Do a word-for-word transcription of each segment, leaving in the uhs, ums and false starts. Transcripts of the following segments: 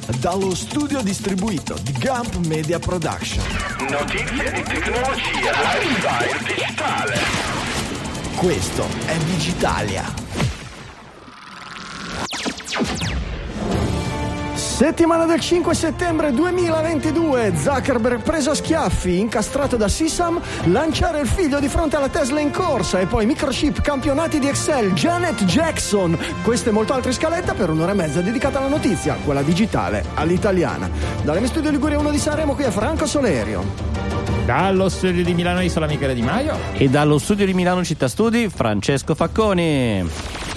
dallo studio distribuito di Gump Media Production. Notizie di tecnologia, lifestyle digitale. Questo è Digitalia. Settimana del cinque settembre duemilaventidue, Zuckerberg preso a schiaffi, incastrato da Sisam, lanciare il figlio di fronte alla Tesla in corsa e poi microchip, campionati di Excel, Janet Jackson. Queste e molto altre scaletta per un'ora e mezza dedicata alla notizia, quella digitale, all'italiana. Dalle mie studio Liguria uno di Sanremo, qui è Franco Solerio. Dallo studio di Milano Isola Michele Di Maio. E dallo studio di Milano Città Studi Francesco Facconi.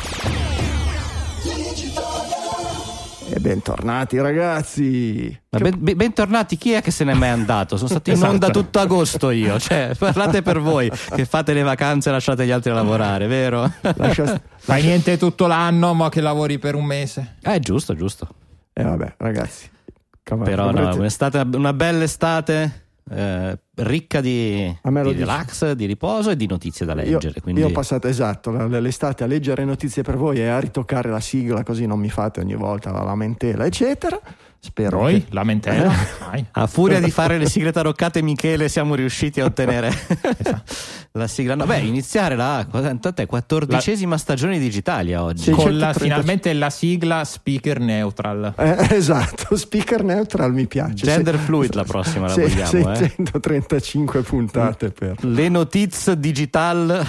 E bentornati ragazzi. Ma ben, ben, bentornati, chi è che se n'è mai andato? Sono stato in Esatto. onda tutto agosto io, cioè parlate per voi che fate le vacanze e lasciate gli altri a lavorare, vero? Lascia... Fai niente tutto l'anno, ma che lavori per un mese. Eh giusto, giusto. E eh, vabbè ragazzi, Cavallo, Però dovrete... no, un'estate, una bella estate eh, ricca di, di relax, di riposo e di notizie da leggere. Io, quindi... io ho passato esatto l'estate a leggere notizie per voi e a ritoccare la sigla, così non mi fate ogni volta la lamentela eccetera. Spero Noi, che... lamentela. Eh? A furia di fare le sigle taroccate, Michele, siamo riusciti a ottenere esatto. la sigla. No, beh, iniziare la quattordicesima la... stagione di Digitalia oggi. Sì, con la, finalmente la sigla speaker neutral. Eh, esatto, speaker neutral mi piace. Gender Se... fluid la prossima la Se... vogliamo. seicentotrentacinque eh. puntate per le notizie digital.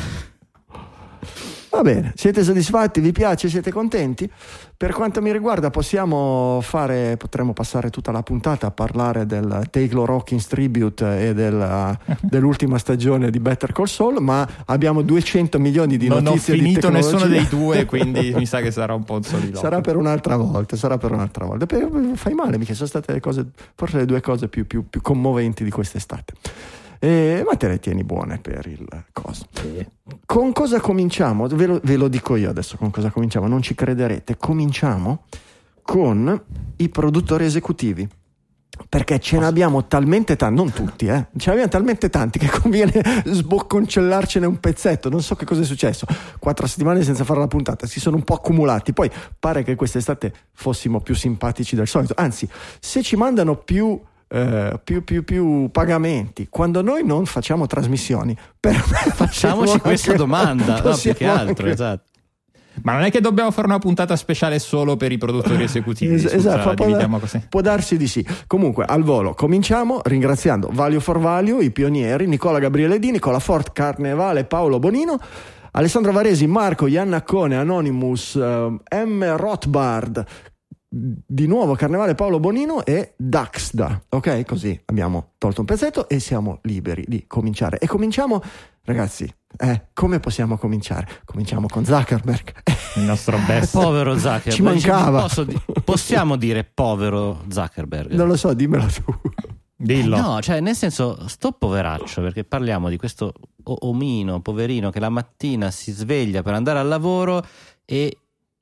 Va bene, siete soddisfatti? Vi piace? Siete contenti? Per quanto mi riguarda possiamo fare, potremmo passare tutta la puntata a parlare del Taylor Hawkins Tribute e del, dell'ultima stagione di Better Call Saul, ma abbiamo duecento milioni di non notizie di tecnologia. Non ho finito nessuno dei due, quindi mi sa che sarà un po' un soliloquio. Sarà per un'altra volta, sarà per un'altra volta. Fai male, mica sono state le cose, forse le due cose più, più, più commoventi di quest'estate. Eh, ma te le tieni buone per il coso. Sì. Con cosa cominciamo? Ve lo, ve lo dico io adesso con cosa cominciamo, non ci crederete. Cominciamo con i produttori esecutivi, perché ce ne abbiamo talmente tanti, non tutti, eh, ce ne abbiamo talmente tanti che conviene sbocconcellarcene un pezzetto. Non so che cosa è successo, quattro settimane senza fare la puntata, si sono un po' accumulati. Poi pare che quest'estate fossimo più simpatici del solito, anzi se ci mandano più Uh, più, più, più pagamenti quando noi non facciamo trasmissioni, per me facciamoci questa domanda, no, più che altro, anche... esatto. Ma non è che dobbiamo fare una puntata speciale solo per i produttori esecutivi? Es- esatto, può, dividiamo così. Può darsi di sì. Comunque al volo cominciamo ringraziando Value for Value, i pionieri, Nicola Gabriele D, Nicola Fort, Carnevale, Paolo Bonino, Alessandro Varesi, Marco, Iannacone, Anonymous, uh, M. Rothbard, di nuovo Carnevale, Paolo Bonino e Daxda. Ok, così abbiamo tolto un pezzetto e siamo liberi di cominciare. E cominciamo, ragazzi, eh, come possiamo cominciare? Cominciamo con Zuckerberg, il nostro best. Povero Zuckerberg. Ci mancava. Posso di- possiamo dire povero Zuckerberg? Non lo so, dimmelo tu. Dillo. No, cioè nel senso, sto poveraccio, perché parliamo di questo omino, poverino, che la mattina si sveglia per andare al lavoro e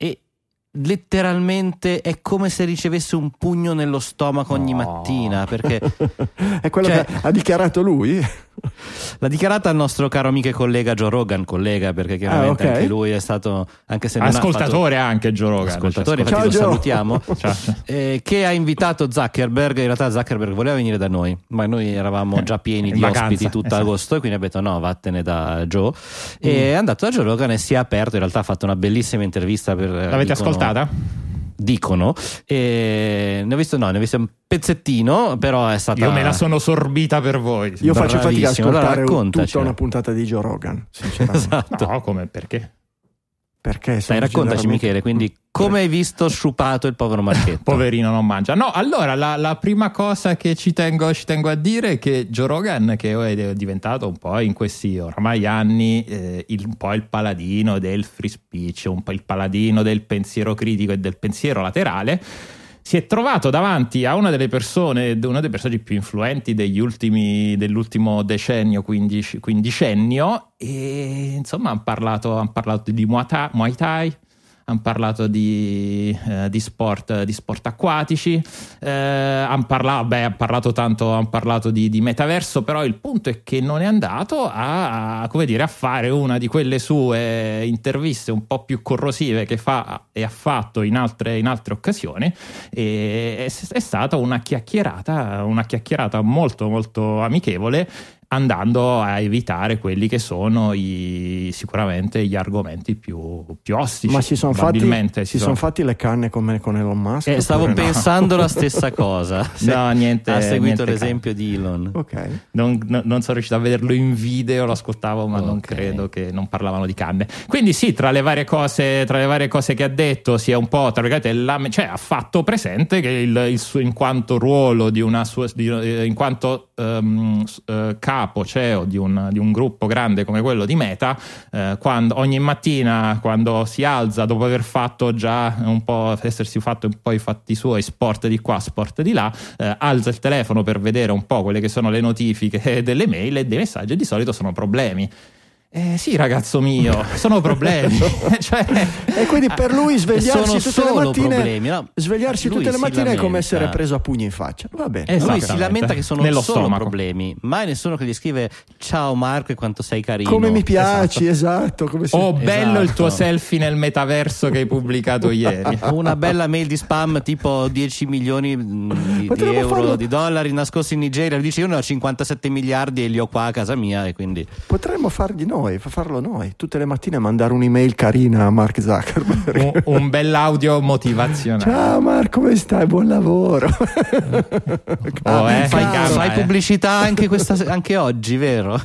letteralmente è come se ricevesse un pugno nello stomaco ogni no. mattina, perché è quello cioè, che ha dichiarato lui. l'ha dichiarata il nostro caro amico e collega Joe Rogan, collega perché chiaramente ah, okay. anche lui è stato, anche se non ascoltatore ha fatto, anche Joe Rogan, ascoltatore, infatti Ciao, lo Joe. salutiamo. Ciao. Eh, che ha invitato Zuckerberg. In realtà Zuckerberg voleva venire da noi, ma noi eravamo già pieni di vacanza, ospiti tutto esatto. agosto, e quindi ha detto no, vattene da Joe, e mm. è andato da Joe Rogan e si è aperto. In realtà ha fatto una bellissima intervista per, l'avete dicono, ascoltata? dicono e ne ho visto no ne ho visto un pezzettino, però è stata, io me la sono sorbita per voi. Io faccio fatica a ascoltare allora, tutta una puntata di Joe Rogan, sinceramente. Esatto. No, come, perché? Perché dai, raccontaci generalmente... Michele, quindi come hai visto sciupato il povero Marchetto? Poverino, non mangia. No, allora la, la prima cosa che ci tengo, ci tengo a dire è che Joe Rogan, che è diventato un po' in questi oramai anni eh, il, un po' il paladino del free speech, un po' il paladino del pensiero critico e del pensiero laterale, si è trovato davanti a una delle persone, una dei personaggi più influenti degli ultimi, dell'ultimo decennio, quindici, quindicennio, e insomma hanno parlato, han parlato di Muay Thai, Muay Thai han parlato di, eh, di sport di sport acquatici, eh, han parlato, beh, han parlato tanto, han parlato di, di metaverso, però il punto è che non è andato a, a come dire a fare una di quelle sue interviste un po' più corrosive che fa e ha fatto in altre, in altre occasioni, e è, è stata una chiacchierata una chiacchierata molto molto amichevole, andando a evitare quelli che sono i, sicuramente gli argomenti più, più ostici. Ma si sono fatti, si si sono... son fatti le canne come con Elon Musk? Eh, stavo pensando no? la stessa cosa. No, niente. Ha seguito niente l'esempio can... di Elon. Ok. Non, no, non sono riuscito a vederlo in video, lo ascoltavo, ma okay. non credo che non parlavano di canne. Quindi sì, tra le varie cose, tra le varie cose che ha detto, si è un po' tra virgolette, la, cioè ha fatto presente che il, il suo, in quanto ruolo di una sua, di, in quanto um, uh, capo C E O di un, di un gruppo grande come quello di Meta, eh, quando ogni mattina quando si alza dopo aver fatto già un po' essersi fatto un po' i fatti suoi, sport di qua, sport di là, eh, alza il telefono per vedere un po' quelle che sono le notifiche delle mail e dei messaggi, e di solito sono problemi. Eh sì, ragazzo mio, sono problemi. cioè, e quindi per lui svegliarsi tutte le mattine, problemi, no? svegliarsi Lui tutte le mattine lamenta. è come essere preso a pugni in faccia. Va bene. Lui si lamenta che sono Nello solo stomaco. problemi, mai nessuno che gli scrive ciao Marco e quanto sei carino. Come mi piaci, esatto. esatto come si... Oh, bello esatto. il tuo selfie nel metaverso che hai pubblicato ieri. Una bella mail di spam tipo dieci milioni di, di euro, farlo... di dollari nascosti in Nigeria. Lui dice io ne ho cinquantasette miliardi e li ho qua a casa mia, e quindi potremmo fargli noi, farlo noi. Tutte le mattine mandare un'email carina a Mark Zuckerberg. Un, un bell'audio motivazionale. Ciao Marco, come stai? Buon lavoro. Oh, eh, fai, calma, fai eh. pubblicità anche, questa, anche oggi, vero?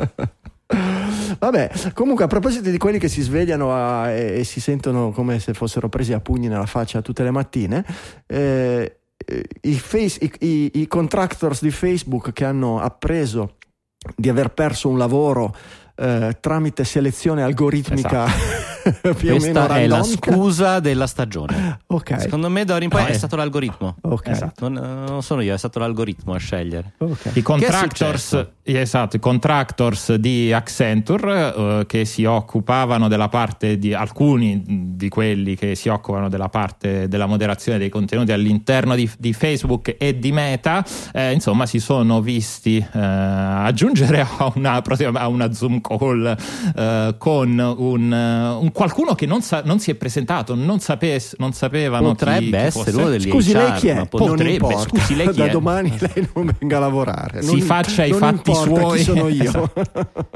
Vabbè, comunque a proposito di quelli che si svegliano a, e, e si sentono come se fossero presi a pugni nella faccia tutte le mattine, eh, i, face, i, i, i contractors di Facebook che hanno appreso di aver perso un lavoro Eh, tramite selezione algoritmica, esatto. più o meno Questa è la randomica. scusa della stagione. Ok. Secondo me d'ora in poi No, è eh. stato l'algoritmo. Ok. Esatto. Non, non sono io, è stato l'algoritmo a scegliere. Ok. I contractors, esatto, i contractors di Accenture, eh, che si occupavano della parte di alcuni di quelli che si occupano della parte della moderazione dei contenuti all'interno di, di Facebook e di Meta, eh, insomma si sono visti eh, aggiungere a una, a una Zoom call eh, con un, un qualcuno che non, sa, non si è presentato, non, sapes, non sapevano potrebbe chi, chi essere fosse. uno degli Scusi, H R, lei chi è? ma potrebbe, Non importa. scusi, lei chi da è? domani lei non venga a lavorare. Si non, faccia i non fatti importa suoi. Chi sono io. Esatto.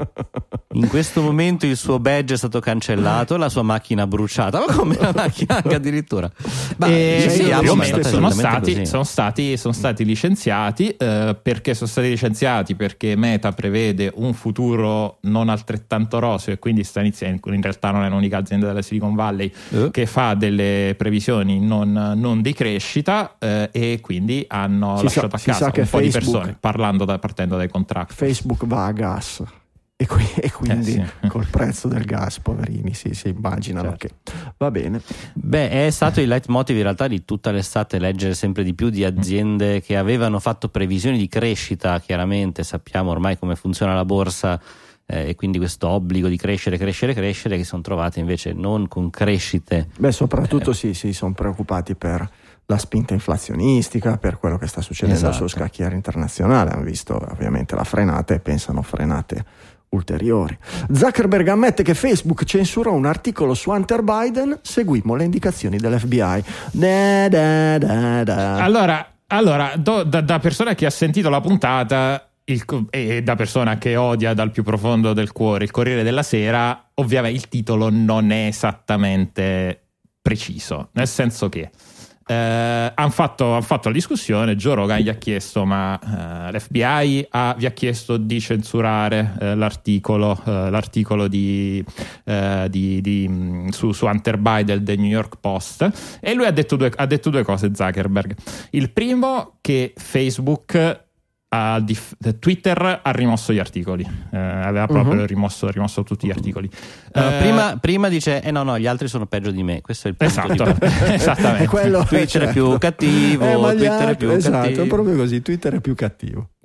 In questo momento il suo badge è stato cancellato, la sua macchina bruciata. Ma come la macchina anche addirittura? Ma Eh, sì, sì, io più o sono meno stati- sono esattamente stati, così. sono stati sono stati licenziati eh, perché sono stati licenziati perché Meta prevede un futuro non altrettanto roseo, e quindi sta iniziando, in realtà non è l'unica azienda della Silicon Valley Eh. che fa delle previsioni non, non di crescita, eh, e quindi hanno Si lasciato sa- a si casa sa un che po' di Facebook- persone, parlando da, partendo dai contratti. Facebook va a gas e, qui- e quindi Eh, sì. col prezzo del gas, poverini, si, si immaginano Certo. che va bene. Beh, è stato il leitmotiv in realtà di tutta l'estate, leggere sempre di più di aziende che avevano fatto previsioni di crescita. Chiaramente sappiamo ormai come funziona la borsa, eh, e quindi questo obbligo di crescere, crescere, crescere, che sono trovate invece non con crescite. Beh, soprattutto Eh. sì, si sono preoccupati per la spinta inflazionistica, per quello che sta succedendo Esatto. sullo scacchiere internazionale. Hanno visto ovviamente la frenata e pensano frenate ulteriori. Zuckerberg ammette che Facebook censurò un articolo su Hunter Biden, seguimmo le indicazioni dell'F B I. Da, da, da, da. Allora, allora do- da, da persona che ha sentito la puntata il, e da persona che odia dal più profondo del cuore il Corriere della Sera, ovviamente il titolo non è esattamente preciso, nel senso che eh, hanno fatto, han fatto la discussione. Joe Rogan gli ha chiesto ma eh, l'F B I ha, vi ha chiesto di censurare eh, l'articolo eh, l'articolo di, eh, di, di, mh, su, su Hunter Biden del New York Post, e lui ha detto due, ha detto due cose, Zuckerberg. Il primo, che Facebook ha dif- Twitter ha rimosso gli articoli, eh, aveva proprio Mhm. rimosso, rimosso tutti gli articoli. Uh, Eh, prima, prima dice eh no no gli altri sono peggio di me, questo è il punto esatto, di esattamente. È quello, Twitter è certo. più cattivo, Eh, ma gli Twitter è altri- più esatto, cattivo. è proprio così, Twitter è più cattivo. Mm.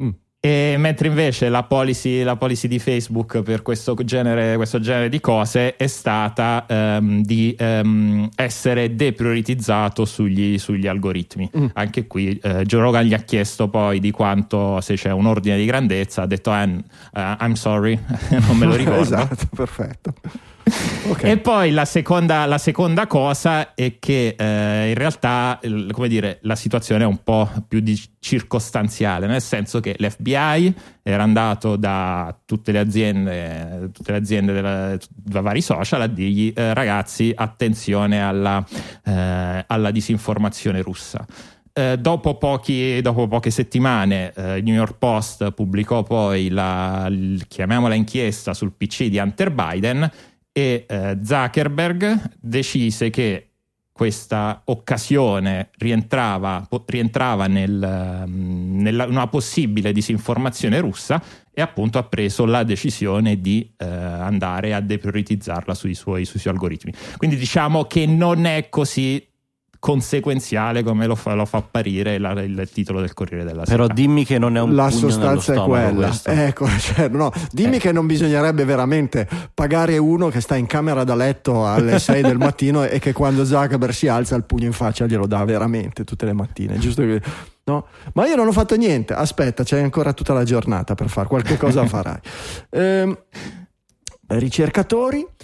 E mentre invece la policy, la policy di Facebook per questo genere, questo genere di cose è stata um, di um, essere deprioritizzato sugli, sugli algoritmi. Mm. Anche qui uh, Joe Rogan gli ha chiesto poi di quanto, se c'è un ordine di grandezza, ha detto uh, I'm sorry, non me lo ricordo. Esatto, perfetto. Okay. E poi la seconda, la seconda cosa è che eh, in realtà, come dire, la situazione è un po' più di circostanziale, nel senso che l'F B I era andato da tutte le aziende, tutte le aziende della, da vari social a dirgli eh, ragazzi, attenzione alla, eh, alla disinformazione russa. Eh, dopo, pochi, dopo poche settimane eh, il New York Post pubblicò poi la, chiamiamola inchiesta sul P C di Hunter Biden, e eh, Zuckerberg decise che questa occasione rientrava, rientrava nel, nella una possibile disinformazione russa, e appunto ha preso la decisione di eh, andare a deprioritizzarla sui suoi, sui suoi algoritmi. Quindi diciamo che non è così conseguenziale come lo fa, lo fa apparire la, il titolo del Corriere della Sera. Però dimmi che non è un la pugno sostanza è quella, questo. ecco, cioè, no, dimmi eh. che non bisognerebbe veramente pagare uno che sta in camera da letto alle sei del mattino e che quando Zuckerberg si alza il pugno in faccia glielo dà veramente tutte le mattine, giusto che, no? Ma io non ho fatto niente, aspetta, c'è ancora tutta la giornata per fare qualche cosa. Farai. Eh, ricercatori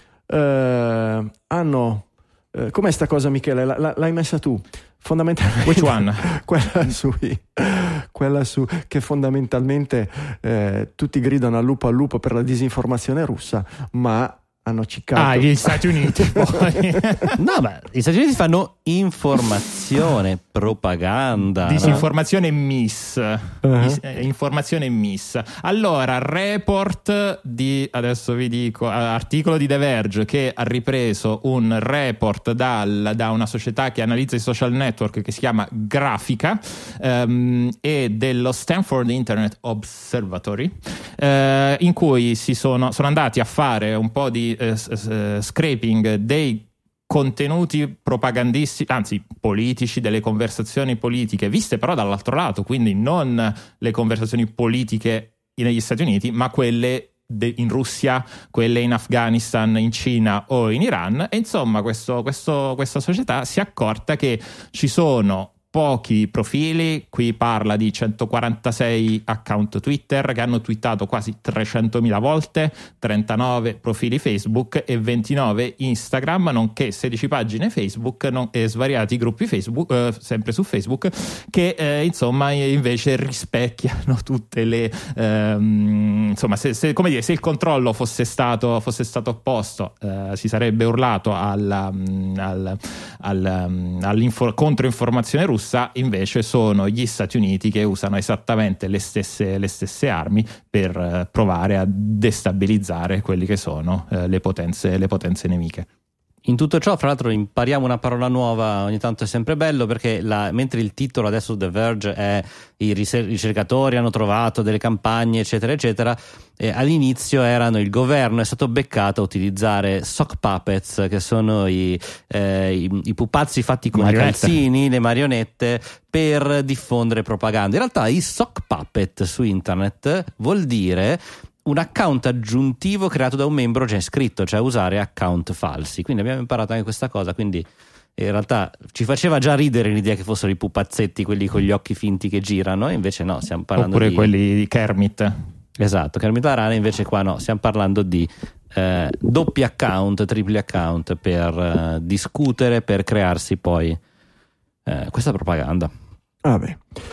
eh, hanno Uh, com'è sta cosa, Michele? L- l- l'hai messa tu? Fondamentalmente Which one? quella su quella su che fondamentalmente eh, tutti gridano al lupo al lupo per la disinformazione russa, ma hanno ciccato. Ah, gli Stati Uniti poi. No, ma gli Stati Uniti fanno informazione, propaganda, disinformazione, no? miss uh-huh. informazione miss. Allora, report di, adesso vi dico, articolo di The Verge che ha ripreso un report dal, da una società che analizza i social network che si chiama Grafica, um, e dello Stanford Internet Observatory, uh, in cui si sono, sono andati a fare un po' di uh, uh, scraping dei contenuti propagandistici, anzi politici, delle conversazioni politiche viste però dall'altro lato, quindi non le conversazioni politiche negli Stati Uniti, ma quelle de- in Russia, quelle in Afghanistan, in Cina o in Iran. E insomma questo, questo, questa società si è accorta che ci sono pochi profili, qui parla di centoquarantasei account Twitter che hanno twittato quasi trecentomila volte, trentanove profili Facebook e ventinove Instagram, nonché sedici pagine Facebook non, e svariati gruppi Facebook, eh, sempre su Facebook, che eh, insomma invece rispecchiano tutte le ehm, insomma se, se, come dire, se il controllo fosse stato, fosse stato opposto, eh, si sarebbe urlato alla, al, al, all'info, controinformazione russa. Invece sono gli Stati Uniti che usano esattamente le stesse, le stesse armi per eh, provare a destabilizzare quelli che sono eh, le potenze, le potenze nemiche. In tutto ciò, fra l'altro, impariamo una parola nuova, ogni tanto è sempre bello, perché la, mentre il titolo adesso The Verge è i ricercatori hanno trovato delle campagne eccetera eccetera, eh, all'inizio erano il governo è stato beccato a utilizzare sock puppets, che sono i, eh, i, i pupazzi fatti con i calzini, le marionette, per diffondere propaganda. In realtà i sock puppet su internet vuol dire un account aggiuntivo creato da un membro già iscritto, cioè usare account falsi. Quindi abbiamo imparato anche questa cosa, quindi in realtà ci faceva già ridere l'idea che fossero i pupazzetti quelli con gli occhi finti che girano, e invece no, stiamo parlando oppure di... quelli di Kermit. Esatto, Kermit la rana, invece qua no, stiamo parlando di eh, doppi account, tripli account per eh, discutere, per crearsi poi eh, questa propaganda. Vabbè.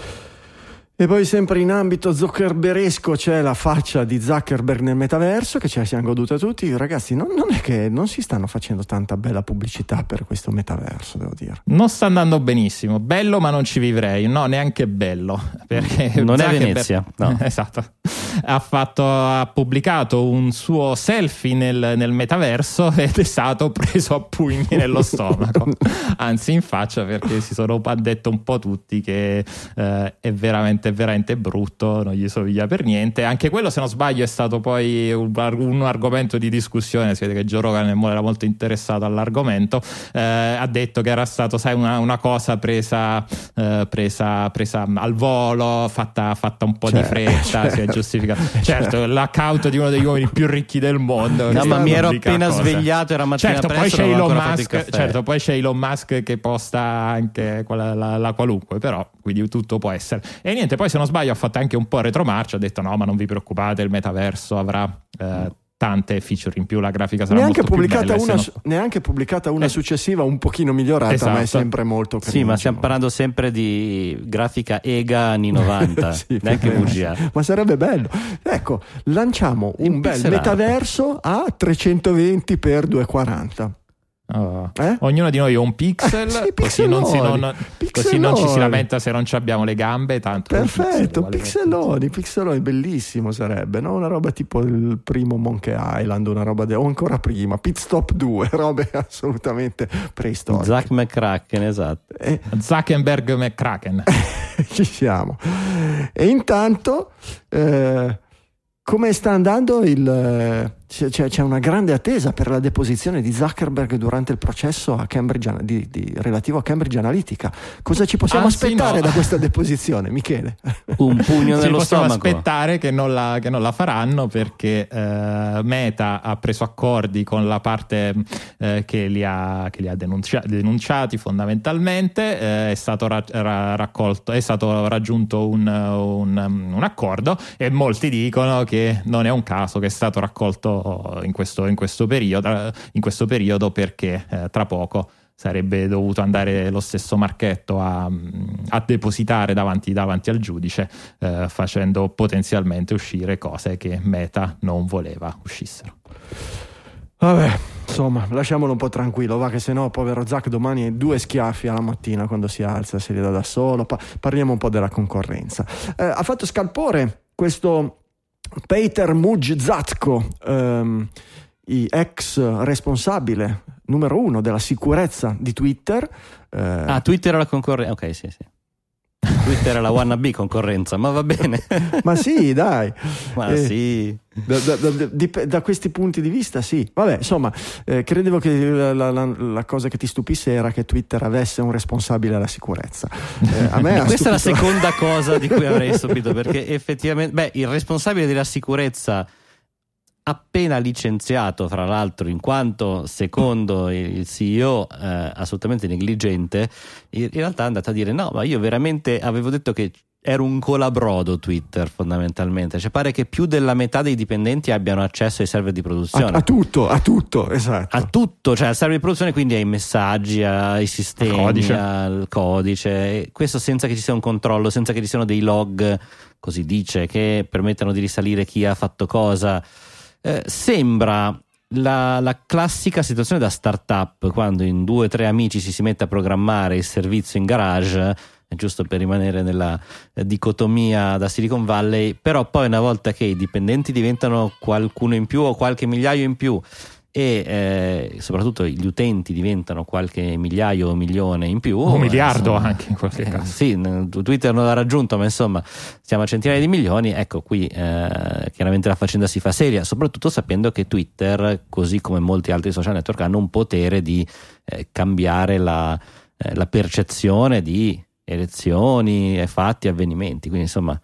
E poi sempre in ambito zuckerberesco c'è la faccia di Zuckerberg nel metaverso, che ce la siamo goduta tutti. Ragazzi, non, non è che non si stanno facendo tanta bella pubblicità per questo metaverso, devo dire. Non sta andando benissimo, bello ma non ci vivrei, no, neanche bello, perché non Zuckerberg... è Venezia, no. Esatto. ha, fatto, ha pubblicato un suo selfie nel, nel metaverso ed è stato preso a pugni nello stomaco, anzi in faccia, perché si sono detto un po' tutti che eh, è veramente veramente brutto, non gli somiglia per niente. Anche quello, se non sbaglio, è stato poi un, un argomento di discussione. Si vede che Joe Rogan era molto interessato all'argomento. Eh, ha detto che era stato, sai, una, una cosa presa, eh, presa presa al volo, fatta, fatta un po' certo, di fretta, certo, si è giustificato. Certo, certo, l'account di uno degli uomini più ricchi del mondo. No, ma mi ero appena cosa. svegliato, era mattina certo, presto, poi c'è Elon Musk, certo, poi c'è Elon Musk che posta anche la, la, la qualunque, però quindi tutto può essere. E niente, poi se non sbaglio ha fatto anche un po' retromarcia, ha detto no, ma non vi preoccupate, il metaverso avrà eh, tante feature in più, la grafica sarà neanche molto pubblicata più bella, una, no... neanche pubblicata una eh. successiva un pochino migliorata, esatto. Ma è sempre molto cringe. Sì, ma stiamo parlando sempre di grafica E G A anni novanta, sì, neanche V G A. Ma sarebbe bello. Ecco, lanciamo un in bel pixelato. Metaverso a trecentoventi per duecentoquaranta. Oh. Eh? Ognuno di noi ha un pixel, sì, così, non si, non, così non ci si lamenta se non abbiamo le gambe, tanto perfetto, pixel, pixeloni, pixeloni, bellissimo sarebbe, no? Una roba tipo il primo Monkey Island, una roba de- o ancora prima Pit Stop due, robe assolutamente preistoriche. Zack McCracken, esatto. eh. Zuckerberg McCracken. Ci siamo. E intanto eh, come sta andando il... C'è, c'è una grande attesa per la deposizione di Zuckerberg durante il processo a Cambridge, di, di, relativo a Cambridge Analytica. Cosa ci possiamo Anzi, aspettare no. da questa deposizione, Michele? Un pugno nello ci possiamo stomaco. aspettare che non la, che non la faranno, perché eh, Meta ha preso accordi con la parte eh, che li ha, che li ha denuncia, denunciati fondamentalmente. Eh, è stato ra, ra, raccolto, è stato raggiunto un, un, un accordo, e molti dicono che non è un caso che è stato raccolto in questo, in questo periodo in questo periodo perché eh, tra poco sarebbe dovuto andare lo stesso Marchetto a, a depositare davanti, davanti al giudice, eh, facendo potenzialmente uscire cose che Meta non voleva uscissero. Vabbè, insomma, lasciamolo un po' tranquillo, va, che sennò povero Zac domani due schiaffi alla mattina quando si alza, si li dà da solo. Pa- parliamo un po' della concorrenza. Eh, ha fatto scalpore questo Peter Mujzatko, ehm, ex responsabile numero uno della sicurezza di Twitter. Eh. Ah, Twitter è la concorrenza. Ok, sì, sì. Twitter è la wannabe concorrenza, ma va bene. Ma sì, dai. Ma eh, sì. Da, da, da, da, da questi punti di vista, sì. Vabbè, insomma, eh, credevo che la, la, la cosa che ti stupisse era che Twitter avesse un responsabile alla sicurezza. Eh, a me Questa stupito... è la seconda cosa di cui avrei stupito, perché effettivamente, beh, il responsabile della sicurezza appena licenziato, fra l'altro, in quanto secondo il C E O eh, assolutamente negligente, in realtà è andato a dire no, ma io veramente avevo detto che ero un colabrodo Twitter, fondamentalmente. Cioè pare che più della metà dei dipendenti abbiano accesso ai server di produzione. A, a tutto, a tutto, esatto. A tutto, cioè al server di produzione, quindi ai messaggi, ai sistemi, codice. al codice. E questo senza che ci sia un controllo, senza che ci siano dei log, così dice, che permettano di risalire chi ha fatto cosa. Eh, sembra la, la classica situazione da startup, quando in due o tre amici ci si mette a programmare il servizio in garage, giusto per rimanere nella dicotomia da Silicon Valley, però poi una volta che i dipendenti diventano qualcuno in più o qualche migliaio in più e eh, soprattutto gli utenti diventano qualche migliaio o milione in più, un miliardo insomma, anche in qualche eh, caso. Sì, Twitter non l'ha raggiunto, ma insomma siamo a centinaia di milioni. Ecco, qui eh, chiaramente la faccenda si fa seria, soprattutto sapendo che Twitter, così come molti altri social network, hanno un potere di eh, cambiare la, eh, la percezione di elezioni, fatti, avvenimenti, quindi insomma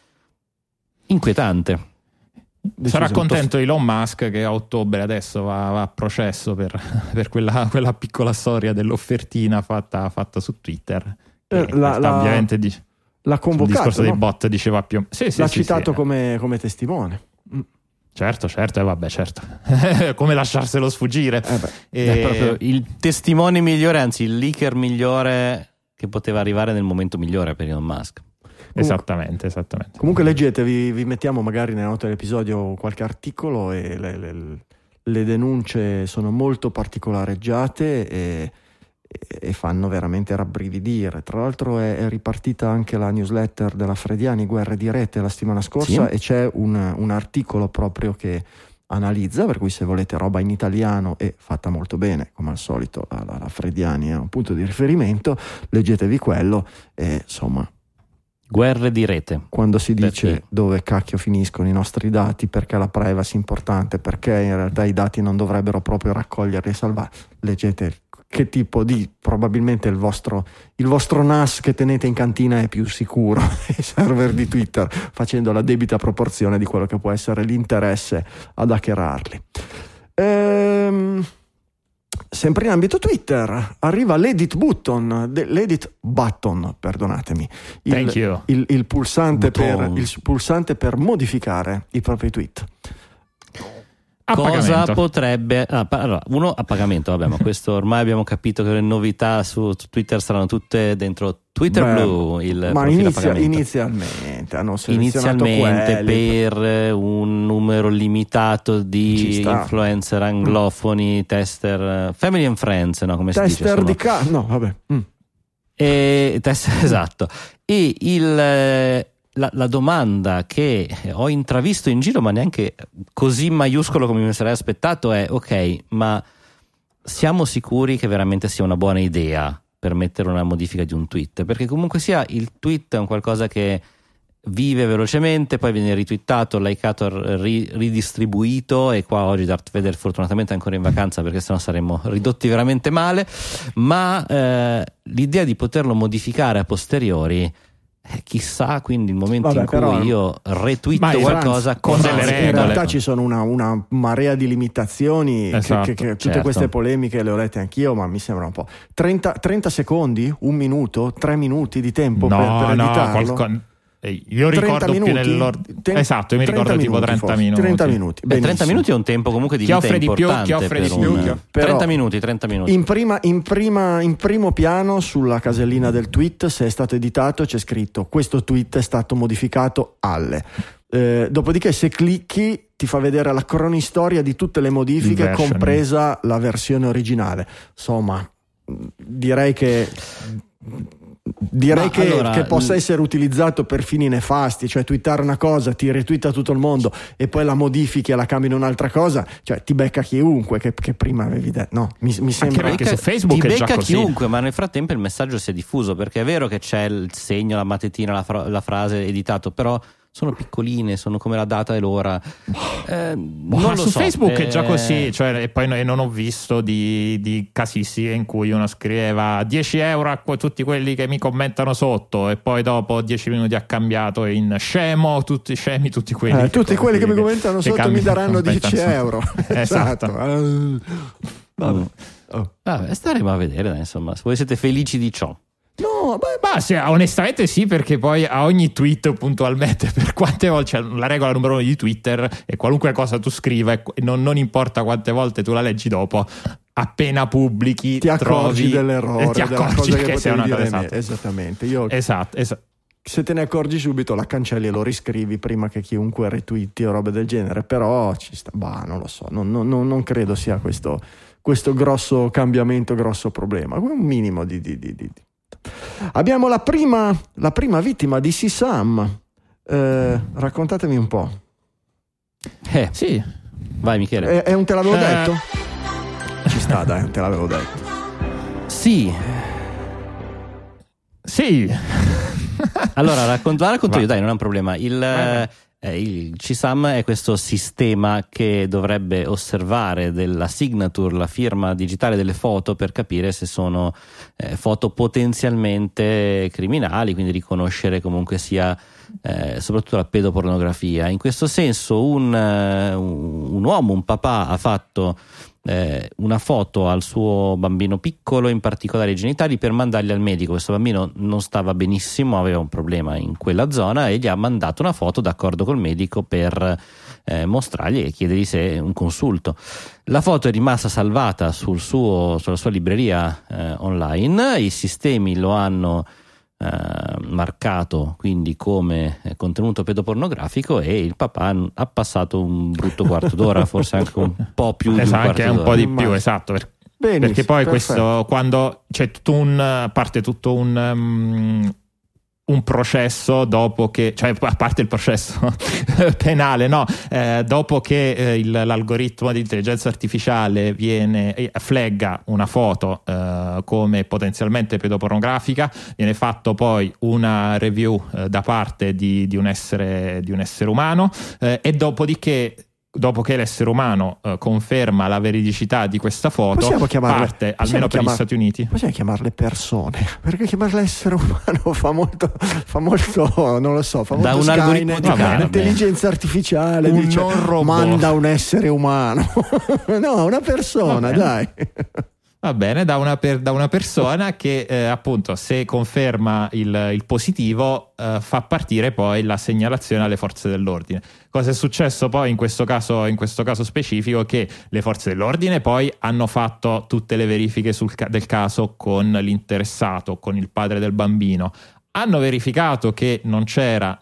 inquietante. Sarà contento Elon Musk che a ottobre adesso va, va a processo per, per quella, quella piccola storia dell'offertina fatta, fatta su Twitter. Eh, la, la, ovviamente di, l'ha convocato, il discorso no? dei bot diceva più. Sì, sì, l'ha sì, citato sì. Come, come testimone. Mm. Certo, certo, e eh, vabbè, certo. Come lasciarselo sfuggire. Eh beh, e... È proprio il testimone migliore, anzi il leaker migliore che poteva arrivare nel momento migliore per Elon Musk. Comunque, esattamente, esattamente. Comunque leggete, vi, vi mettiamo magari nella nota dell'episodio qualche articolo, e le, le, le denunce sono molto particolareggiate e, e fanno veramente rabbrividire. Tra l'altro è, è ripartita anche la newsletter della Frediani, Guerre di Rete, la settimana scorsa, sì. E c'è un, un articolo proprio che analizza, per cui se volete roba in italiano e fatta molto bene, come al solito la, la, la Frediani è un punto di riferimento, leggetevi quello e insomma... Guerre di rete. Quando si dice perché? Dove cacchio finiscono i nostri dati, perché la privacy è importante, perché in realtà i dati non dovrebbero proprio raccoglierli e salvare, leggete che tipo di, probabilmente il vostro, il vostro N A S che tenete in cantina è più sicuro i server di Twitter, facendo la debita proporzione di quello che può essere l'interesse ad hackerarli. Ehm... Sempre in ambito Twitter arriva l'edit button, de, l'edit button, perdonatemi, il, il, il, pulsante per, il pulsante per modificare i propri tweet. A Cosa pagamento. potrebbe ah, allora, uno a pagamento, vabbè, ma questo ormai abbiamo capito che le novità su Twitter saranno tutte dentro Twitter Beh, Blue, il ma profilo inizia, a pagamento. Inizialmente hanno selezionato inizialmente quelli, per un numero limitato di influencer anglofoni, tester Family and Friends, no, come si dice? Tester di ca- no, vabbè. Mm. E tester, esatto. E il La, la domanda che ho intravisto in giro, ma neanche così maiuscolo come mi sarei aspettato, è: ok, ma siamo sicuri che veramente sia una buona idea permettere una modifica di un tweet? Perché comunque sia, il tweet è un qualcosa che vive velocemente, poi viene ritwittato, likeato, ri, ridistribuito, e qua oggi Darth Vader fortunatamente è ancora in vacanza, perché sennò saremmo ridotti veramente male, ma eh, l'idea di poterlo modificare a posteriori, Eh, chissà, quindi il momento Vabbè, in cui però, io retweeto qualcosa con delle regole, in realtà ci sono una, una marea di limitazioni, esatto, che, che, che tutte certo. queste polemiche le ho lette anch'io, ma mi sembra un po' trenta, trenta secondi, un minuto, tre minuti di tempo no, per, per no, editarlo. qualco... Io ricordo più nell'ordine, ten- esatto, io mi ricordo tipo trenta forse. minuti. trenta minuti. Beh, trenta minuti è un tempo comunque di chi vita offre di più, chi offre di più. Un... Però, trenta minuti, trenta minuti. In prima, in prima, in primo piano sulla casellina del tweet, se è stato editato, c'è scritto: questo tweet è stato modificato alle. Eh, dopodiché, se clicchi, ti fa vedere la cronistoria di tutte le modifiche, Version. compresa la versione originale. Insomma, direi che direi Ma che, allora, che possa essere utilizzato per fini nefasti, cioè twittare una cosa, ti retwitta tutto il mondo e poi la modifichi e la cambi in un'altra cosa, cioè ti becca chiunque che, che prima avevi detto. No, mi, mi sembra anche perché su Facebook ti è già becca così. chiunque, ma nel frattempo il messaggio si è diffuso, perché è vero che c'è il segno, la mattetina, la, fra- la frase editato, però sono piccoline, sono come la data e l'ora. Eh, non ma lo su so, Facebook eh... è già così, cioè, e poi no, non ho visto di, di casistiche in cui uno scriveva dieci euro a tutti quelli che mi commentano sotto, e poi dopo dieci minuti ha cambiato in scemo, tutti scemi, tutti quelli, eh, che tutti quelli che mi commentano che sotto cambiano, mi daranno dieci euro. Esatto. Uh, vabbè. Oh. Vabbè, staremo a vedere, dai, insomma, se voi siete felici di ciò. No, beh, ma sì, onestamente sì, perché poi a ogni tweet puntualmente, per quante volte, cioè, la regola numero uno di Twitter è qualunque cosa tu scriva, e non, non importa quante volte tu la leggi dopo, appena pubblichi ti accorgi trovi, dell'errore, e ti accorgi che, che sia una cosa, esatto. Esattamente. Io, esatto, esatto. Se te ne accorgi subito, la cancelli e lo riscrivi prima che chiunque retweeti o robe del genere, però ci sta, bah, non lo so, non, non, non credo sia questo, questo grosso cambiamento, grosso problema, un minimo di, di, di, di. Abbiamo la prima, la prima vittima di C S A M. Eh, raccontatemi un po'. Eh, sì. Vai Michele. È, è un te l'avevo eh. detto? Ci sta, dai, un te l'avevo detto. Sì. Sì. Allora, racconto, la racconto io, dai, non è un problema. Il... Eh, il C S A M è questo sistema che dovrebbe osservare della signature, la firma digitale delle foto, per capire se sono eh, foto potenzialmente criminali, quindi riconoscere comunque sia eh, soprattutto la pedopornografia. In questo senso un, uh, un uomo, un papà, ha fatto Eh, una foto al suo bambino piccolo, in particolare i genitali, per mandarli al medico. Questo bambino non stava benissimo, aveva un problema in quella zona, e gli ha mandato una foto d'accordo col medico per eh, mostrargli e chiedergli se un consulto. La foto è rimasta salvata sul suo, sulla sua libreria eh, online, i sistemi lo hanno Uh, marcato quindi come contenuto pedopornografico, e il papà ha passato un brutto quarto d'ora, forse anche un po' più di un esatto, quarto anche un d'ora. po' di più, esatto, per... Benissimo, perché poi perfetto. questo, quando c'è tutto un, parte tutto un, um, un processo dopo che, cioè a parte il processo penale, no, eh, dopo che eh, il, l'algoritmo di intelligenza artificiale viene eh, flagga una foto eh, come potenzialmente pedopornografica, viene fatto poi una review eh, da parte di, di un essere di un essere umano eh, e dopodiché dopo che l'essere umano eh, conferma la veridicità di questa foto, Possiamo chiamarle- parte, possiamo almeno per chiamar- gli Stati Uniti. Possiamo chiamarle persone, perché chiamarle essere umano fa molto, fa molto, non lo so, fa Da molto un algoritmo Skynet, di carne. intelligenza artificiale, Un dice, non robot. manda un essere umano. No, una persona, Va bene. dai. Va bene, da una, per, da una persona che eh, appunto se conferma il, il positivo eh, fa partire poi la segnalazione alle forze dell'ordine. Cosa è successo poi in questo caso, in questo caso specifico? Che le forze dell'ordine poi hanno fatto tutte le verifiche sul ca- del caso con l'interessato, con il padre del bambino. Hanno verificato che non c'era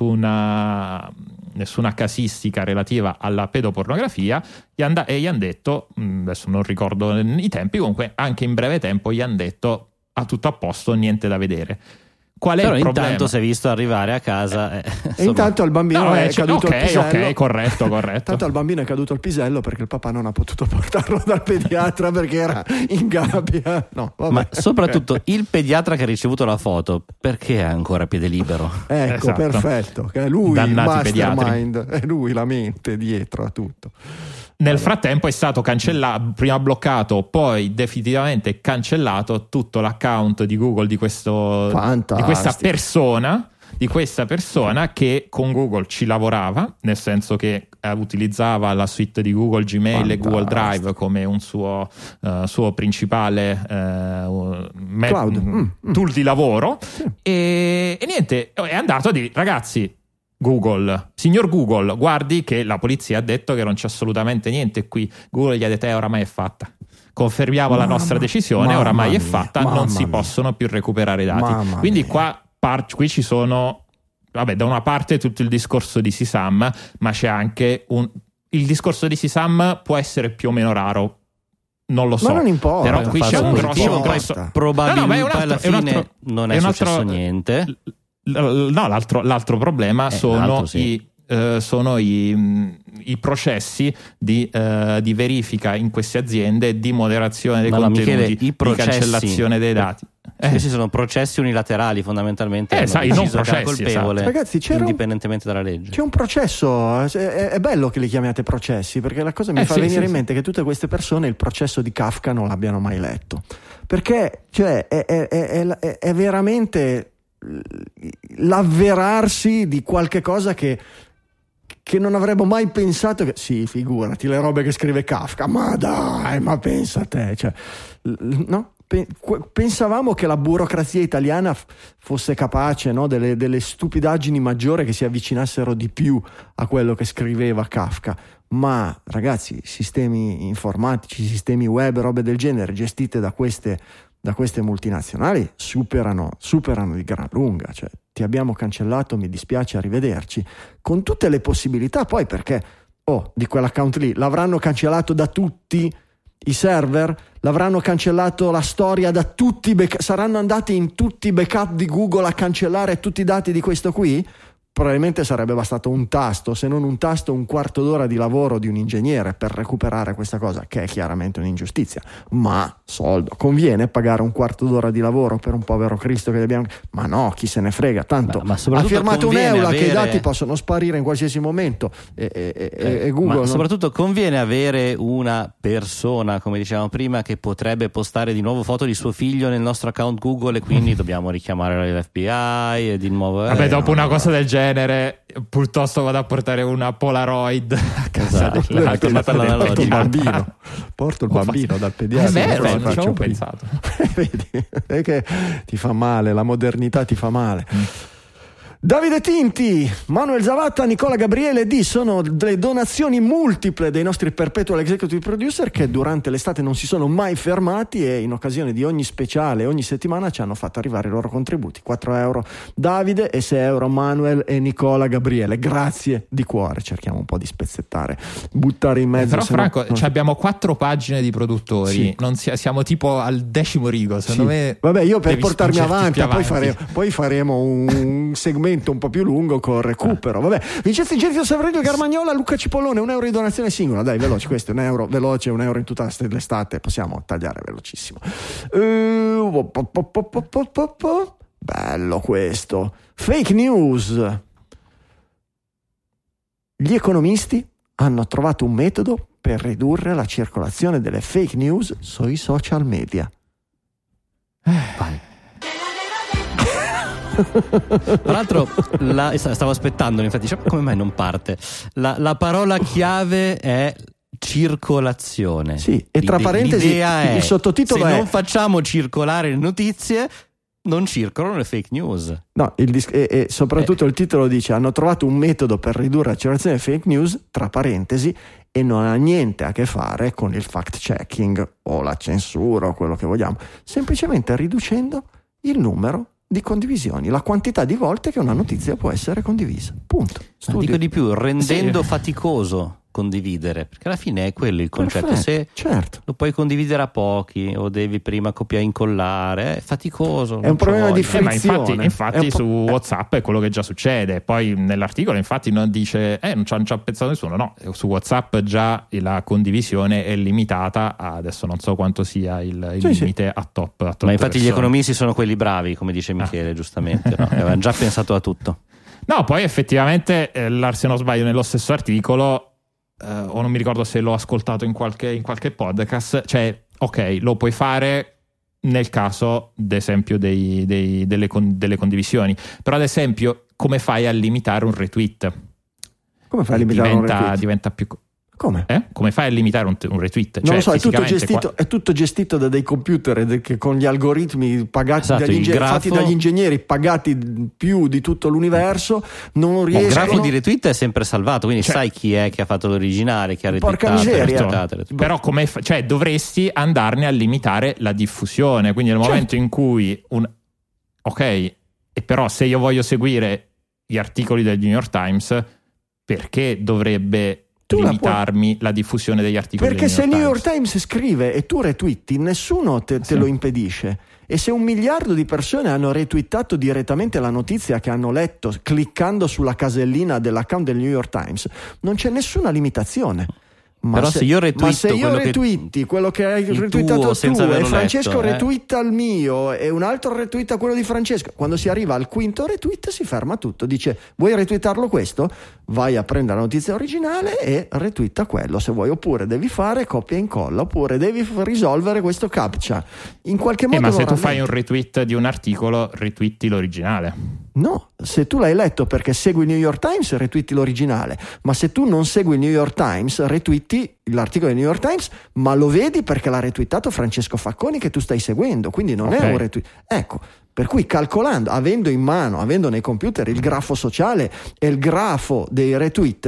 nessuna, nessuna casistica relativa alla pedopornografia gli and- e gli hanno detto, adesso non ricordo i tempi, comunque anche in breve tempo gli hanno detto a tutto a posto, niente da vedere. Qual è Però il problema? intanto si è visto arrivare a casa eh, E insomma, intanto al bambino No, è eh, cioè, caduto ok, il pisello. ok, corretto, corretto. Tanto al bambino è caduto il pisello perché il papà non ha potuto portarlo dal pediatra perché era in gabbia. No, vabbè. ma soprattutto il pediatra che ha ricevuto la foto, perché è ancora a piede libero? Ecco, Esatto. perfetto. Che è lui il Dannati mastermind, è lui la mente dietro a tutto. Nel frattempo è stato cancellato, prima bloccato, poi definitivamente cancellato tutto l'account di Google di, questo, Fantastico. di questa persona, di questa persona che con Google ci lavorava, nel senso che eh, utilizzava la suite di Google Gmail e Google Drive come un suo, uh, suo principale uh, me- Cloud. Mm, mm. tool di lavoro e, e niente, è andato a dire ragazzi, Google, signor Google, guardi che la polizia ha detto che non c'è assolutamente niente qui. Google gli ha detto eh, oramai è fatta, confermiamo la Mamma- nostra decisione, oramai mamma è mia, fatta, mamma non si mia. possono più recuperare i dati. Mamma Quindi mia. qua par- qui ci sono, vabbè, da una parte tutto il discorso di Sisam, ma c'è anche un il discorso di Sisam può essere più o meno raro, non lo so, Ma non importa, però qui c'è Falso un positivo, grosso, poi grosso probabilmente No, no, ma è un poi alla altro- è un fine altro- non è, è un successo altro- niente. L- No, l'altro, l'altro problema Eh, sono l'altro sì. i eh, sono i, mh, i processi di, eh, di verifica in queste aziende, di moderazione dei No, no, contenuti, Michele, i di processi- cancellazione dei dati. Eh, Questi sono processi unilaterali fondamentalmente, Eh, hanno sai, non deciso che era processi, colpevole, esatto. Ragazzi, c'era un- indipendentemente dalla legge. C'è un processo, è, è bello che li chiamiate processi, perché la cosa mi Eh, fa sì, venire sì, in sì. mente che tutte queste persone il processo di Kafka non l'abbiano mai letto, perché cioè, è, è- è- è- è veramente l'avverarsi di qualche cosa che che non avremmo mai pensato che sì, figurati le robe che scrive Kafka, ma dai, ma pensa a te, cioè, l- no? Pe- que- pensavamo che la burocrazia italiana f- fosse capace, no, delle, delle stupidaggini maggiori che si avvicinassero di più a quello che scriveva Kafka, ma ragazzi, sistemi informatici, sistemi web, robe del genere gestite da queste da queste multinazionali superano, superano di gran lunga, cioè ti abbiamo cancellato, mi dispiace, arrivederci, con tutte le possibilità poi, perché oh, di quell'account lì l'avranno cancellato da tutti i server, l'avranno cancellato la storia da tutti i back- saranno andati in tutti i backup di Google a cancellare tutti i dati di questo qui? Probabilmente sarebbe bastato un tasto, se non un tasto, un quarto d'ora di lavoro di un ingegnere per recuperare questa cosa, che è chiaramente un'ingiustizia, ma soldo, conviene pagare un quarto d'ora di lavoro per un povero Cristo che dobbiamo... Ma no, chi se ne frega, tanto Ma- ma ha soprattutto firmato conviene un'eula che i avere- dati possono sparire in qualsiasi momento e, e- e- Eh, e Google... ma non- soprattutto conviene avere una persona, come dicevamo prima, che potrebbe postare di nuovo foto di suo figlio nel nostro account Google e quindi dobbiamo richiamare l'F B I e di nuovo... Vabbè, eh, dopo no, una no. cosa del genere, piuttosto vado a portare una Polaroid a casa Esatto. della, È tornata della- alla porto il logica. bambino porto il bambino dal pediatra, È vero, poi non ci faccio avevo prima. pensato. Vedi, è che ti fa male, la modernità ti fa male. Davide Tinti, Manuel Zavatta, Nicola Gabriele D sono le donazioni multiple dei nostri perpetual executive producer che durante l'estate non si sono mai fermati e in occasione di ogni speciale ogni settimana ci hanno fatto arrivare i loro contributi. Quattro euro Davide e sei euro Manuel e Nicola Gabriele, grazie di cuore. Cerchiamo un po' di spezzettare, buttare in mezzo. Però Franco, no, non... abbiamo quattro pagine di produttori, sì. non si, siamo tipo al decimo rigo, secondo sì. me. Vabbè, io per portarmi avanti, avanti. Poi, fare, poi faremo un segmento un po' più lungo con recupero. Vabbè, Vincenzo Incendio, Saverio Garmagnola, Luca Cipollone, un euro di donazione singola. Dai, veloce, questo è un euro veloce, un euro in tutta l'estate. Possiamo tagliare velocissimo. Uh, po, po, po, po, po, po, po. Bello questo. Fake news. Gli economisti hanno trovato un metodo per ridurre la circolazione delle fake news sui social media. Vai. Tra l'altro la, stavo aspettando, infatti dicevo, come mai non parte? La, la parola chiave è circolazione. Sì, e tra parentesi l'idea è, il sottotitolo se è: non facciamo circolare le notizie non circolano le fake news. No, il dis- e, e soprattutto eh. il titolo dice: hanno trovato un metodo per ridurre la circolazione delle fake news, tra parentesi, e non ha niente a che fare con il fact checking o la censura o quello che vogliamo, semplicemente riducendo il numero di condivisioni, la quantità di volte che una notizia può essere condivisa. Punto. Ma dico di più, rendendo sì. faticoso condividere, perché alla fine è quello il concetto. Perfetto, se certo. lo puoi condividere a pochi o devi prima copiare e incollare, è faticoso. È un problema di frizione. Eh, ma infatti, infatti su eh. WhatsApp è quello che già succede. Poi nell'articolo infatti non dice eh non ci ha pensato nessuno. No, su WhatsApp già la condivisione è limitata a, adesso non so quanto sia il, il sì, limite sì. a top, a top ma infatti persone. Gli economisti sono quelli bravi, come dice Michele ah. giustamente, no? Avevano già pensato a tutto. No, poi effettivamente eh, se non sbaglio nello stesso articolo Uh, o non mi ricordo se l'ho ascoltato in qualche, in qualche podcast, cioè ok, lo puoi fare nel caso ad esempio dei, dei, delle, con, delle condivisioni, però ad esempio come fai a limitare un retweet? Come fai a limitare diventa, un retweet? Diventa più... Come? Eh? Come fai a limitare un, un retweet? Non cioè, lo so, è tutto, gestito, qua... è tutto gestito da dei computer che con gli algoritmi pagati esatto, dagli ingegner- grafo... fatti dagli ingegneri pagati più di tutto l'universo, non riescono. Il grafo di retweet è sempre salvato, quindi cioè, sai chi è che ha fatto l'originale, chi ha retweetato. Porca miseria. Però come fa... cioè, dovresti andarne a limitare la diffusione, quindi nel momento certo. in cui un... ok, e però se io voglio seguire gli articoli del New York Times, perché dovrebbe tu limitarmi la, puoi... la diffusione degli articoli? Perché del se il New York Times. Times scrive e tu retweeti, nessuno te, te sì. lo impedisce. E se un miliardo di persone hanno retweetato direttamente la notizia che hanno letto cliccando sulla casellina dell'account del New York Times, non c'è nessuna limitazione. Ma però se, se io retweeto ma se io quello retweeti che... quello che hai retweetato tu e Francesco letto, eh? retweeta il mio e un altro retweeta quello di Francesco, quando si arriva al quinto retweet si ferma tutto, dice vuoi retweetarlo questo? Vai a prendere la notizia originale e retweeta quello se vuoi, oppure devi fare copia e incolla, oppure devi risolvere questo captcha in qualche modo. Eh, ma se tu rallenti. fai un retweet di un articolo retweeti l'originale? No, se tu l'hai letto perché segui il New York Times retweeti l'originale, ma se tu non segui il New York Times retweeti l'articolo del New York Times, ma lo vedi perché l'ha retweetato Francesco Facconi che tu stai seguendo, quindi non okay. è un retweet. Ecco, per cui calcolando, avendo in mano, avendo nei computer il grafo sociale e il grafo dei retweet,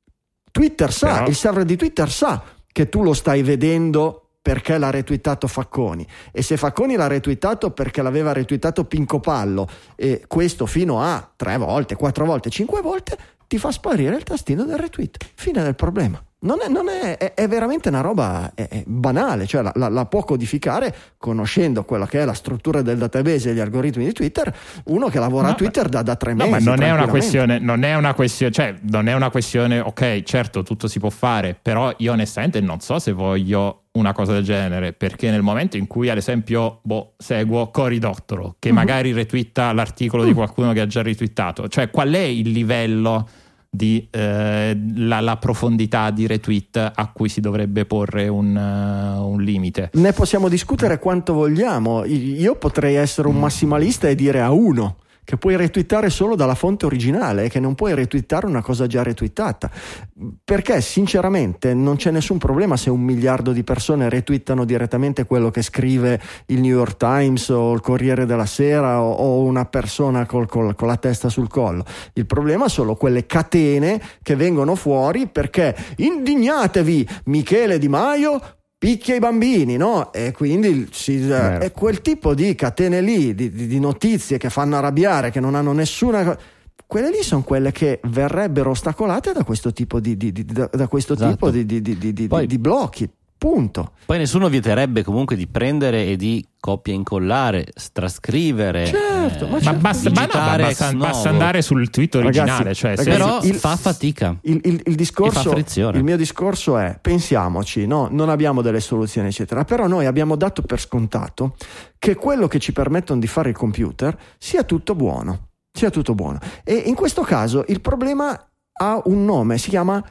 Twitter sa, Però... il server di Twitter sa che tu lo stai vedendo perché l'ha retweetato Facconi, e se Facconi l'ha retweetato perché l'aveva retweetato Pinco Pallo, e questo fino a tre volte, quattro volte, cinque volte, ti fa sparire il tastino del retweet. Fine del problema. Non è, non è, è, è veramente una roba è, è banale, cioè la, la, la può codificare conoscendo quella che è la struttura del database e gli algoritmi di Twitter, uno che lavora no, a Twitter da, da tre no, mesi. Ma non è una questione, non è una questione, cioè non è una questione, ok, certo tutto si può fare, però io onestamente non so se voglio una cosa del genere, perché nel momento in cui ad esempio boh, seguo Cory Doctorow che mm-hmm. magari retweeta l'articolo mm. di qualcuno che ha già retweetato, cioè qual è il livello di eh, la, la profondità di retweet a cui si dovrebbe porre un, uh, un limite? Ne possiamo discutere quanto vogliamo. Io potrei essere un massimalista e dire a uno, che puoi retweetare solo dalla fonte originale e che non puoi retweetare una cosa già retweetata, perché sinceramente non c'è nessun problema se un miliardo di persone retweetano direttamente quello che scrive il New York Times o il Corriere della Sera o, o una persona col, col, con la testa sul collo. Il problema sono quelle catene che vengono fuori perché indignatevi, Michele Di Maio picchia i bambini, no? E quindi si, certo. è quel tipo di catene lì, di, di, di notizie che fanno arrabbiare, che non hanno nessuna... Quelle lì sono quelle che verrebbero ostacolate da questo tipo di, di, di, da, da questo esatto. tipo di, di, di, di, di, Poi, di blocchi. Punto. Poi nessuno vieterebbe comunque di prendere e di copia e incollare, trascrivere. Certo, eh, ma, Ma certo. basta, ma no, ma digitare basta, ex basta novo. andare sul tweet originale. Ragazzi, cioè, se- ragazzi, Però il- fa fatica. Il, il, il discorso, E fa frizione. il mio discorso è: pensiamoci, no? Non abbiamo delle soluzioni, eccetera. Però noi abbiamo dato per scontato che quello che ci permettono di fare il computer sia tutto buono. Sia tutto buono. E in questo caso il problema ha un nome, si chiama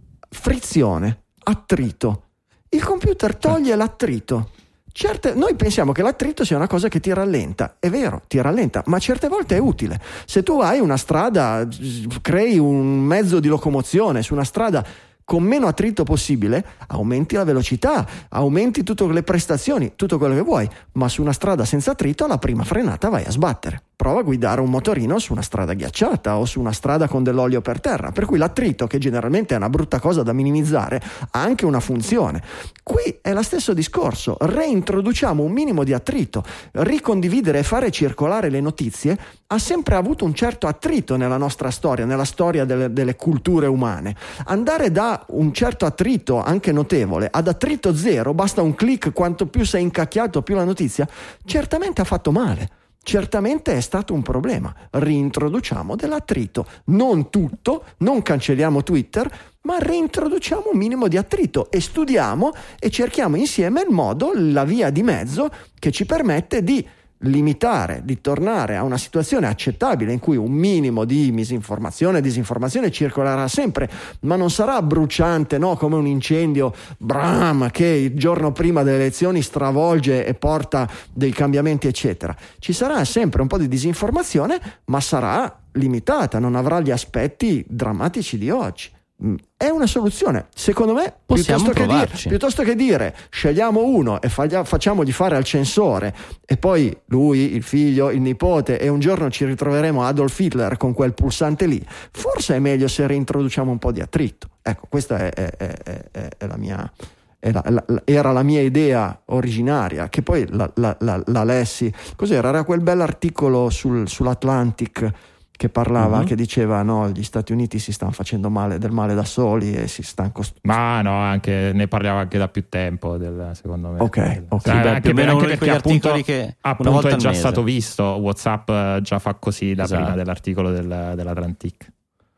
frizione, attrito. Il computer toglie l'attrito. Certe, noi pensiamo che l'attrito sia una cosa che ti rallenta, è vero, ti rallenta, ma certe volte è utile. Se tu hai una strada, crei un mezzo di locomozione su una strada con meno attrito possibile, aumenti la velocità, aumenti tutte le prestazioni, tutto quello che vuoi, ma su una strada senza attrito alla prima frenata vai a sbattere. Prova a guidare un motorino su una strada ghiacciata o su una strada con dell'olio per terra, per cui l'attrito, che generalmente è una brutta cosa da minimizzare, ha anche una funzione. Qui è lo stesso discorso, reintroduciamo un minimo di attrito. Ricondividere e fare circolare le notizie ha sempre avuto un certo attrito nella nostra storia, nella storia delle, delle culture umane. Andare da un certo attrito, anche notevole, ad attrito zero, basta un click, quanto più sei incacchiato più la notizia, certamente ha fatto male. Certamente è stato un problema. Reintroduciamo dell'attrito, non tutto, non cancelliamo Twitter, ma reintroduciamo un minimo di attrito e studiamo e cerchiamo insieme il modo, la via di mezzo che ci permette di limitare, di tornare a una situazione accettabile in cui un minimo di misinformazione e disinformazione circolerà sempre, ma non sarà bruciante, no? Come un incendio bram, che il giorno prima delle elezioni stravolge e porta dei cambiamenti eccetera. Ci sarà sempre un po' di disinformazione, ma sarà limitata, non avrà gli aspetti drammatici di oggi. È una soluzione, secondo me, Possiamo piuttosto che, dire, provarci. piuttosto che dire scegliamo uno e faglia, facciamogli fare al censore e poi lui, il figlio, il nipote e un giorno ci ritroveremo Adolf Hitler con quel pulsante lì, forse è meglio se reintroduciamo un po' di attrito. Ecco, questa è, è, è, è, è la mia è la, la, era la mia idea originaria, che poi la, la, la, la lessi. Cos'era? Era quel bell'articolo sul, sull'Atlantic che parlava, mm-hmm. che diceva no, gli Stati Uniti si stanno facendo male, del male da soli e si stanno cost- Ma no, anche ne parliamo anche da più tempo, del, secondo me. Ok, ok. Sì, beh, anche, più o meno anche uno di perché quegli appunto, articoli che una appunto volta è al già mese. stato visto. WhatsApp eh, già fa così da Esatto. prima dell'articolo del, dell'Atlantic.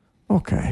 Ok.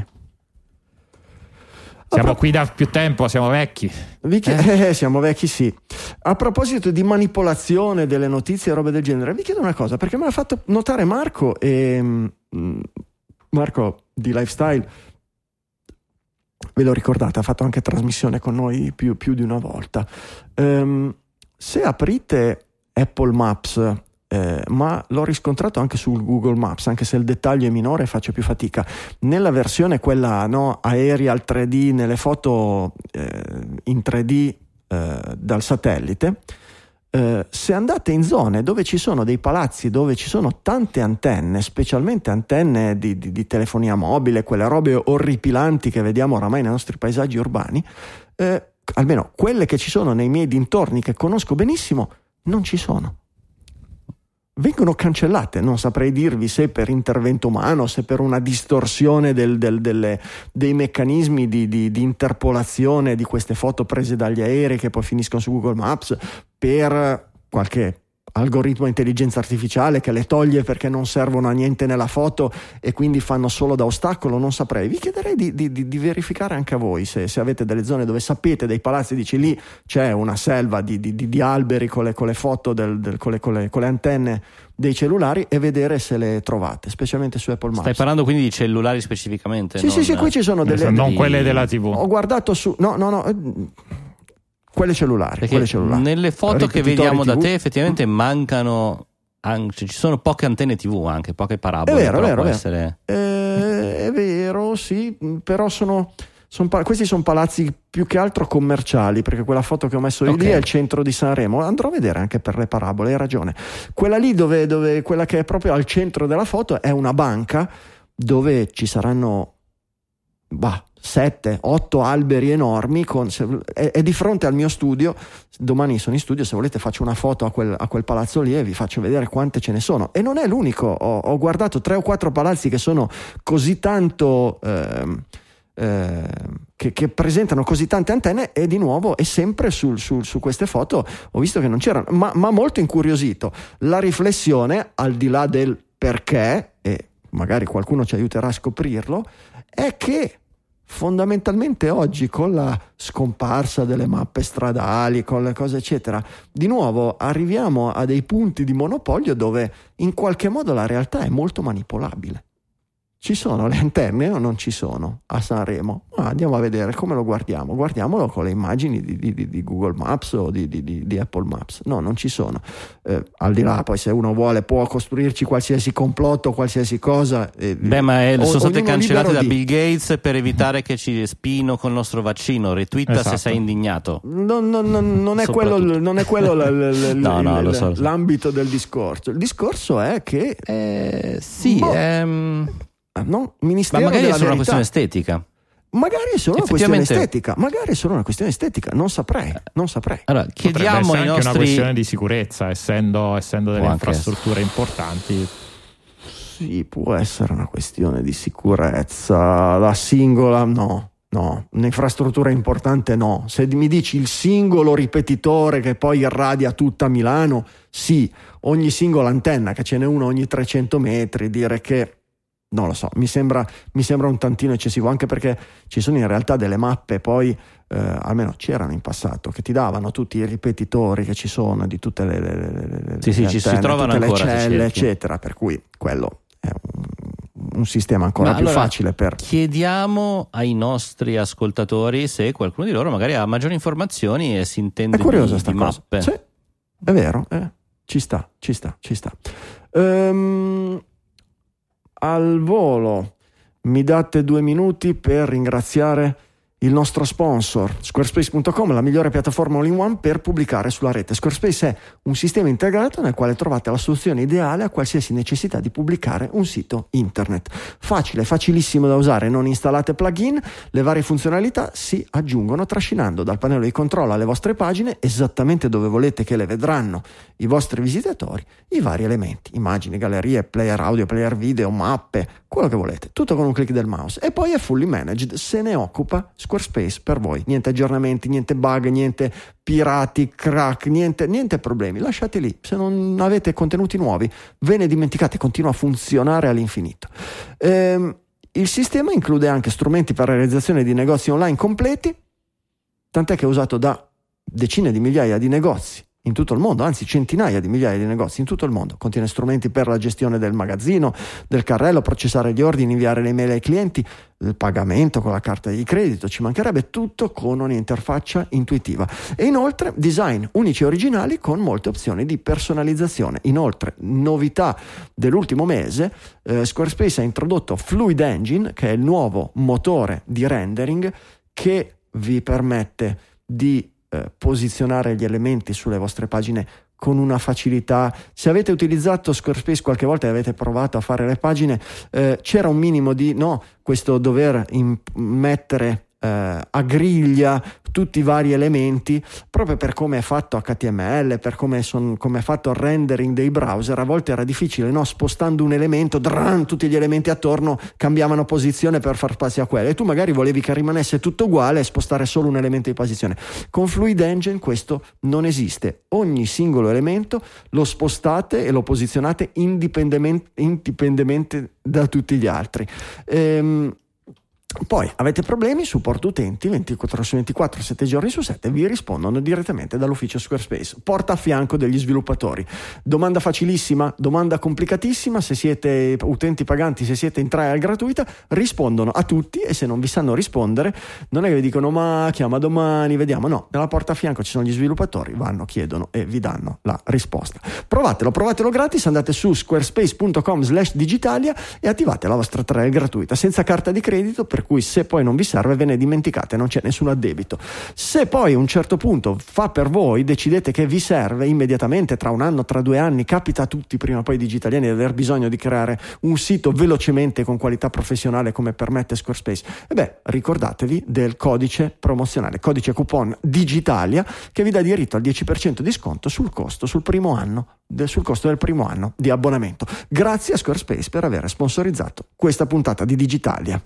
Siamo pro- qui da più tempo, siamo vecchi. Vi chiedo, eh? Eh, siamo vecchi, sì. A proposito di manipolazione delle notizie e robe del genere, vi chiedo una cosa, perché me l'ha fatto notare Marco e mm, Marco di Lifestyle, ve lo ricordate, ha fatto anche trasmissione con noi più, più di una volta. Um, se aprite Apple Maps, eh, ma l'ho riscontrato anche su Google Maps, anche se il dettaglio è minore e faccio più fatica, nella versione quella no, aerial tre D, nelle foto eh, in tre D eh, dal satellite, eh, se andate in zone dove ci sono dei palazzi, dove ci sono tante antenne, specialmente antenne di, di, di telefonia mobile, quelle robe orripilanti che vediamo oramai nei nostri paesaggi urbani, eh, almeno quelle che ci sono nei miei dintorni, che conosco benissimo, non ci sono. Vengono cancellate, non saprei dirvi se per intervento umano, se per una distorsione del, del, delle, dei meccanismi di, di, di interpolazione di queste foto prese dagli aerei che poi finiscono su Google Maps, per qualche algoritmo intelligenza artificiale che le toglie perché non servono a niente nella foto e quindi fanno solo da ostacolo, non saprei. Vi chiederei di, di, di verificare anche a voi se, se avete delle zone dove sapete dei palazzi, dici lì c'è una selva di, di, di alberi con le, con le foto del, del, con, le, con, le, con le antenne dei cellulari, e vedere se le trovate, specialmente su Apple Maps. Stai parlando quindi di cellulari specificamente? Sì, non... sì, sì, qui ci sono delle... Non di- quelle della tivù. Ho guardato su... No, no, no... eh, Quelle cellulari, Perché quelle cellulari. nelle foto che Ripetitori vediamo da tivù. te effettivamente mancano anche, ci sono poche antenne tivù, anche poche parabole. È vero, è vero, può è essere... eh, è vero, sì, però sono, sono questi sono palazzi più che altro commerciali, perché quella foto che ho messo Okay. lì è il centro di Sanremo. Andrò a vedere anche per le parabole, hai ragione. Quella lì dove, dove quella che è proprio al centro della foto è una banca dove ci saranno bah, sette, otto alberi enormi con, se, è, è di fronte al mio studio. Domani sono in studio, se volete faccio una foto a quel, a quel palazzo lì e vi faccio vedere quante ce ne sono. E non è l'unico, ho, ho guardato tre o quattro palazzi che sono così tanto ehm, eh, che, che presentano così tante antenne, e di nuovo, e sempre sul, sul, su queste foto ho visto che non c'erano, ma, ma molto incuriosito la riflessione, al di là del perché, e magari qualcuno ci aiuterà a scoprirlo, è che fondamentalmente oggi, con la scomparsa delle mappe stradali, con le cose eccetera, di nuovo arriviamo a dei punti di monopolio dove in qualche modo la realtà è molto manipolabile. Ci sono le antenne o non ci sono a Sanremo? Ma andiamo a vedere come lo guardiamo. Guardiamolo con le immagini di, di, di Google Maps o di, di, di Apple Maps. No, non ci sono. Eh, al di là, poi, se uno vuole può costruirci qualsiasi complotto, qualsiasi cosa. Eh, Beh, ma è, sono state cancellate da di... Bill Gates per evitare che ci spino col nostro vaccino. Retweeta Esatto. se sei indignato. Non, non, non, non è quello, non è quello l, l, l, no, no, l, lo so, lo so. l'ambito del discorso. Il discorso è che Eh, sì, boh, ehm... no, Ministero ma magari è della solo una verità. questione estetica. Magari è solo una questione Effettivamente- estetica, magari è solo una questione estetica, non saprei, non saprei. Allora, Potrebbe chiediamo essere ai anche una nostri... questione di sicurezza, essendo, essendo delle Può anche infrastrutture importanti. Sì, può essere una questione di sicurezza, la singola no, no, un'infrastruttura importante no. Se mi dici il singolo ripetitore che poi irradia tutta Milano, sì, ogni singola antenna, che ce n'è una ogni trecento metri, dire che non lo so, mi sembra, mi sembra un tantino eccessivo, anche perché ci sono in realtà delle mappe poi, eh, almeno c'erano in passato, che ti davano tutti i ripetitori che ci sono di tutte le, le, le, le Sì, sì, le ci si antenne, trovano tutte ancora, le se celle, cerchi. eccetera, per cui quello è un, un sistema ancora Ma più allora, facile per... chiediamo ai nostri ascoltatori se qualcuno di loro magari ha maggiori informazioni e si intende È curiosa di, sta di cosa. mappe. Sì, è vero, eh. Ci sta, ci sta, ci sta. Ehm, al volo mi date due minuti per ringraziare il nostro sponsor, Squarespace punto com, la migliore piattaforma all-in-one per pubblicare sulla rete. Squarespace è un sistema integrato nel quale trovate la soluzione ideale a qualsiasi necessità di pubblicare un sito internet. Facile, facilissimo da usare, non installate plugin, le varie funzionalità si aggiungono trascinando dal pannello di controllo alle vostre pagine, esattamente dove volete che le vedranno i vostri visitatori, i vari elementi, immagini, gallerie, player audio, player video, mappe, quello che volete, tutto con un click del mouse. E poi è fully managed, se ne occupa Squarespace per voi. Niente aggiornamenti, niente bug, niente pirati, crack, niente, niente problemi. Lasciate lì. Se non avete contenuti nuovi, ve ne dimenticate, continua a funzionare all'infinito. Ehm, il sistema include anche strumenti per la realizzazione di negozi online completi, tant'è che è usato da decine di migliaia di negozi in tutto il mondo, anzi centinaia di migliaia di negozi in tutto il mondo. Contiene strumenti per la gestione del magazzino, del carrello, processare gli ordini, inviare le mail ai clienti, il pagamento con la carta di credito, ci mancherebbe, tutto con un'interfaccia intuitiva. E inoltre design unici e originali con molte opzioni di personalizzazione. Inoltre, novità dell'ultimo mese, eh, Squarespace ha introdotto Fluid Engine, che è il nuovo motore di rendering che vi permette di Eh, posizionare gli elementi sulle vostre pagine con una facilità. Se avete utilizzato Squarespace qualche volta e avete provato a fare le pagine, eh, c'era un minimo di no, questo dover in- mettere eh, a griglia tutti i vari elementi, proprio per come è fatto H T M L, per come, son, come è fatto il rendering dei browser. A volte era difficile, no? Spostando un elemento, dran, tutti gli elementi attorno cambiavano posizione per far spazio a quello, e tu magari volevi che rimanesse tutto uguale e spostare solo un elemento di posizione. Con Fluid Engine questo non esiste. Ogni singolo elemento lo spostate e lo posizionate indipendentemente, indipendentemente da tutti gli altri. Ehm, Poi avete problemi, supporto utenti ventiquattro su ventiquattro, sette giorni su sette, vi rispondono direttamente dall'ufficio Squarespace, porta a fianco degli sviluppatori. Domanda facilissima, domanda complicatissima, se siete utenti paganti, se siete in trial gratuita, rispondono a tutti, e se non vi sanno rispondere non è che vi dicono ma chiama domani, vediamo, no, nella porta a fianco ci sono gli sviluppatori, vanno, chiedono e vi danno la risposta. Provatelo, provatelo gratis, andate su squarespace punto com slash digitalia e attivate la vostra trial gratuita senza carta di credito, per cui se poi non vi serve ve ne dimenticate, non c'è nessun addebito. Se poi a un certo punto fa per voi, decidete che vi serve immediatamente, tra un anno, tra due anni, capita a tutti prima o poi digitaliani di aver bisogno di creare un sito velocemente con qualità professionale come permette Squarespace, e beh, ricordatevi del codice promozionale, codice coupon Digitalia, che vi dà diritto al dieci per cento di sconto sul costo, sul primo anno, del, sul costo del primo anno di abbonamento. Grazie a Squarespace per aver sponsorizzato questa puntata di Digitalia.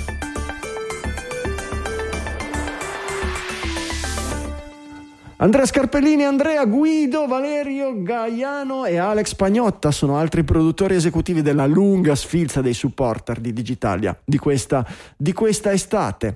Andrea Scarpellini, Andrea Guido, Valerio Gaiano e Alex Pagnotta sono altri produttori esecutivi della lunga sfilza dei supporter di Digitalia di questa, di questa estate.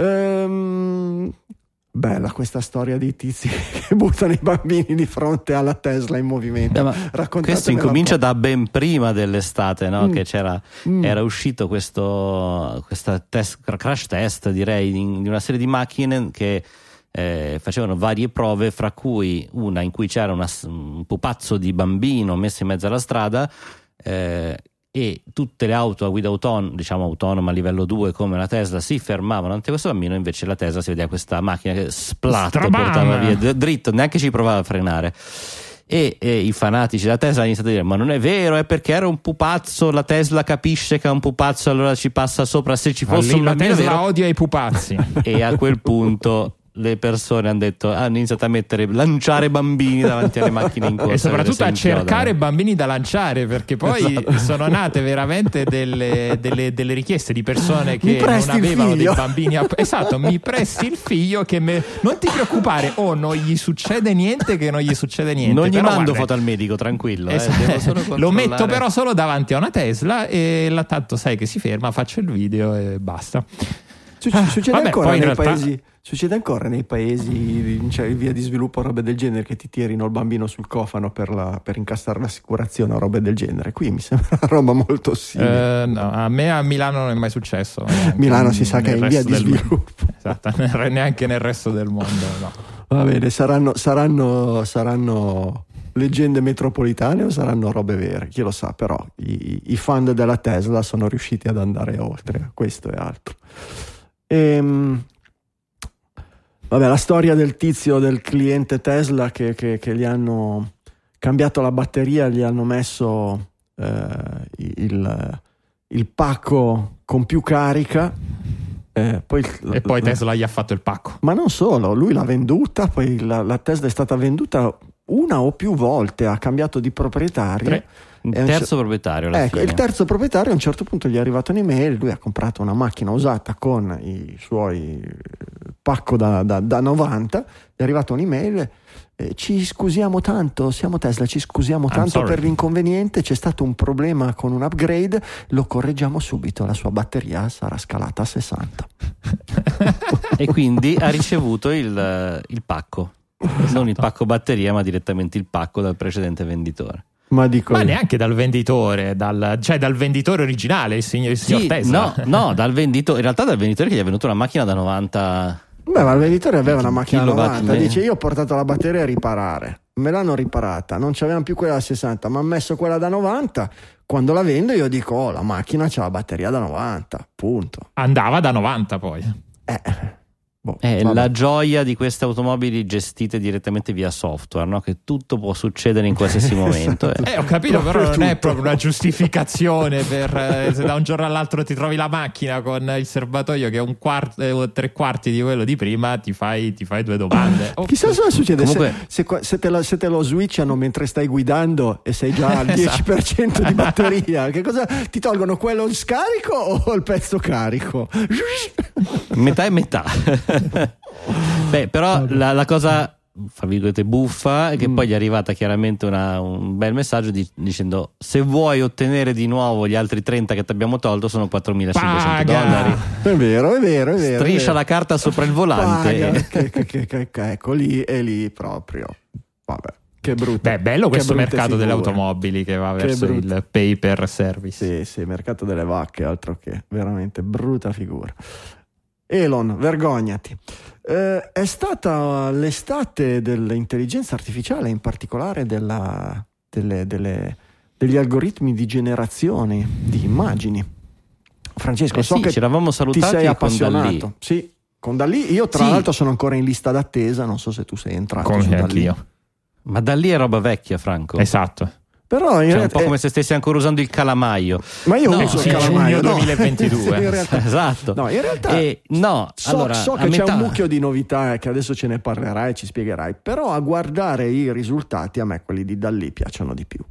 Ehm, bella questa storia di tizi che buttano i bambini di fronte alla Tesla in movimento. Beh, questo incomincia da ben prima dell'estate, no? Mm. Che c'era mm. era uscito questo questa test, crash test, direi, di, di una serie di macchine che Eh, facevano varie prove, fra cui una in cui c'era una, un pupazzo di bambino messo in mezzo alla strada, eh, e tutte le auto a guida autonoma, diciamo autonoma a livello due come la Tesla, si fermavano ante questo bambino, invece la Tesla si vedeva questa macchina che splat portava via d- dritto, neanche ci provava a frenare. E, e i fanatici della Tesla hanno iniziato a dire ma non è vero, è perché era un pupazzo, la Tesla capisce che è un pupazzo, allora ci passa sopra, se ci fosse un la Tesla vero... odia i pupazzi. E a quel punto le persone hanno detto, hanno iniziato a mettere, lanciare bambini davanti alle macchine in corsa, e soprattutto a cercare bambini da lanciare, perché poi esatto. sono nate veramente delle, delle, delle richieste di persone che non avevano dei bambini a... esatto, mi presti il figlio che me... non ti preoccupare, o oh, non gli succede niente, che non gli succede niente, non gli però, mando guarda, foto al medico, tranquillo, esatto. eh, devo solo controllare. Lo metto però solo davanti a una Tesla e la tanto sai che si ferma, faccio il video e basta. Succede Vabbè, ancora nei realtà... paesi succede ancora nei paesi, cioè via di sviluppo, robe del genere, che ti tirino il bambino sul cofano per, la, per incassare l'assicurazione o robe del genere. Qui mi sembra una roba molto simile. Eh, no, a me a Milano non è mai successo. Milano si sa che è in via di sviluppo. Esatto, neanche nel resto del mondo, no. Va bene, saranno, saranno, saranno leggende metropolitane o saranno robe vere? Chi lo sa, però i, i fan della Tesla sono riusciti ad andare oltre a questo e altro. Ehm, vabbè, la storia del tizio, del cliente Tesla che, che, che gli hanno cambiato la batteria, gli hanno messo eh, il, il pacco con più carica, eh, poi, e poi Tesla gli ha fatto il pacco. Ma non solo, lui l'ha venduta, poi la, la Tesla è stata venduta una o più volte, ha cambiato di proprietario. Tre. Il terzo cer- proprietario alla ecco, fine. Il terzo proprietario a un certo punto gli è arrivata un'email, lui ha comprato una macchina usata con i suoi pacco da, da, da novanta, gli è arrivata un'email, eh, ci scusiamo tanto, siamo Tesla, ci scusiamo tanto per l'inconveniente, c'è stato un problema con un upgrade, lo correggiamo subito, la sua batteria sarà scalata a sessanta. E quindi ha ricevuto il, il pacco, esatto. Non il pacco batteria, ma direttamente il pacco dal precedente venditore. Ma, dico ma neanche dal venditore, dal, cioè dal venditore originale, il signor, il signor sì, Tesla. No, no, dal venditore, in realtà dal venditore che gli è venuta una macchina da novanta. Beh, ma il venditore aveva una macchina da novanta, dice io ho portato la batteria a riparare, me l'hanno riparata, non c'avevano più quella da sessanta, ma hanno messo quella da novanta, quando la vendo io dico oh, la macchina c'ha la batteria da novanta, punto. Andava da novanta poi. Eh... Boh, è la gioia di queste automobili gestite direttamente via software, no? Che tutto può succedere in qualsiasi momento. Eh, eh ho capito, però non è proprio una giustificazione per eh, se da un giorno all'altro ti trovi la macchina con il serbatoio che è un quarto, eh, tre quarti di quello di prima, ti fai, ti fai due domande. Oh. Chissà cosa succede. Comunque, se, se, se, te lo, se te lo switchano mentre stai guidando e sei già al dieci per cento di batteria, che cosa ti tolgono, quello il scarico o il pezzo carico? Metà e metà. Beh, però la, la cosa fra virgolette buffa, e che Mm. poi gli è arrivata chiaramente una, un bel messaggio di- dicendo: se vuoi ottenere di nuovo gli altri trenta che ti abbiamo tolto sono quattromilacinquecento Paga! dollari. È vero, è vero, è vero. Striscia è vero. la carta sopra il volante. Paga, che, che, che, che, che, ecco lì e lì proprio. Vabbè, che brutto. Beh, bello questo che brutte mercato delle figure. automobili che va Che verso brutto. il pay per service. Sì, sì, mercato delle vacche, altro che veramente brutta figura. Elon, vergognati. Eh, è stata l'estate dell'intelligenza artificiale, in particolare della, delle, delle, degli algoritmi di generazione di immagini. Francesco, Eh so sì, che ci eravamo ti salutati sei con appassionato. Dalì. Sì, con Dalì. Io tra Sì. l'altro sono ancora in lista d'attesa, non so se tu sei entrato su Come Dalì. anch'io. Ma Dalì è roba vecchia, Franco. Esatto. Però in Cioè, un realtà- po' come se stessi ancora usando il calamaio. ma io No, uso il è calamaio, giugno no. duemilaventidue. In realtà- Esatto. No, in realtà E no, so, allora, so a che c'è metà- un mucchio di novità eh, che adesso ce ne parlerai e ci spiegherai, però a guardare i risultati a me quelli di Dalì piacciono di più.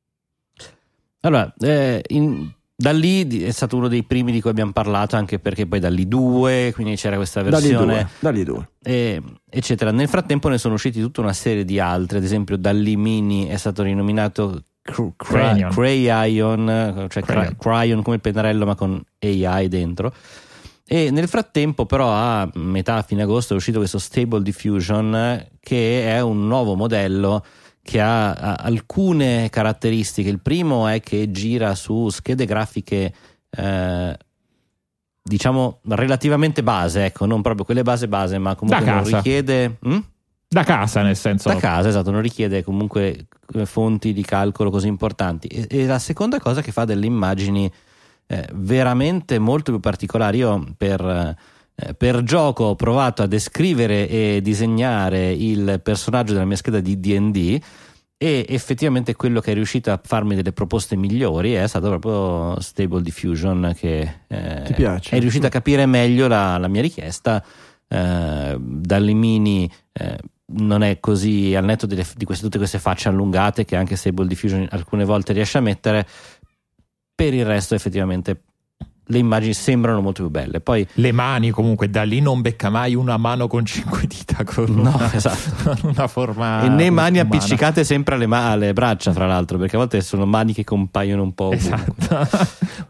Allora, eh, in- Dalì di- è stato uno dei primi di cui abbiamo parlato, anche perché poi Dalì due, quindi c'era questa Dalì versione, due, Dalì due. eh, eccetera. Nel frattempo ne sono usciti tutta una serie di altre, ad esempio Dalì Mini è stato rinominato Cr- Cra- Cranion. Crayon, cioè Cranion. Cra- Cryon come il pennarello ma con A I dentro. E nel frattempo però a metà, a fine agosto, è uscito questo Stable Diffusion, che è un nuovo modello che ha, ha alcune caratteristiche. Il primo è che gira su schede grafiche eh, diciamo relativamente base, ecco, non proprio quelle base base, ma comunque Da non casa. richiede hm? Da casa, nel senso. da casa, esatto, non richiede comunque eh, fonti di calcolo così importanti. E, e la seconda cosa che fa delle immagini eh, veramente molto più particolari. Io per, eh, per gioco ho provato a descrivere e disegnare il personaggio della mia scheda di D and D, e effettivamente quello che è riuscito a farmi delle proposte migliori è stato proprio Stable Diffusion, che eh, Ti piace? è riuscito a capire meglio la, la mia richiesta. Eh, Dalì Mini eh, non è così, al netto delle, di queste, tutte queste facce allungate che anche Stable Diffusion alcune volte riesce a mettere. Per il resto effettivamente le immagini sembrano molto più belle. Poi Le mani, comunque, da lì non becca mai una mano con cinque dita con no, una, esatto. con una forma. E né mani umana. appiccicate sempre alle, ma- alle braccia, fra l'altro, perché a volte sono mani che compaiono un po' ovunque. Esatto.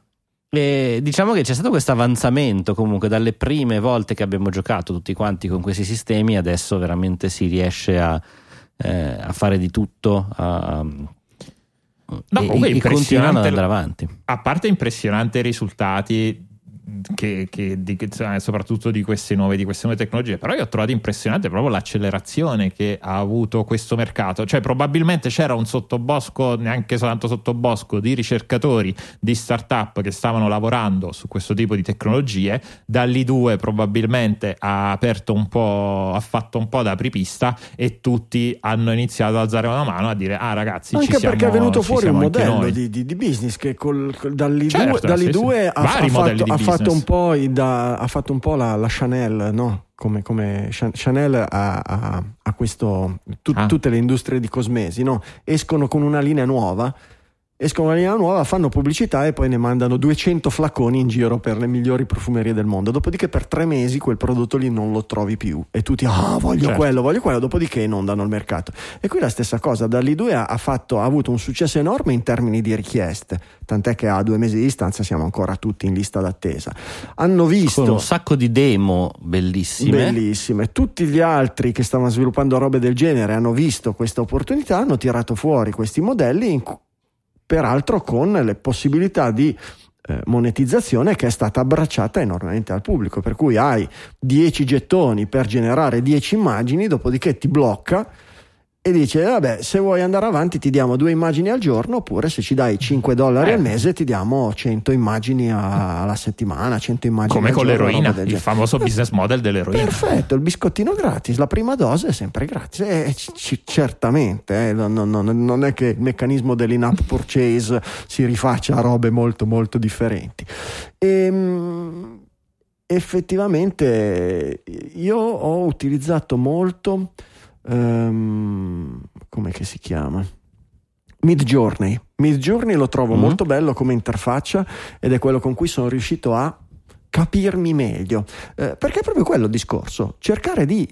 E diciamo che c'è stato questo avanzamento comunque dalle prime volte che abbiamo giocato tutti quanti con questi sistemi. Adesso veramente si riesce a, eh, a fare di tutto, a, No, e, comunque e è continuano ad impressionante. andare avanti. A parte impressionanti i risultati che, che, di, che, soprattutto di queste nuove di queste nuove tecnologie, però io ho trovato impressionante proprio l'accelerazione che ha avuto questo mercato. Cioè probabilmente c'era un sottobosco, neanche soltanto sottobosco, di ricercatori, di startup che stavano lavorando su questo tipo di tecnologie. Dalì due probabilmente ha aperto un po', ha fatto un po' da apripista, e tutti hanno iniziato ad alzare una mano a dire: ah ragazzi, Anche ci siamo, perché è venuto ci fuori un siamo anche modello noi. di, di, di business che col, col Dalì Certo, due, Dalì sì, due sì. ha, Vari ha modelli fatto, di ha fatto business. un po' i da, ha fatto un po' la, la Chanel, no? Come, come Chan- Chanel ha, ha, ha questo tu- Ah. tutte le industrie di cosmesi, no? Escono con una linea nuova. Escono una linea nuova, fanno pubblicità e poi ne mandano duecento flaconi in giro per le migliori profumerie del mondo. Dopodiché per tre mesi quel prodotto lì non lo trovi più e tutti ah voglio Certo. quello, voglio quello, dopodiché inondano il mercato. E qui la stessa cosa, Dalì due ha, ha, fatto, ha avuto un successo enorme in termini di richieste, tant'è che a due mesi di distanza siamo ancora tutti in lista d'attesa. Hanno visto Con un sacco di demo bellissime. bellissime, tutti gli altri che stavano sviluppando robe del genere hanno visto questa opportunità, hanno tirato fuori questi modelli in cu- peraltro con le possibilità di eh, monetizzazione che è stata abbracciata enormemente al pubblico, per cui hai dieci gettoni per generare dieci immagini, dopodiché ti blocca e dice vabbè, se vuoi andare avanti ti diamo due immagini al giorno, oppure se ci dai cinque dollari Eh. al mese ti diamo cento immagini a- alla settimana, cento immagini Come al con giorno, l'eroina, roba del il genere. famoso business model dell'eroina. Perfetto, il biscottino gratis, la prima dose è sempre gratis. E c- c- certamente, eh, non, non- non- non è che il meccanismo dell'in-app purchase si rifaccia a robe molto molto differenti. Ehm, effettivamente io ho utilizzato molto ehm, come che si chiama? Midjourney. Midjourney lo trovo Mm. molto bello come interfaccia ed è quello con cui sono riuscito a capirmi meglio, eh, perché è proprio quello il discorso, cercare di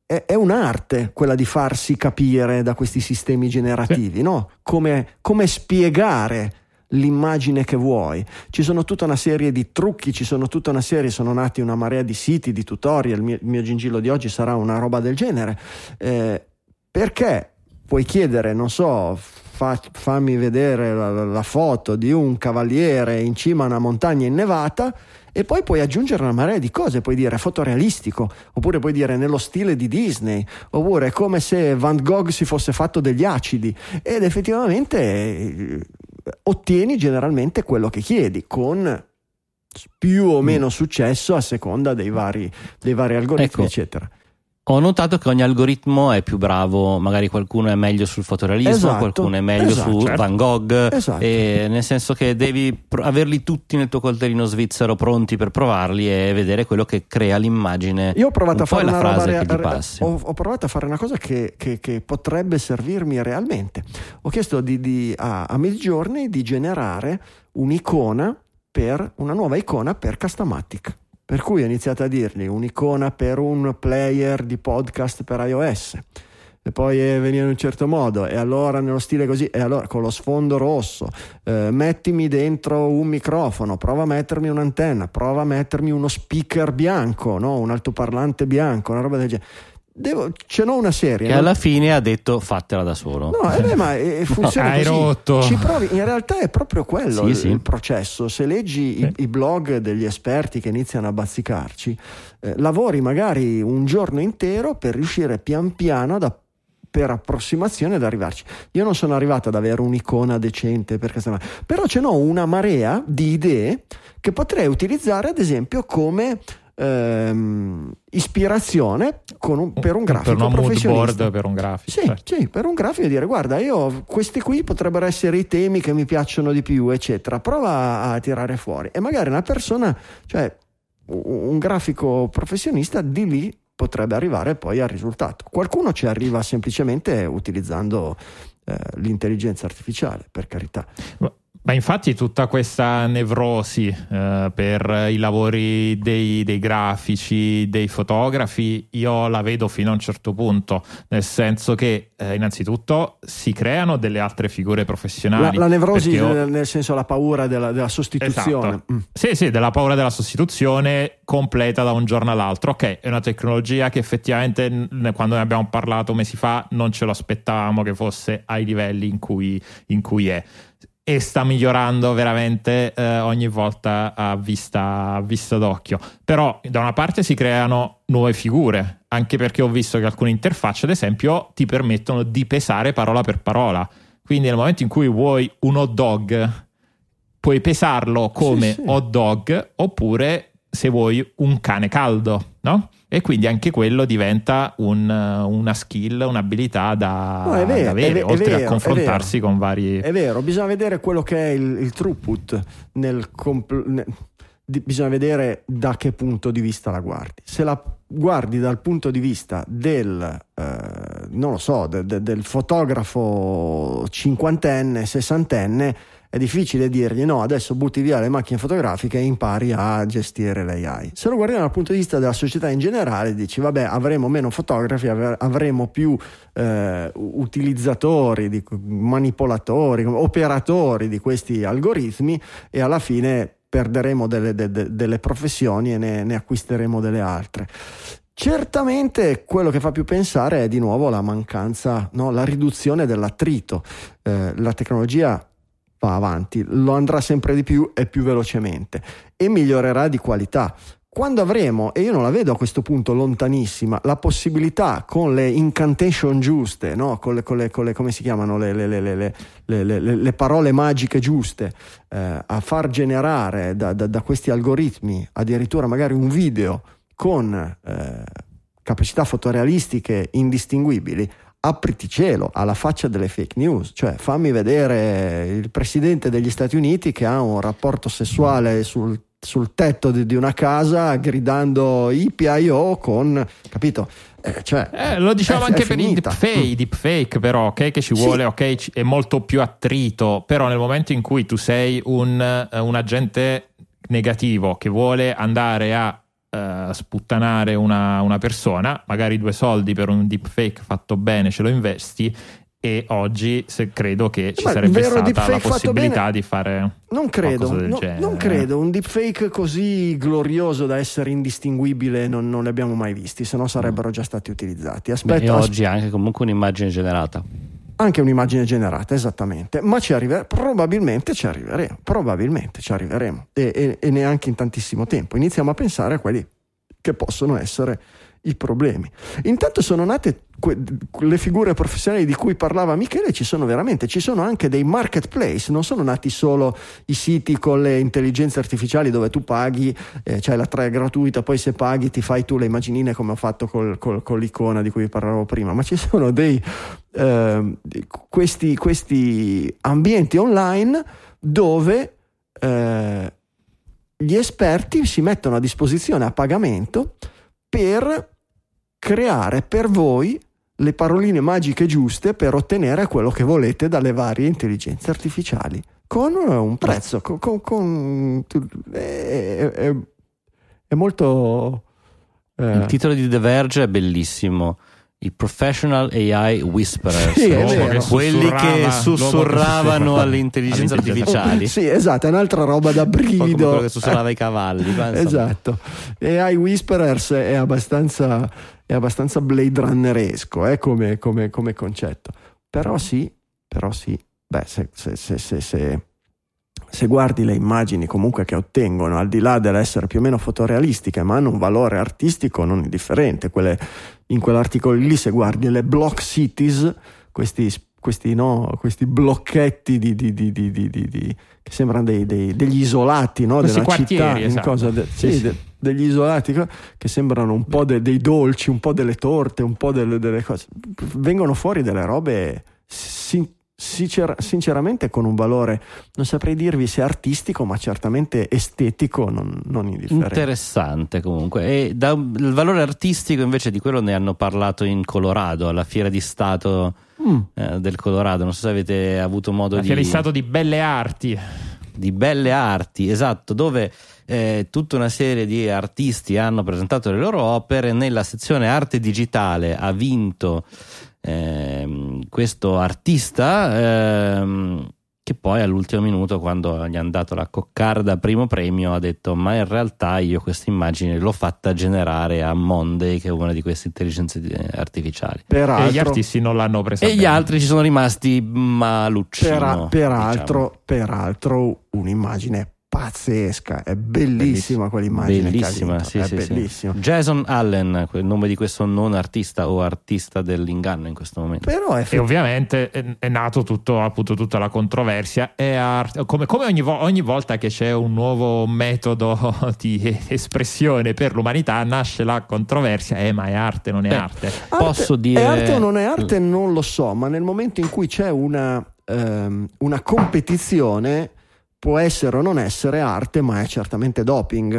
è, è un'arte quella di farsi capire da questi sistemi generativi, sì. no? Come, come spiegare l'immagine che vuoi. Ci sono tutta una serie di trucchi, ci sono tutta una serie, sono nati una marea di siti, di tutorial. Il mio, il mio gingillo di oggi sarà una roba del genere, eh, perché puoi chiedere, non so, fa, fammi vedere la, la foto di un cavaliere in cima a una montagna innevata, e poi puoi aggiungere una marea di cose, puoi dire fotorealistico, oppure puoi dire nello stile di Disney, oppure come se Van Gogh si fosse fatto degli acidi, ed effettivamente eh, ottieni generalmente quello che chiedi, con più o meno successo a seconda dei vari, dei vari algoritmi, ecco. eccetera. Ho notato che ogni algoritmo è più bravo, magari qualcuno è meglio sul fotorealismo, esatto, qualcuno è meglio esatto, su certo. Van Gogh, esatto. e nel senso che devi pr- averli tutti nel tuo coltellino svizzero pronti per provarli e vedere quello che crea l'immagine. Io ho provato a fare la una frase roba che re- ti passi. Ho, ho provato a fare una cosa che, che, che potrebbe servirmi realmente. Ho chiesto di, di, a, a Midjourney di generare un'icona per una nuova icona per Castamatic. Per cui ho iniziato a dirgli un'icona per un player di podcast per iOS, e poi veniva in un certo modo, e allora nello stile così, e allora con lo sfondo rosso, eh, mettimi dentro un microfono, prova a mettermi un'antenna, prova a mettermi uno speaker bianco, no? Un altoparlante bianco, una roba del genere. Devo, ce n'ho una serie. E no? alla fine ha detto fatela da solo. No, eh beh, ma eh, funziona no, hai così. rotto. Ci provi, in realtà è proprio quello sì, il, sì. il processo. Se leggi sì. i, i blog degli esperti che iniziano a bazzicarci, eh, lavori magari un giorno intero per riuscire pian piano ad per approssimazione ad arrivarci. Io non sono arrivato ad avere un'icona decente per questa, però ce n'ho una marea di idee che potrei utilizzare, ad esempio, come Ehm, ispirazione con un, per un grafico per un professionista, mood board per un grafico, sì, certo. sì, per un grafico, dire guarda, io questi qui potrebbero essere i temi che mi piacciono di più, eccetera, prova a tirare fuori, e magari una persona, cioè un grafico professionista, di lì potrebbe arrivare poi al risultato. Qualcuno ci arriva semplicemente utilizzando eh, l'intelligenza artificiale, per carità. Ma infatti tutta questa nevrosi eh, per i lavori dei, dei grafici, dei fotografi, io la vedo fino a un certo punto, nel senso che eh, innanzitutto si creano delle altre figure professionali. La, la nevrosi io... nel senso la paura della, della sostituzione. Esatto. Mm. Sì, sì, della paura della sostituzione completa da un giorno all'altro. Ok, è una tecnologia che effettivamente quando ne abbiamo parlato mesi fa non ce lo aspettavamo che fosse ai livelli in cui, in cui è. E sta migliorando veramente eh, ogni volta a vista, a vista d'occhio. Però da una parte si creano nuove figure, anche perché ho visto che alcune interfacce, ad esempio, ti permettono di pesare parola per parola. Quindi nel momento in cui vuoi un hot dog, puoi pesarlo come sì, sì. hot dog, oppure se vuoi un cane caldo, no? E quindi anche quello diventa un, una skill, un'abilità da, no, è vero, da avere, è, è oltre vero, a confrontarsi con vari... È vero, bisogna vedere quello che è il, il throughput, nel compl- ne, di, bisogna vedere da che punto di vista la guardi. Se la guardi dal punto di vista del, eh, non lo so, de, de, del fotografo cinquantenne, sessantenne, è difficile dirgli no, adesso butti via le macchine fotografiche e impari a gestire l'A I. Se lo guardiamo dal punto di vista della società in generale, dici vabbè, avremo meno fotografi, avremo più eh, utilizzatori, di, manipolatori, operatori di questi algoritmi, e alla fine perderemo delle, de, de, delle professioni e ne, ne acquisteremo delle altre. Certamente quello che fa più pensare è di nuovo la mancanza, no? La riduzione dell'attrito. Eh, la tecnologia va avanti, lo andrà sempre di più e più velocemente, e migliorerà di qualità. Quando avremo, e io non la vedo a questo punto lontanissima, la possibilità con le incantation giuste, no? con, le, con, le, con le come si chiamano le, le, le, le, le, le, le parole magiche giuste, eh, a far generare da, da, da questi algoritmi addirittura magari un video con eh, capacità fotorealistiche indistinguibili, apriti cielo, alla faccia delle fake news. Cioè fammi vedere il presidente degli Stati Uniti che ha un rapporto sessuale sul, sul tetto di, di una casa gridando I P I O con, capito? Eh, cioè, eh, lo diciamo è, anche è per i deepfake, mm. deepfake però, ok, che ci sì. vuole, ok, è molto più attrito, però nel momento in cui tu sei un, un agente negativo che vuole andare a Uh, sputtanare una, una persona, magari due soldi per un deepfake fatto bene ce lo investi, e oggi se credo che ci Ma sarebbe vero stata la possibilità bene, di fare non credo, qualcosa del no, genere. non credo, un deepfake così glorioso da essere indistinguibile non, non li abbiamo mai visti, se no sarebbero già stati utilizzati. Aspetta, Beh, e oggi anche comunque un'immagine generata. Anche un'immagine generata, esattamente, ma ci arriveremo, probabilmente ci arriveremo, probabilmente ci arriveremo e, e, e neanche in tantissimo tempo. Iniziamo a pensare a quelli che possono essere i problemi. Intanto sono nate que- le figure professionali di cui parlava Michele, ci sono veramente, ci sono anche dei marketplace, non sono nati solo i siti con le intelligenze artificiali dove tu paghi, eh, c'hai la tre gratuita, poi se paghi ti fai tu le immaginine come ho fatto col, col, con l'icona di cui parlavo prima, ma ci sono dei eh, questi, questi ambienti online dove eh, gli esperti si mettono a disposizione a pagamento per creare per voi le paroline magiche giuste per ottenere quello che volete dalle varie intelligenze artificiali con un prezzo con, con, con è, è, è molto eh. Il titolo di The Verge è bellissimo: i Professional A I Whisperers, sì, è cioè, vero. quelli che sussurravano alle intelligenze artificiali. Sì, esatto, è un'altra roba da brivido. Come quello che sussurrava i cavalli. Esatto. A I Whisperers è abbastanza, è abbastanza Blade Runneresco eh, come, come, come concetto. Però sì, però sì, beh, se, se, se, se, se, se guardi le immagini comunque che ottengono, al di là dell'essere più o meno fotorealistiche, ma hanno un valore artistico non indifferente, quelle in quell'articolo lì, se guardi le block cities, questi, questi, no, questi blocchetti di, di, di, di, di, di, di, che sembrano dei, dei, degli isolati, no, della città, esatto. cosa de, sì, sì. De, degli isolati che sembrano un po' de, dei dolci, un po' delle torte, un po' delle, delle cose, vengono fuori delle robe sin, sincer, sinceramente con un valore, non saprei dirvi se artistico, ma certamente estetico, non, non indifferente. Interessante comunque. E da, il valore artistico invece di quello ne hanno parlato in Colorado, alla fiera di Stato mm. eh, del Colorado. Non so se avete avuto modo la di... fiera di Stato di Belle Arti. Di Belle Arti, esatto, dove eh, tutta una serie di artisti hanno presentato le loro opere. Nella sezione arte digitale ha vinto eh, questo artista eh, che poi all'ultimo minuto, quando gli hanno dato la coccarda primo premio, ha detto: ma in realtà io questa immagine l'ho fatta generare a Monday, che è una di queste intelligenze artificiali. Peraltro, e gli artisti non l'hanno presa e bene. Gli altri ci sono rimasti maluccino. Per, peraltro, diciamo. peraltro un'immagine pazzesca, è bellissima quell'immagine, bellissima, che sì, è sì, bellissima. Sì. Jason Allen, il nome di questo non artista o artista dell'inganno in questo momento. Però è e ovviamente è, è nato tutto, appunto, tutta la controversia. È art- come, come ogni, vo- ogni volta che c'è un nuovo metodo di espressione per l'umanità, nasce la controversia. Eh, ma è arte, non è Beh, arte. arte. Posso dire... È arte o non è arte? Non lo so, ma nel momento in cui c'è una, ehm, una competizione, può essere o non essere arte, ma è certamente doping.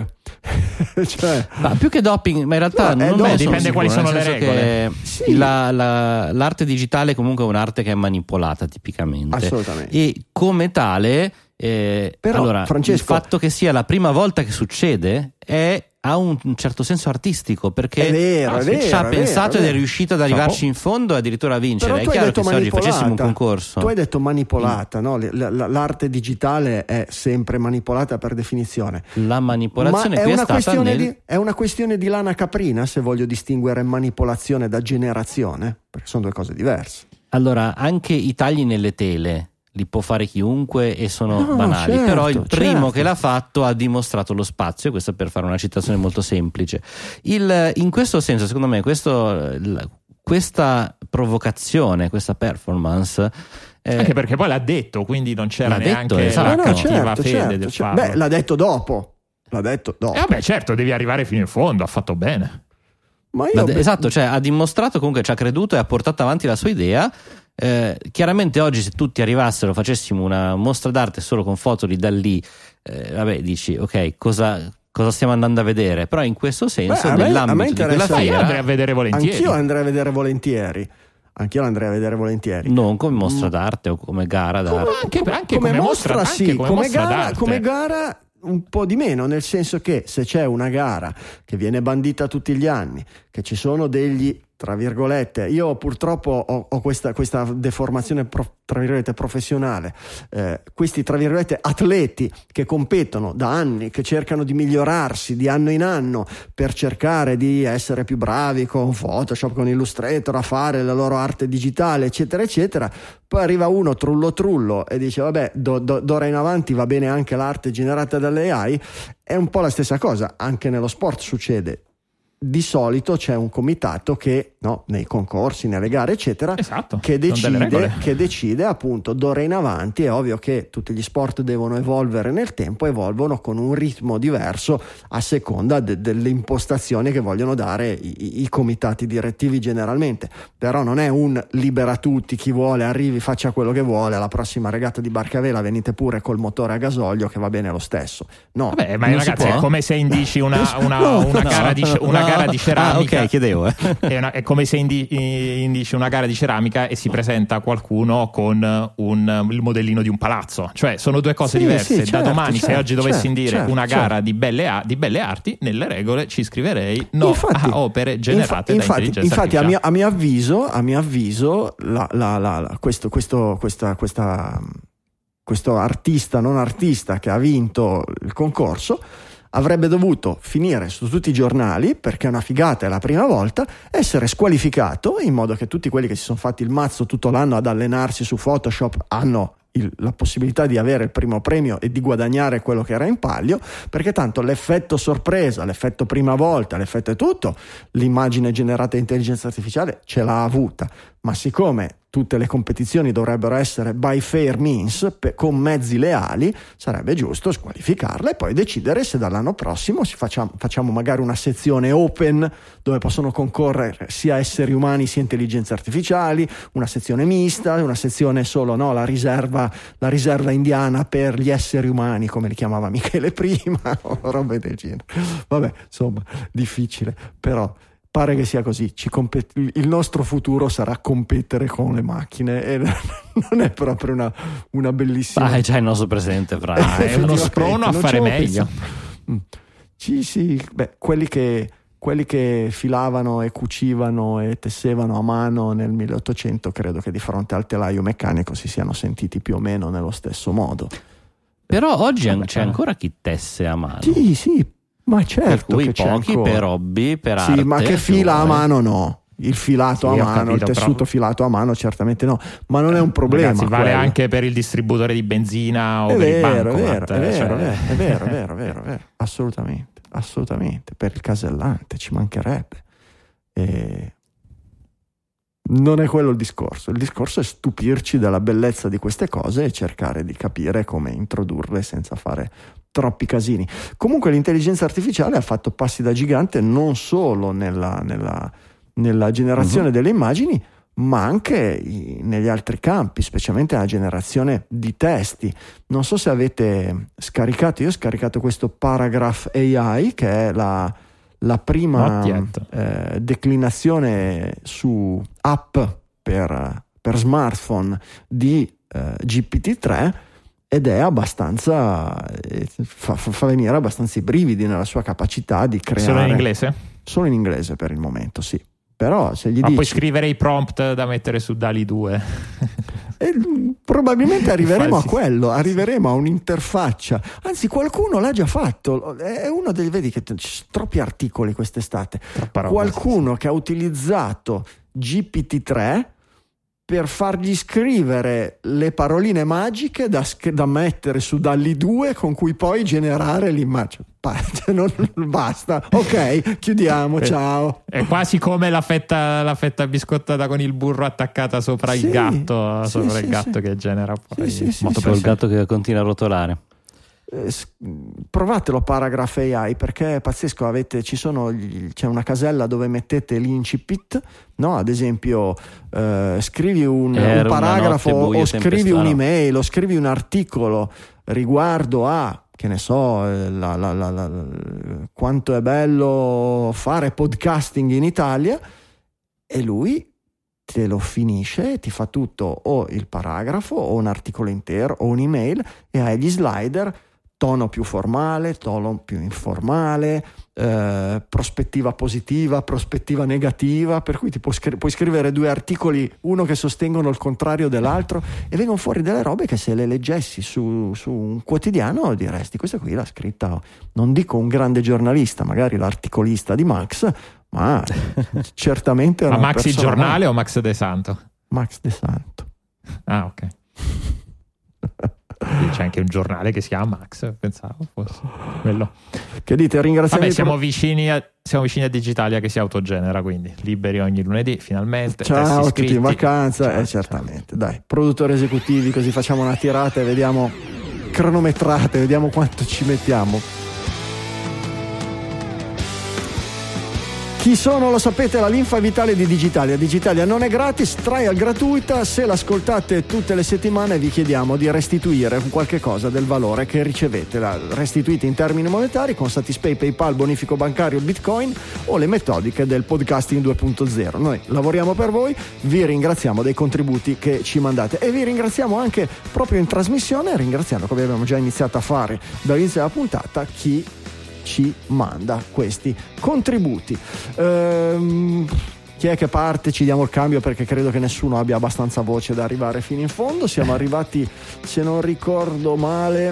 Cioè, ma più che doping, ma in realtà no, non beh, me dipende sono quali sicuro, sono nel le senso regole. che Sì. la, la, l'arte digitale comunque è un'arte che è manipolata tipicamente. Assolutamente. E come tale, eh, Però, allora, Francesco, il fatto che sia la prima volta che succede è ha un certo senso artistico, perché è vero, ah, è sì, vero, ci ha è vero, pensato è ed è vero. riuscito ad arrivarci in fondo e addirittura a vincere. Però È tu hai chiaro detto che se oggi manipolata. facessimo un concorso, Tu hai detto manipolata, no? L- l- l'arte digitale è sempre manipolata per definizione. la manipolazione Ma qui è è, una, stata questione nel... di, è una questione di lana caprina, se voglio distinguere manipolazione da generazione, perché sono due cose diverse. Allora, anche i tagli nelle tele li può fare chiunque e sono No, banali, certo, però il primo certo. che l'ha fatto ha dimostrato lo spazio. Questo per fare una citazione molto semplice. Il, in questo senso, secondo me, questo, l- questa provocazione, questa performance eh, Anche perché poi l'ha detto, quindi non c'era L'ha detto, neanche esatto. la No, no, cattiva certo, fede certo, del certo. farlo. Beh, l'ha detto dopo. L'ha detto dopo. E vabbè, certo, devi arrivare fino in fondo, ha fatto bene. Ma l'ha io, de- esatto, cioè ha dimostrato, comunque ci ha creduto e ha portato avanti la sua idea. Eh, chiaramente oggi se tutti arrivassero, facessimo una mostra d'arte solo con foto di Dalì, eh, vabbè, dici ok, cosa, cosa stiamo andando a vedere? Però in questo senso, Beh, a me- a me nell'ambito di quella interessa- Ma io fiera, andrei a vedere volentieri. anch'io andrei a vedere volentieri. Anch'io l'andrei a vedere volentieri. non come mostra d'arte o come gara d'arte. Anche, anche come, come mostra, mostra, anche sì, come come mostra gara, d'arte. come gara un po' di meno, nel senso che se c'è una gara che viene bandita tutti gli anni, che ci sono degli, tra virgolette, io purtroppo ho, ho questa, questa deformazione pro, tra virgolette professionale, eh, questi tra virgolette atleti che competono da anni, che cercano di migliorarsi di anno in anno per cercare di essere più bravi con Photoshop, con Illustrator, a fare la loro arte digitale, eccetera eccetera. Poi arriva uno trullo trullo e dice vabbè, do, do, d'ora in avanti va bene anche l'arte generata dalle A I. È un po' la stessa cosa, anche nello sport succede. Di solito c'è un comitato che, no, nei concorsi, nelle gare, eccetera, esatto, che decide, che decide appunto d'ora in avanti. È ovvio che tutti gli sport devono evolvere nel tempo, evolvono con un ritmo diverso a seconda de- delle impostazioni che vogliono dare i-, i comitati direttivi generalmente. Però non è un libera tutti, chi vuole arrivi, faccia quello che vuole, alla prossima regata di barca a vela venite pure col motore a gasolio che va bene lo stesso. No, vabbè, ma ragazzi, è come se indici una, una, no, una no, gara di, una no. gara di ceramica. Ah, ok, chiedevo. Eh. È, una, è come se indi, indici una gara di ceramica e si presenta qualcuno con un, il modellino di un palazzo. Cioè, sono due cose sì, diverse. sì, da certo, domani, certo, se oggi dovessi certo, indire certo, una certo. gara di belle, a, di belle arti, nelle regole ci scriverei no infatti, a opere generate infa- da infatti, intelligenza infatti a mio, artificiale. a mio avviso, a mio avviso la, la, la, la, questo, questo, questa, questa, questo artista non artista che ha vinto il concorso avrebbe dovuto finire su tutti i giornali, perché è una figata, è la prima volta, essere squalificato in modo che tutti quelli che si sono fatti il mazzo tutto l'anno ad allenarsi su Photoshop hanno il, la possibilità di avere il primo premio e di guadagnare quello che era in palio, perché tanto l'effetto sorpresa, l'effetto prima volta, l'effetto è tutto, l'immagine generata da intelligenza artificiale ce l'ha avuta, ma siccome tutte le competizioni dovrebbero essere by fair means, pe- con mezzi leali, sarebbe giusto squalificarla e poi decidere se dall'anno prossimo si facciamo, facciamo magari una sezione open dove possono concorrere sia esseri umani sia intelligenze artificiali, una sezione mista, una sezione solo, no, la riserva, la riserva indiana per gli esseri umani, come li chiamava Michele prima, o robe del genere. Vabbè, insomma, difficile, però pare che sia così. Ci compet- il nostro futuro sarà competere con le macchine e non è proprio una, una bellissima. Ah, è già il nostro presente, Fra. Ah, è uno sprono a fare meglio. Sì, sì, beh, quelli che, quelli che filavano e cucivano e tessevano a mano nel milleottocento credo che di fronte al telaio meccanico si siano sentiti più o meno nello stesso modo. Però oggi Vabbè, c'è ancora chi tesse a mano. Sì, sì, ma certo Per cui che c'è pochi ancora. per hobby, per sì, arte. ma che fila a vuoi. mano no. Il filato Sì, a ho mano, capito, il tessuto però- filato a mano certamente no, ma non è un problema. Ragazzi, vale quello. anche per il distributore di benzina o È per vero, il è bancomat. vero, è vero, cioè- è vero, è vero, è vero, è vero, è vero, assolutamente, assolutamente, per il casellante ci mancherebbe. E non è quello il discorso, il discorso è stupirci della bellezza di queste cose e cercare di capire come introdurle senza fare troppi casini. Comunque l'intelligenza artificiale ha fatto passi da gigante non solo nella, nella, nella generazione uh-huh. delle immagini, ma anche negli altri campi, specialmente la generazione di testi. Non so se avete scaricato, io ho scaricato questo Paragraph A I, che è la, la prima eh, declinazione su app per, per smartphone di eh, G P T tre, ed è abbastanza eh, fa, fa venire abbastanza i brividi nella sua capacità di creare. Solo in inglese? Solo in inglese per il momento, sì. Però se gli Ma dici... puoi scrivere i prompt da mettere su DALL-E due. E probabilmente arriveremo a quello, arriveremo a un'interfaccia. Anzi, qualcuno l'ha già fatto. È uno dei, vedi che ci sono troppi articoli quest'estate. Roba, Qualcuno sì. che ha utilizzato G P T tre per fargli scrivere le paroline magiche da, da mettere su DALL-E due con cui poi generare l'immagine. Non, basta, ok, chiudiamo, ciao. È quasi come la fetta, la fetta biscottata con il burro attaccata sopra sì, il gatto, sì, sopra sì, il gatto sì. che genera poi sì, sì, molto sì, Col sì. gatto che continua a rotolare. Eh, provatelo Paragraph A I, perché è pazzesco. Avete, ci sono gli, c'è una casella dove mettete l'incipit, no? Ad esempio eh, scrivi un, un paragrafo o scrivi un'email o scrivi un articolo riguardo a, che ne so, la, la, la, la, quanto è bello fare podcasting in Italia, e lui te lo finisce, ti fa tutto, o il paragrafo o un articolo intero o un'email, e hai gli slider tono più formale, tono più informale, eh, prospettiva positiva, prospettiva negativa, per cui ti puoi, scri- puoi scrivere due articoli, uno che sostengono il contrario dell'altro, e vengono fuori delle robe che se le leggessi su, su un quotidiano diresti: questa qui l'ha scritta, non dico un grande giornalista, magari l'articolista di Max, ma certamente ma una Max il persona- giornale o Max De Santo? Max De Santo. Ah, ok. C'è anche un giornale che si chiama Max, pensavo fosse quello. Che dite? Ringraziamo Vabbè, i siamo pro- vicini a, siamo vicini a Digitalia che si autogenera, quindi liberi ogni lunedì finalmente. Ciao testi a tutti in scritti. vacanza, Ciao, eh, certamente. Dai, produttori esecutivi, così facciamo una tirata e vediamo, cronometrate, vediamo quanto ci mettiamo. Chi sono lo sapete, la linfa vitale di Digitalia. Digitalia non è gratis, trial gratuita. Se l'ascoltate tutte le settimane vi chiediamo di restituire qualche cosa del valore che ricevete. La restituite in termini monetari con Satispay, PayPal, bonifico bancario, Bitcoin o le metodiche del podcasting due punto zero. Noi lavoriamo per voi, vi ringraziamo dei contributi che ci mandate e vi ringraziamo anche proprio in trasmissione, ringraziando, come abbiamo già iniziato a fare dall'inizio della puntata, chi ci manda questi contributi. Ehm, chi è che parte? Ci diamo il cambio perché credo che nessuno abbia abbastanza voce da arrivare fino in fondo. Siamo arrivati, se non ricordo male,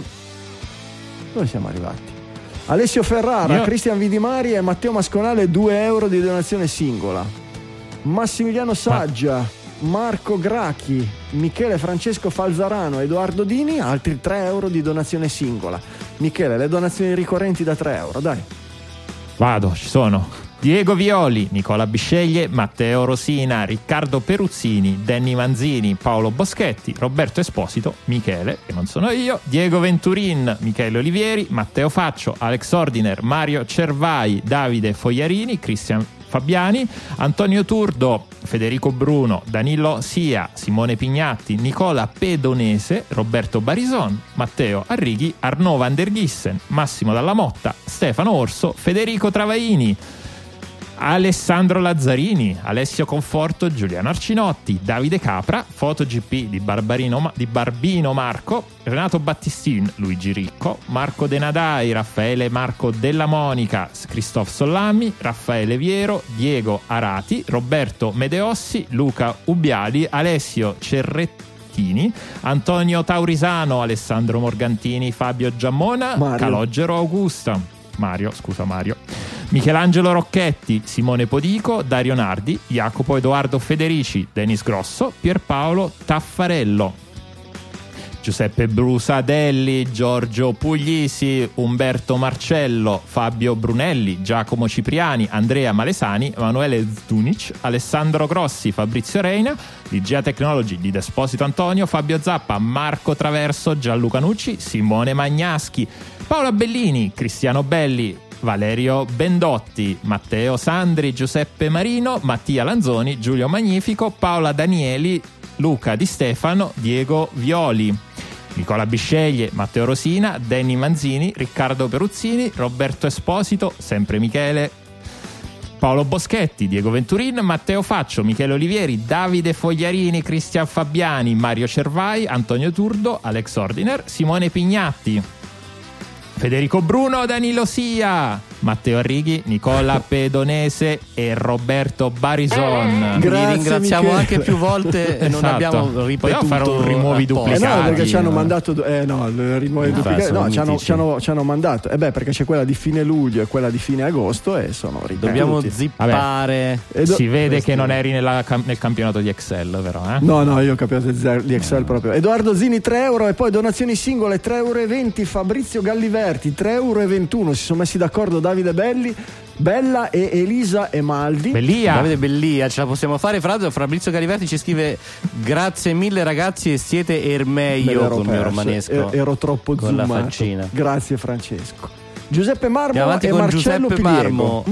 dove siamo arrivati? Alessio Ferrara, Io... Cristian Vidimari e Matteo Masconale, due euro di donazione singola. Massimiliano Saggia, Marco Gracchi, Michele Francesco Falzarano, Edoardo Dini, altri tre euro di donazione singola. Michele, le donazioni ricorrenti da tre euro, dai. Vado, ci sono. Diego Violi, Nicola Bisceglie, Matteo Rosina, Riccardo Peruzzini, Danny Manzini, Paolo Boschetti, Roberto Esposito, Michele, che non sono io, Diego Venturin, Michele Olivieri, Matteo Faccio, Alex Ordiner, Mario Cervai, Davide Fogliarini, Cristian Fabiani, Antonio Turdo, Federico Bruno, Danilo Sia, Simone Pignatti, Nicola Pedonese, Roberto Barison, Matteo Arrighi, Arnaud Van der Gissen, Massimo Dalla Motta, Stefano Orso, Federico Travaini, Alessandro Lazzarini, Alessio Conforto, Giuliano Arcinotti, Davide Capra, FotoGP di, Barbarino, di Barbino Marco, Renato Battistin, Luigi Ricco, Marco Denadai, Raffaele Marco Della Monica, Christophe Sollami, Raffaele Viero, Diego Arati, Roberto Medeossi, Luca Ubbiali, Alessio Cerrettini, Antonio Taurisano, Alessandro Morgantini, Fabio Giammona, Mario. Calogero Augusta, Mario, scusa Mario, Michelangelo Rocchetti, Simone Podico, Dario Nardi, Jacopo Edoardo Federici, Denis Grosso, Pierpaolo Taffarello, Giuseppe Brusadelli, Giorgio Puglisi, Umberto Marcello, Fabio Brunelli, Giacomo Cipriani, Andrea Malesani, Emanuele Zdunic, Alessandro Grossi, Fabrizio Reina, D G A Technology di Desposito Antonio, Fabio Zappa, Marco Traverso, Gianluca Nucci, Simone Magnaschi, Paola Bellini, Cristiano Belli, Valerio Bendotti, Matteo Sandri, Giuseppe Marino, Mattia Lanzoni, Giulio Magnifico, Paola Danieli, Luca Di Stefano, Diego Violi, Nicola Bisceglie, Matteo Rosina, Danny Manzini, Riccardo Peruzzini, Roberto Esposito, sempre Michele, Paolo Boschetti, Diego Venturin, Matteo Faccio, Michele Olivieri, Davide Fogliarini, Cristian Fabiani, Mario Cervai, Antonio Turdo, Alex Ordiner, Simone Pignatti, Federico Bruno, Danilo Sia, Matteo Arrighi, Nicola Pedonese e Roberto Barison. Grazie, Vi ringraziamo Michele. anche più volte e non Esatto. abbiamo ripetuto. Potevamo fare un rimuovi apposta. Eh duplicati. no, perché ci hanno no. mandato eh no, il rimuovi No, duplicati. sono No, ci hanno, mitici. ci, hanno, ci hanno mandato. E eh beh, perché c'è quella di fine luglio e quella di fine agosto e sono ripetuti. Dobbiamo zippare. E do- Si vede questi- che non eri nella cam- nel campionato di Excel, vero? Eh? No, no, io ho capito di Excel proprio. Edoardo Zini tre euro e poi donazioni singole tre euro e venti, Fabrizio Galliverti tre euro e ventuno, si sono messi d'accordo Davide Belli, Bella e Elisa Emaldi. Bellia. Davide Bellia, ce la possiamo fare. Fra l'altro Fabrizio Galiverti ci scrive: grazie mille ragazzi e siete Me ermeio l'ero col mio perso, romanesco. e- ero troppo con la zoomato. faccina. Grazie Francesco. Giuseppe Marmo Andiamo avanti e con Marcello Giuseppe Piliego. Marmo. Mm,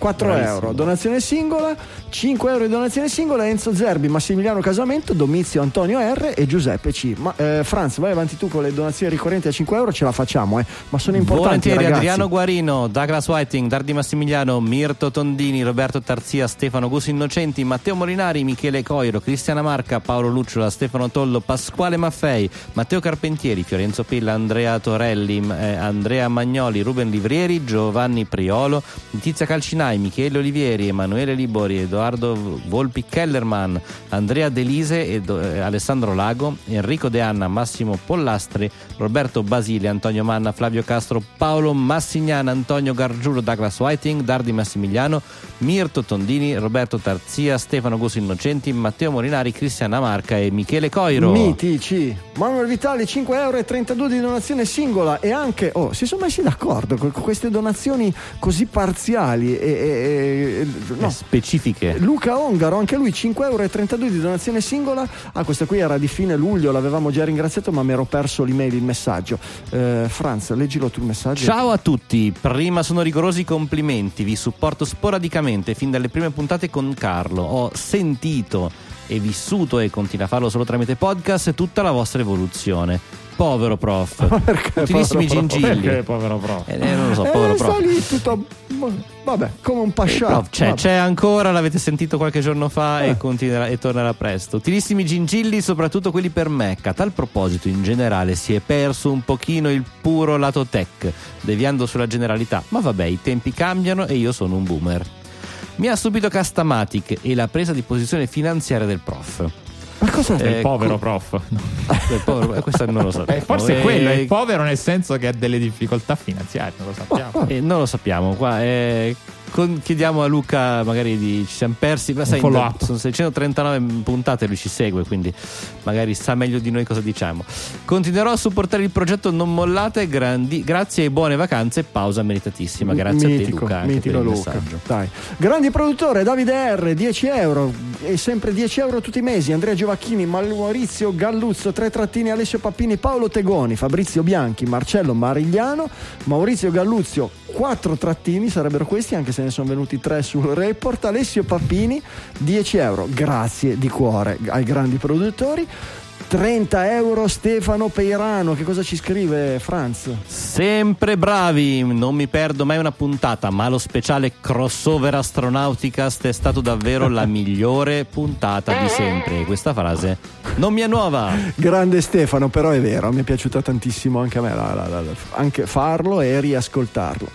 quattro euro donazione singola, cinque euro di donazione singola, Enzo Zerbi, Massimiliano Casamento, Domizio Antonio R e Giuseppe C. Ma eh, Franz, vai avanti tu con le donazioni ricorrenti a cinque euro, ce la facciamo, eh. Ma sono importanti, volentieri, ragazzi. Adriano Guarino, Douglas Whiting, Dardi Massimiliano, Mirto Tondini, Roberto Tarzia, Stefano Gusi Innocenti, Matteo Molinari, Michele Coiro, Cristiana Marca, Paolo Lucciola, Stefano Tollo, Pasquale Maffei, Matteo Carpentieri, Fiorenzo Pilla, Andrea Torelli, eh, Andrea Magnoli, Ruben Livrieri, Giovanni Priolo, Letizia Calcinai, Michele Olivieri, Emanuele Libori, Edoardo Volpi Kellerman, Andrea Delise, Edo, eh, Alessandro Lago, Enrico De Anna, Massimo Pollastri, Roberto Basile, Antonio Manna, Flavio Castro, Paolo Massignana, Antonio Gargiulo, Douglas Whiting, Dardi Massimiliano, Mirto Tondini, Roberto Tarzia, Stefano Gusi Innocenti, Matteo Molinari, Cristiana Marca e Michele Coiro. Mitici. Manuel Vitali, cinque euro e trentadue di donazione singola, e anche oh, si sono messi d'accordo con queste donazioni così parziali e, e, e no. specifiche. Luca Ongaro, anche lui cinque euro e trentadue di donazione singola. Ah, questa qui era di fine luglio, l'avevamo già ringraziato ma mi ero perso l'email, il messaggio. eh, Franz, leggilo tu il messaggio. Ciao a tutti, prima sono rigorosi complimenti, vi supporto sporadicamente fin dalle prime puntate con Carlo, ho sentito e vissuto, e continua a farlo solo tramite podcast, tutta la vostra evoluzione. Povero prof, Perché utilissimi povero prof? gingilli. Perché povero prof? Eh, eh, non lo so, Eh, povero sta prof. lì tutto, vabbè, come un pascià. Prof, c'è, Vabbè. c'è ancora, l'avete sentito qualche giorno fa Eh. e continuerà e tornerà presto. Utilissimi gingilli, soprattutto quelli per Mac. A tal proposito, in generale si è perso un pochino il puro lato tech, deviando sulla generalità, ma vabbè, i tempi cambiano e io sono un boomer. Mi ha stupito Castamatic e la presa di posizione finanziaria del prof. Ma cosa Del Eh, povero co- prof. Del povero, eh, questo non lo so. Eh, forse Eh, è quello, è povero nel senso che ha delle difficoltà finanziarie, non lo sappiamo. eh, non lo sappiamo. Qua eh, con- chiediamo a Luca, magari di, ci siamo persi. Ma sai, follow up. sono seicentotrentanove puntate, lui ci segue, quindi magari sa meglio di noi cosa diciamo. Continuerò a supportare il progetto, non mollate. Grandi, grazie e buone vacanze. Pausa meritatissima. Grazie mitico, a te, Luca, anche mitico per il Luca. messaggio. Dai. Grandi produttore Davide R, dieci euro e sempre dieci euro tutti i mesi. Andrea Giovacchini, Maurizio Galluzzo, tre trattini, Alessio Pappini, Paolo Tegoni, Fabrizio Bianchi, Marcello Marigliano, Maurizio Galluzio, quattro trattini sarebbero questi, anche se ne sono venuti tre sul report. Alessio Pappini, dieci euro, grazie di cuore ai grandi produttori. trenta euro Stefano Peirano, che cosa ci scrive Franz? Sempre bravi, non mi perdo mai una puntata, ma lo speciale crossover Astronauticast è stato davvero la migliore puntata di sempre. Questa frase non mi è nuova. Grande Stefano, però è vero, mi è piaciuto tantissimo anche a me la, la, la, anche farlo e riascoltarlo.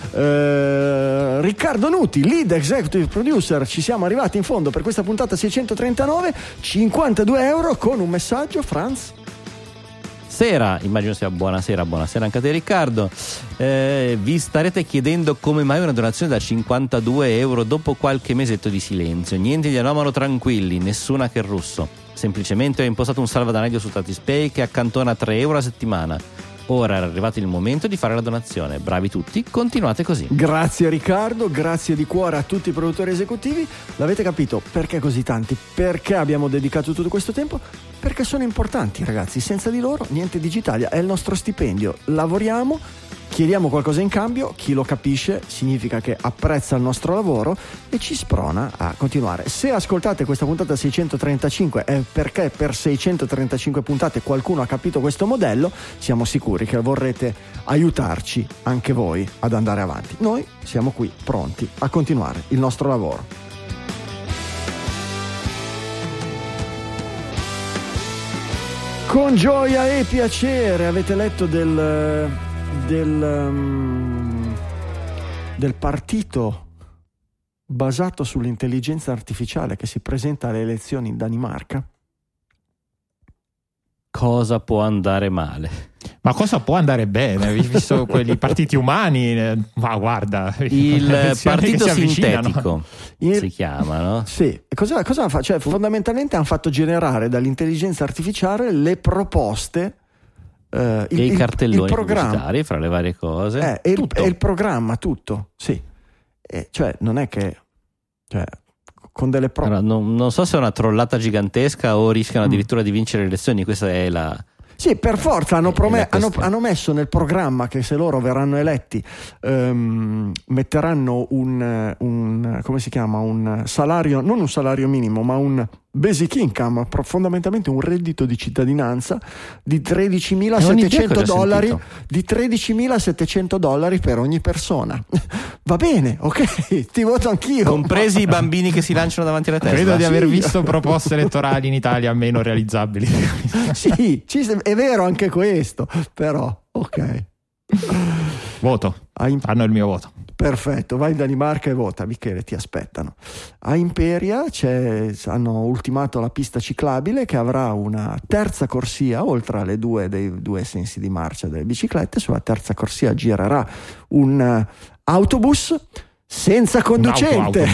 eh, Riccardo Nuti, lead executive producer, ci siamo arrivati in fondo per questa puntata seicentotrentanove, cinquantadue euro con un messaggio. Franz? Sera, immagino sia buonasera, buonasera anche a te Riccardo. Eh, vi starete chiedendo come mai una donazione da cinquantadue euro dopo qualche mesetto di silenzio. Niente di anomalo, tranquilli, nessuna che russo. Semplicemente ho impostato un salvadanaio su Tatispay che accantona tre euro a settimana. Ora è arrivato il momento di fare la donazione. Bravi tutti, continuate così. Grazie Riccardo, grazie di cuore a tutti i produttori esecutivi. L'avete capito perché così tanti? Perché abbiamo dedicato tutto questo tempo? Perché sono importanti, ragazzi. Senza di loro niente Digitalia, è il nostro stipendio. Lavoriamo, chiediamo qualcosa in cambio, chi lo capisce significa che apprezza il nostro lavoro e ci sprona a continuare. Se ascoltate questa puntata seicentotrentacinque è perché per seicentotrentacinque puntate qualcuno ha capito questo modello. Siamo sicuri che vorrete aiutarci anche voi ad andare avanti. Noi siamo qui pronti a continuare il nostro lavoro. Con gioia e piacere avete letto del del, um, del partito basato sull'intelligenza artificiale che si presenta alle elezioni in Danimarca? Cosa può andare male? Ma cosa può andare bene? Visto quelli partiti umani, eh, ma guarda, Il le elezioni partito che si avvicinano. sintetico Il- si chiama, no? Sì, e cosa, cosa hanno fatto? Cioè, fondamentalmente hanno fatto generare dall'intelligenza artificiale le proposte, eh, il, e i il- cartelloni il programma, pubblicitari fra le varie cose. eh, e, il, Tutto. e il programma, tutto, sì. E cioè, non è che, cioè, con delle prove. Allora, non, non so se è una trollata gigantesca o rischiano addirittura di vincere le elezioni. Questa è la, Sì, per forza hanno, prome- hanno, questione. hanno messo nel programma che se loro verranno eletti ehm, metteranno un, un come si chiama un salario, non un salario minimo, ma un basic income, pro- fondamentalmente un reddito di cittadinanza di tredicimilasettecento dollari, di tredicimilasettecento dollari per ogni persona. Va bene, ok, ti voto anch'io. Compresi i bambini che si lanciano davanti alla Tesla. Credo di aver Sì. visto proposte elettorali in Italia meno realizzabili. Sì, ci- è vero anche questo, però ok. Voto. A Im- Hanno il mio voto. Perfetto, vai in Danimarca e vota, Michele, ti aspettano. A Imperia c'è, hanno ultimato la pista ciclabile che avrà una terza corsia, oltre alle due dei due sensi di marcia delle biciclette. Sulla terza corsia girerà un uh, autobus senza conducente.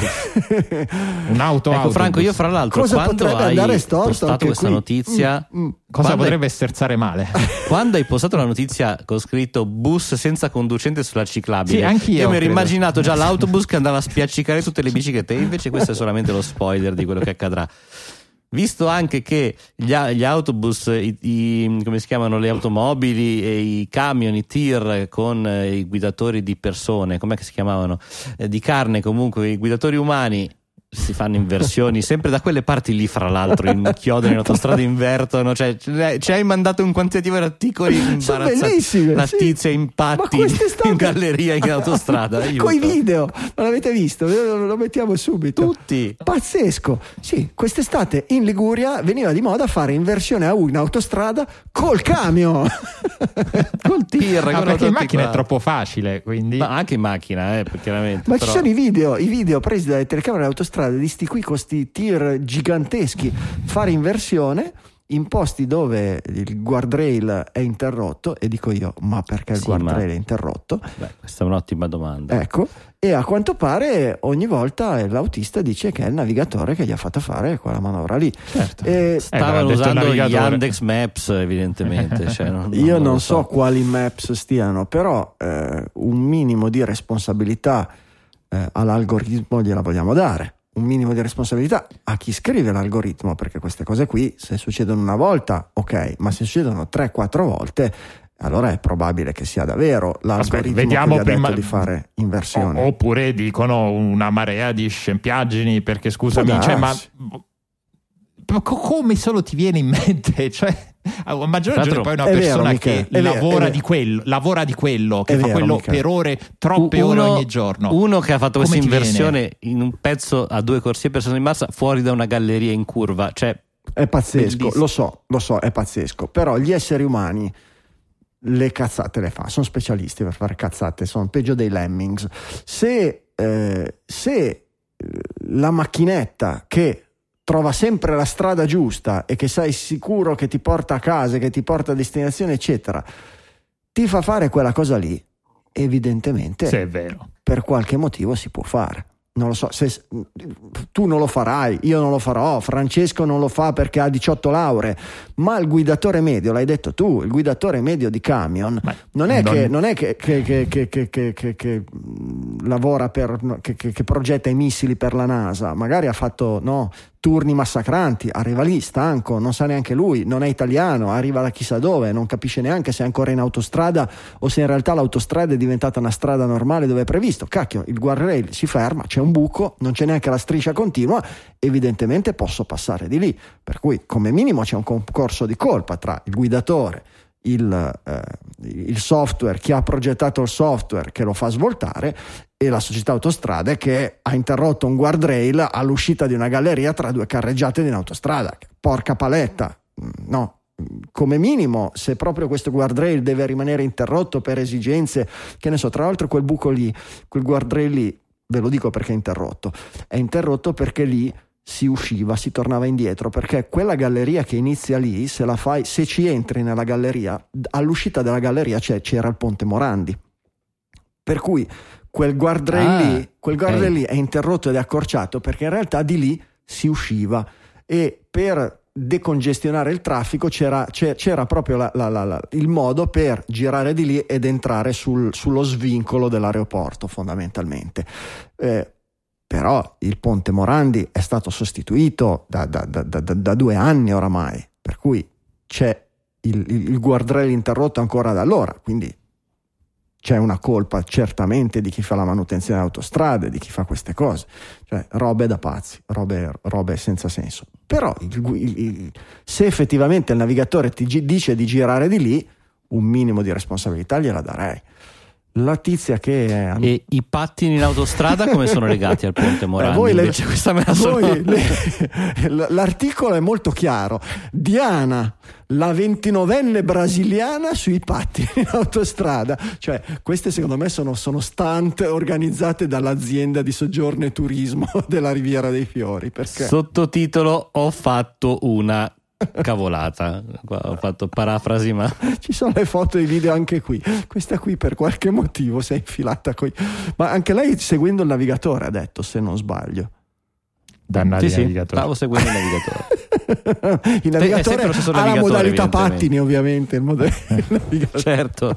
Un auto Ecco Franco, io fra l'altro Cosa quando potrebbe hai andare storto postato anche questa qui? notizia Mm, mm. Cosa quando potrebbe sterzare male? hai, quando hai postato la notizia con scritto bus senza conducente sulla ciclabile, Sì, anch'io io mi ero credo. immaginato già l'autobus che andava a spiaccicare tutte le biciclette, e invece questo è solamente lo spoiler di quello che accadrà. Visto anche che gli, a- gli autobus, i, i- come si chiamano, le automobili e i camion, i tir con eh, i guidatori di persone, com'è che si chiamavano? Eh, di carne comunque, i guidatori umani si fanno inversioni sempre da quelle parti lì, fra l'altro inchiodano in autostrada, invertono, cioè ci hai mandato un quantitativo di articoli Sono imbarazzanti. bellissime, La sì. tizia Ma impatti quest'estate- in galleria in autostrada, aiuto. Coi video, non l'avete visto? Lo, lo mettiamo subito. Tutti. Pazzesco. Sì, quest'estate in Liguria veniva di moda fare inversione a U in autostrada col camion. Col tir, Ah, con perché in tutti macchina qua. è troppo facile, quindi Ma anche in macchina, eh, chiaramente. Ma però- ci sono i video, i video presi dalle telecamere dell'autostrada di sti qui con sti tir giganteschi, fare inversione in posti dove il guardrail è interrotto, e dico io, ma perché il Sì, guardrail ma- è interrotto? Beh, questa è un'ottima domanda. Ecco, e a quanto pare ogni volta l'autista dice che è il navigatore che gli ha fatto fare quella manovra lì. certo. E Stavano Eh, beh, ha detto usando gli navigatore. Yandex Maps, evidentemente. Cioè, non- io non, lo so quali maps stiano, però eh, un minimo di responsabilità eh, all'algoritmo gliela vogliamo dare. Un minimo di responsabilità a chi scrive l'algoritmo, perché queste cose qui, se succedono una volta, ok, ma se succedono tre quattro volte, allora è probabile che sia davvero l'algoritmo Aspetta, vediamo che gli ha prima- detto di fare inversione. O- oppure dicono una marea di scempiaggini, perché scusami, Può cioè, ma darsi. ma co- come solo ti viene in mente? Cioè, a maggior Tra ragione l'altro- poi una È vero, persona Michele, che è vero, è lavora vero. di quello, lavora di quello, che È fa vero, quello Michele. per ore, troppe ore Uno- ogni giorno. Uno che ha fatto Come questa ti viene? inversione in un pezzo a due corsie per di massa fuori da una galleria in curva, cioè È pazzesco, Bellissimo. lo so, lo so, è pazzesco. Però gli esseri umani le cazzate le fanno, sono specialisti per fare cazzate, sono peggio dei lemmings. Se, eh, se eh, la macchinetta che trova sempre la strada giusta e che sei sicuro che ti porta a casa, che ti porta a destinazione, eccetera, ti fa fare quella cosa lì, evidentemente Sì, è vero. per qualche motivo si può fare. Non lo so, se tu non lo farai, io non lo farò, Francesco non lo fa perché ha diciotto lauree, ma il guidatore medio, l'hai detto tu, il guidatore medio di camion Ma non è non- che, non è che, che, che, che, che, che, che, che mh, lavora per, che, che, che progetta i missili per la NASA, magari ha fatto no, turni massacranti, arriva lì stanco, non sa neanche lui, non è italiano, arriva da chissà dove, non capisce neanche se è ancora in autostrada o se in realtà l'autostrada è diventata una strada normale dove è previsto. Cacchio, il guardrail si ferma, c'è un buco, non c'è neanche la striscia continua, evidentemente posso passare di lì, per cui come minimo c'è un concorso di colpa tra il guidatore, il, eh, il software, chi ha progettato il software che lo fa svoltare, e la società autostrade che ha interrotto un guardrail all'uscita di una galleria tra due carreggiate di un'autostrada. Porca paletta, no. Come minimo, se proprio questo guardrail deve rimanere interrotto per esigenze, che ne so, tra l'altro quel buco lì, quel guardrail lì, ve lo dico perché è interrotto, è interrotto perché lì si usciva, si tornava indietro, perché quella galleria che inizia lì, se la fai, se ci entri nella galleria, all'uscita della galleria c'è, c'era il ponte Morandi, per cui quel guardrail Ah, lì, quel guardrail ok. lì è interrotto ed è accorciato perché in realtà di lì si usciva, e per decongestionare il traffico c'era, c'era, c'era proprio la, la, la, la, il modo per girare di lì ed entrare sul, sullo svincolo dell'aeroporto, fondamentalmente. Eh, però il ponte Morandi è stato sostituito da, da, da, da, da due anni oramai, per cui c'è il, il, il guardrail interrotto ancora da allora, quindi c'è una colpa certamente di chi fa la manutenzione delle autostrade, di chi fa queste cose, cioè robe da pazzi, robe, robe senza senso. Però il, il, il, se effettivamente il navigatore ti gi- dice di girare di lì, un minimo di responsabilità gliela darei. La tizia che è... E i pattini in autostrada come sono legati al ponte Morandi? Eh, voi le, Invece questa me la sono... voi le, l'articolo è molto chiaro. Diana, la ventinovenne brasiliana sui pattini in autostrada. Cioè, queste secondo me sono, sono stunt organizzate dall'azienda di soggiorno e turismo della Riviera dei Fiori. Perché... Sottotitolo: ho fatto una cavolata. Qua ho fatto parafrasi, ma ci sono le foto e i video anche qui. Questa qui per qualche motivo si è infilata coi... ma anche lei seguendo il navigatore ha detto, se non sbaglio. Dannati sì, sì, navigatore. stavo seguendo il navigatore. Il navigatore ha la modalità pattini, ovviamente il modello certo.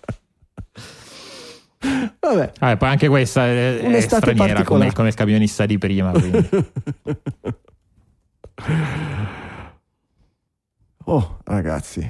Vabbè. Ah, poi anche questa è, è straniera come, come il camionista di prima, quindi. Oh, ragazzi,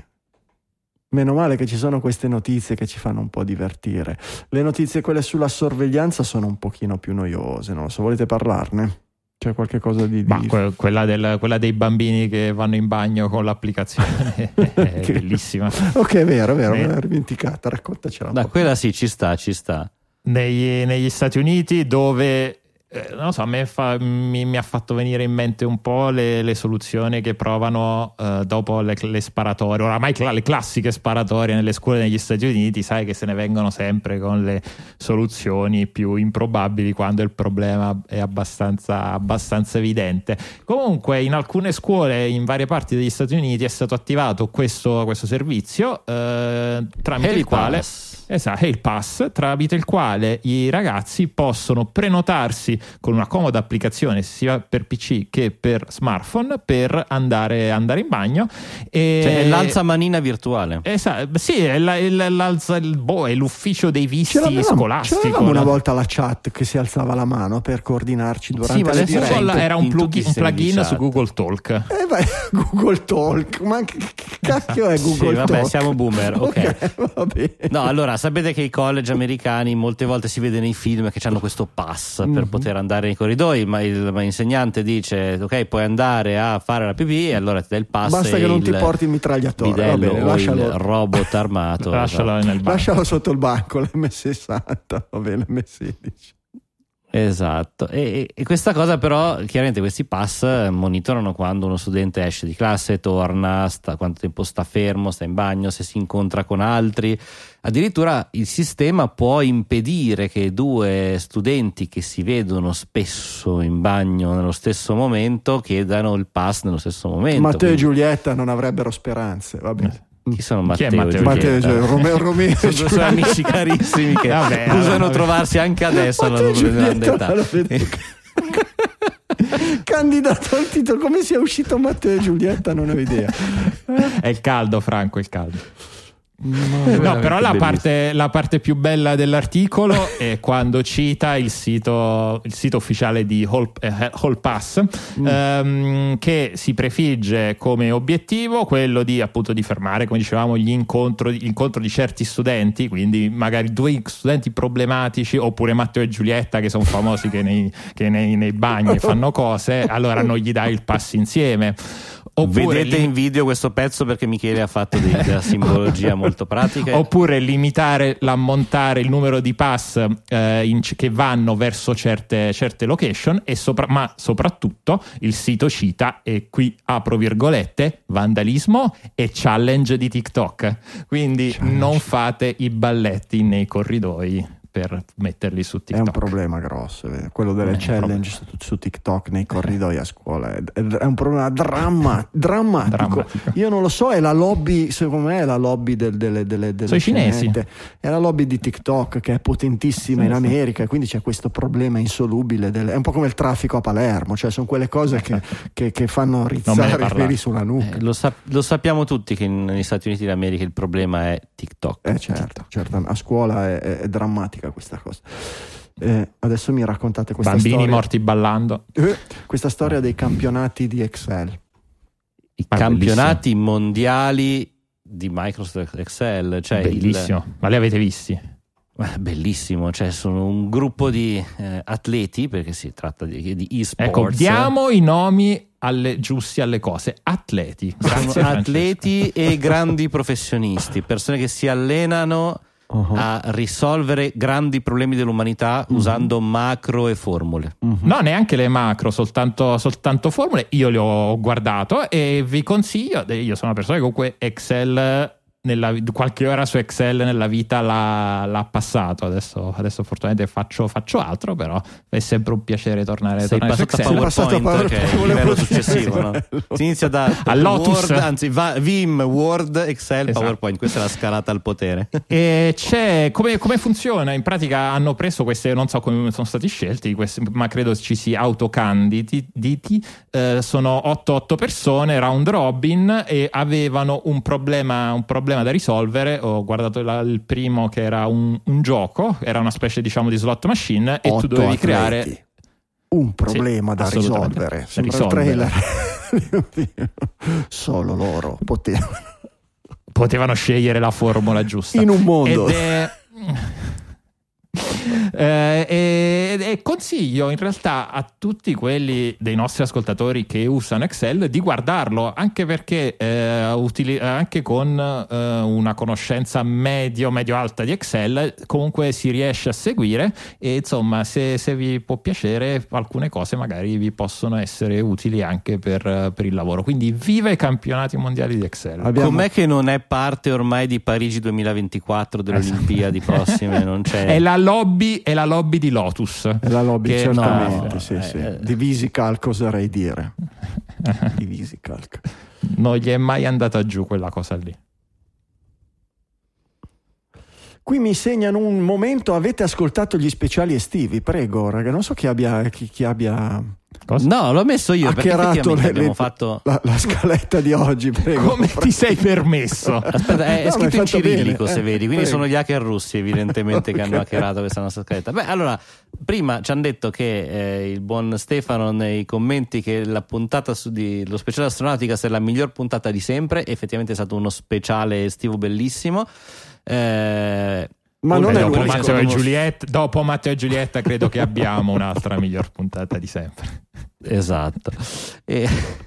meno male che ci sono queste notizie che ci fanno un po' divertire. Le notizie, quelle sulla sorveglianza, sono un pochino più noiose, non lo so, volete parlarne? C'è qualche cosa di... Ma di... Que- quella, del, quella dei bambini che vanno in bagno con l'applicazione è che... bellissima. Ok, è vero, è vero, me l'ho dimenticata, raccontacela. Da quella sì, ci sta, ci sta. Negli, negli Stati Uniti, dove... Eh, non lo so, a me fa, mi, mi ha fatto venire in mente un po' le, le soluzioni che provano eh, dopo le, le sparatorie, oramai cl- le classiche sparatorie nelle scuole negli Stati Uniti, sai che se ne vengono sempre con le soluzioni più improbabili quando il problema è abbastanza, abbastanza evidente. Comunque in alcune scuole in varie parti degli Stati Uniti è stato attivato questo, questo servizio eh, tramite Heli il quale... Pass. Esatto, è il pass tramite il quale i ragazzi possono prenotarsi con una comoda applicazione sia per P C che per smartphone per andare, andare in bagno. E... Cioè, è l'alzamanina virtuale. Esatto, sì, è, la, è, l'alza, il, boh, è l'ufficio dei visti scolastico. C'avevamo una volta la chat che si alzava la mano per coordinarci durante sì, ma le dirette. Google era un plugin, un plugin su Google Talk. Eh beh, Google Talk, ma che cacchio è Google sì, Talk? Vabbè, siamo boomer, ok. Okay, va bene. No, allora, sapete che i college americani molte volte si vede nei film che hanno questo pass mm-hmm. per poter andare nei corridoi, ma il ma l'insegnante dice ok, puoi andare a fare la pipì e allora ti dai il pass. Basta che non il ti porti il mitragliatore, bidello, va bene, lascialo, il robot armato. Lascialo, nel banco. Lascialo sotto il banco, l'emme sessanta, va bene, l'emme sedici. Esatto, e, e questa cosa però chiaramente questi pass monitorano quando uno studente esce di classe, torna, sta, quanto tempo sta fermo, sta in bagno, se si incontra con altri. Addirittura il sistema può impedire che due studenti che si vedono spesso in bagno nello stesso momento chiedano il pass nello stesso momento. Matteo quindi... e Giulietta non avrebbero speranze, va bene. Chi sono Matteo, Chi è Matteo e Matteo Giulietta? Matteo Romeo, Romeo sono due suoi amici carissimi che vabbè, usano vabbè. trovarsi anche adesso alla loro grande età. Candidato al titolo, come sia uscito Matteo e Giulietta non ho idea. È il caldo, Franco, il caldo. No, no, però la parte, la parte più bella dell'articolo è quando cita il sito, il sito ufficiale di Hall, eh, Hall Pass, mm. ehm, che si prefigge come obiettivo quello di appunto di fermare, come dicevamo, gli incontro, l'incontro di certi studenti, quindi magari due studenti problematici oppure Matteo e Giulietta che sono famosi che nei, che nei, nei bagni fanno cose, allora non gli dai il pass insieme. Oppure vedete li... in video questo pezzo perché Michele ha fatto di, della simbologia molto pratica. Oppure limitare l'ammontare, il numero di pass eh, in, che vanno verso certe, certe location e sopra, ma soprattutto il sito cita, e qui apro virgolette, vandalismo e challenge di TikTok, quindi challenge. Non fate i balletti nei corridoi per metterli su TikTok. È un problema grosso, quello delle è challenge su, su TikTok nei corridoi a scuola, è, è un problema dramma, drammatico. drammatico. Io non lo so, è la lobby, secondo me è la lobby del, delle, delle, delle sono i cinesi, è la lobby di TikTok che è potentissima sì, in America, sì. Quindi c'è questo problema insolubile del, è un po' come il traffico a Palermo, cioè sono quelle cose che, che, che fanno rizzare i peli sulla nuca. Eh, lo, sap- lo sappiamo tutti che negli Stati Uniti d'America il problema è TikTok. Eh certo, TikTok. certo, a scuola è, è, è drammatica questa cosa. Eh, adesso mi raccontate questa bambini storia. morti ballando. Eh, questa storia dei campionati di Excel. I ah, campionati bellissimo. mondiali di Microsoft Excel, cioè bellissimo, il... ma li avete visti? Bellissimo, cioè sono un gruppo di eh, atleti, perché si tratta di, di e-sports. Ecco, diamo i nomi alle, giusti alle cose. Atleti, grazie, sono atleti e grandi professionisti, persone che si allenano uh-huh. a risolvere grandi problemi dell'umanità uh-huh. usando macro e formule. Uh-huh. No, neanche le macro, soltanto, soltanto formule. Io le ho guardato e vi consiglio, io sono una persona che comunque Excel, nella, qualche ora su Excel nella vita l'ha, l'ha passato. Adesso, adesso fortunatamente faccio, faccio altro, però è sempre un piacere tornare, tornare su Excel. PowerPoint, PowerPoint, che è il livello successivo, no? Si inizia da a Lotus, Word, anzi va, Vim, Word, Excel, esatto. PowerPoint. Questa è la scalata al potere. E c'è come, come funziona? In pratica hanno preso queste, non so come sono stati scelti questi, ma credo ci si autocandidi. Eh, sono otto otto persone, round robin, e avevano un problema, un problema da risolvere. Ho guardato la, il primo, che era un, un gioco, era una specie diciamo di slot machine, e tu dovevi atleti. creare un problema sì, da risolvere. Da risolvere. Solo loro potevano potevano scegliere la formula giusta in un mondo. Ed è... Eh, e, e consiglio in realtà a tutti quelli dei nostri ascoltatori che usano Excel di guardarlo, anche perché eh, utili- anche con eh, una conoscenza medio medio alta di Excel comunque si riesce a seguire, e insomma se, se vi può piacere alcune cose magari vi possono essere utili anche per, per il lavoro. Quindi viva i campionati mondiali di Excel. Abbiamo... Com'è che non è parte ormai di Parigi duemilaventiquattro, delle esatto. Olimpiadi prossime? Non c'è... È la lobby, è la lobby di Lotus. È la lobby, che certamente, no, sì, eh, sì. eh, Di VisiCalc oserei dire. Di VisiCalc. Non gli è mai andata giù quella cosa lì. Qui mi segnano un momento, avete ascoltato gli speciali estivi? Prego, raga, non so chi abbia... Chi, chi abbia... Cosa? No, l'ho messo io perché effettivamente le, abbiamo le, fatto la, la scaletta di oggi. Prego. Come prego. Ti sei permesso? Aspetta, è, no, è scritto in cirillico bene. se eh, vedi, quindi prego. sono gli hacker russi evidentemente okay. che hanno hackerato questa nostra scaletta. Beh, allora, prima ci hanno detto che eh, il buon Stefano nei commenti che la puntata su di, lo speciale astronautica è la miglior puntata di sempre. Effettivamente è stato uno speciale estivo bellissimo. Eh, Ma non è dopo, Matteo e Giulietta, dopo Matteo e Giulietta credo che abbiamo un'altra miglior puntata di sempre. Esatto. E,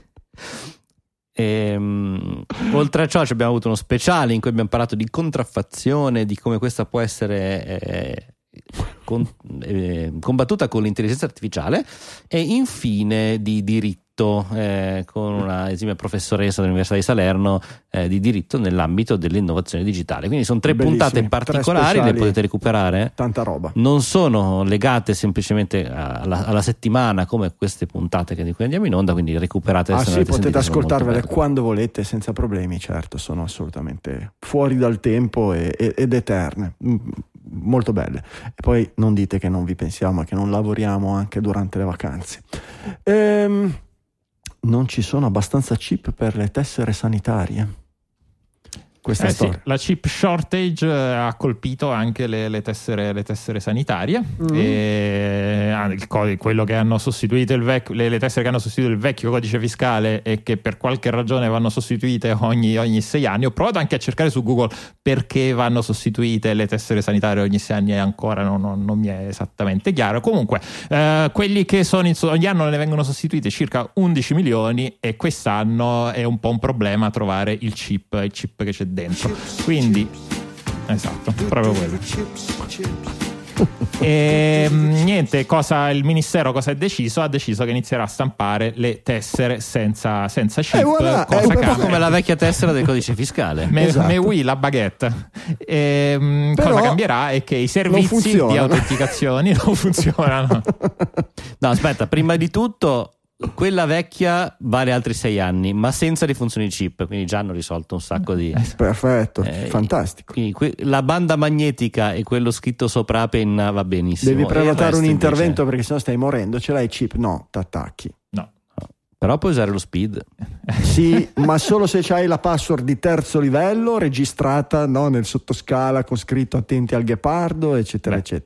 e, um, oltre a ciò abbiamo avuto uno speciale in cui abbiamo parlato di contraffazione, di come questa può essere eh, con, eh, combattuta con l'intelligenza artificiale, e infine di diritto. Eh, con una esimia professoressa dell'Università di Salerno eh, di diritto nell'ambito dell'innovazione digitale. Quindi sono tre Bellissimi. puntate particolari, le potete recuperare. Tanta roba. Non sono legate semplicemente alla, alla settimana come queste puntate che di cui andiamo in onda, quindi recuperate. Ah sì, potete sentite, ascoltarvele quando volete senza problemi, certo, sono assolutamente fuori dal tempo e, e, ed eterne. Molto belle. E poi non dite che non vi pensiamo e che non lavoriamo anche durante le vacanze. Ehm Non ci sono abbastanza chip per le tessere sanitarie. Questa eh storia. Sì, la chip shortage ha colpito anche le, le, tessere, le tessere sanitarie. Mm. E il, quello che hanno sostituito il vecchio, le, le tessere che hanno sostituito il vecchio codice fiscale e che per qualche ragione vanno sostituite ogni, ogni sei anni. Ho provato anche a cercare su Google perché vanno sostituite le tessere sanitarie ogni sei anni e ancora non, non, non mi è esattamente chiaro. Comunque, eh, quelli che sono in, ogni anno ne vengono sostituite circa undici milioni, e quest'anno è un po' un problema trovare il chip, il chip che c'è dentro, quindi esatto, proprio quello. E niente, cosa il ministero cosa ha deciso? Ha deciso che inizierà a stampare le tessere senza, senza chip, eh, voilà, cosa un po' come la vecchia tessera del codice fiscale. Me, esatto. me oui, la baguette. E, cosa cambierà è che i servizi di autenticazioni non funzionano. No, aspetta, prima di tutto quella vecchia vale altri sei anni, ma senza le funzioni chip, quindi già hanno risolto un sacco di... Perfetto, eh, fantastico. Quindi que- la banda magnetica e quello scritto sopra a penna va benissimo. Devi prenotare un intervento invece... perché sennò stai morendo. Ce l'hai chip? No, t'attacchi. No. Però puoi usare lo speed. Sì, ma solo se c'hai la password di terzo livello registrata, no, nel sottoscala con scritto attenti al ghepardo, eccetera, Beh. eccetera.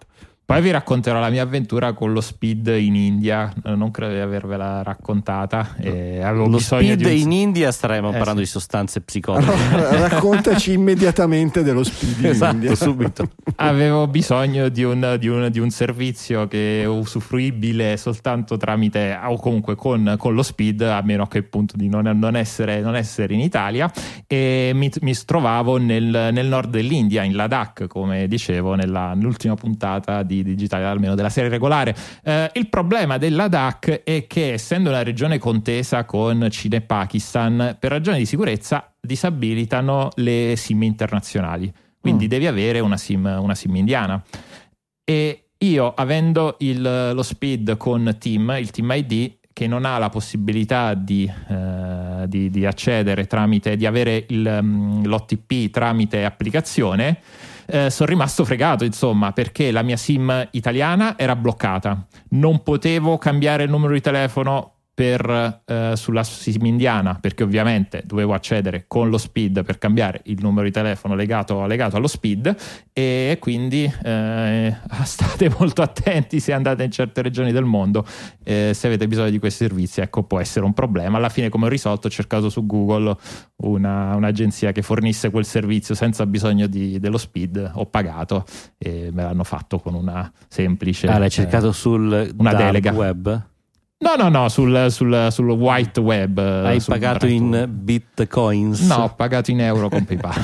Poi vi racconterò la mia avventura con lo speed in India, non credo di avervela raccontata. E avevo lo bisogno speed di un... in India staremo eh, parlando sì. di sostanze psicotrope. Allora, raccontaci immediatamente dello speed in Esatto, India. subito. Avevo bisogno di un, di, un, di un servizio che è usufruibile soltanto tramite, o comunque con, con lo speed, a meno che appunto di non, non, essere, non essere in Italia, e mi, mi trovavo nel, nel nord dell'India, in Ladakh, come dicevo nella, nell'ultima puntata di Digitale, almeno della serie regolare. Eh, il problema del Ladakh è che, essendo una regione contesa con Cina e Pakistan, per ragioni di sicurezza disabilitano le SIM internazionali. Quindi mm. devi avere una SIM, una SIM indiana. E io, avendo il, lo speed con Team, il Team I D, che non ha la possibilità di, eh, di, di accedere tramite, di avere il, l'O T P tramite applicazione, eh, sono rimasto fregato, insomma, perché la mia SIM italiana era bloccata. Non potevo cambiare il numero di telefono per, eh, sulla SIM indiana, perché ovviamente dovevo accedere con lo speed per cambiare il numero di telefono legato, legato allo speed, e quindi eh, state molto attenti se andate in certe regioni del mondo, eh, se avete bisogno di questi servizi, ecco, può essere un problema. Alla fine, come ho risolto, ho cercato su Google una, un'agenzia che fornisse quel servizio senza bisogno di, dello speed, ho pagato e me l'hanno fatto con una semplice ah l'hai cercato eh, sul una delega web? No, no, no, sul, sul, sul white web. Hai pagato in bitcoins? No, ho pagato in euro con PayPal.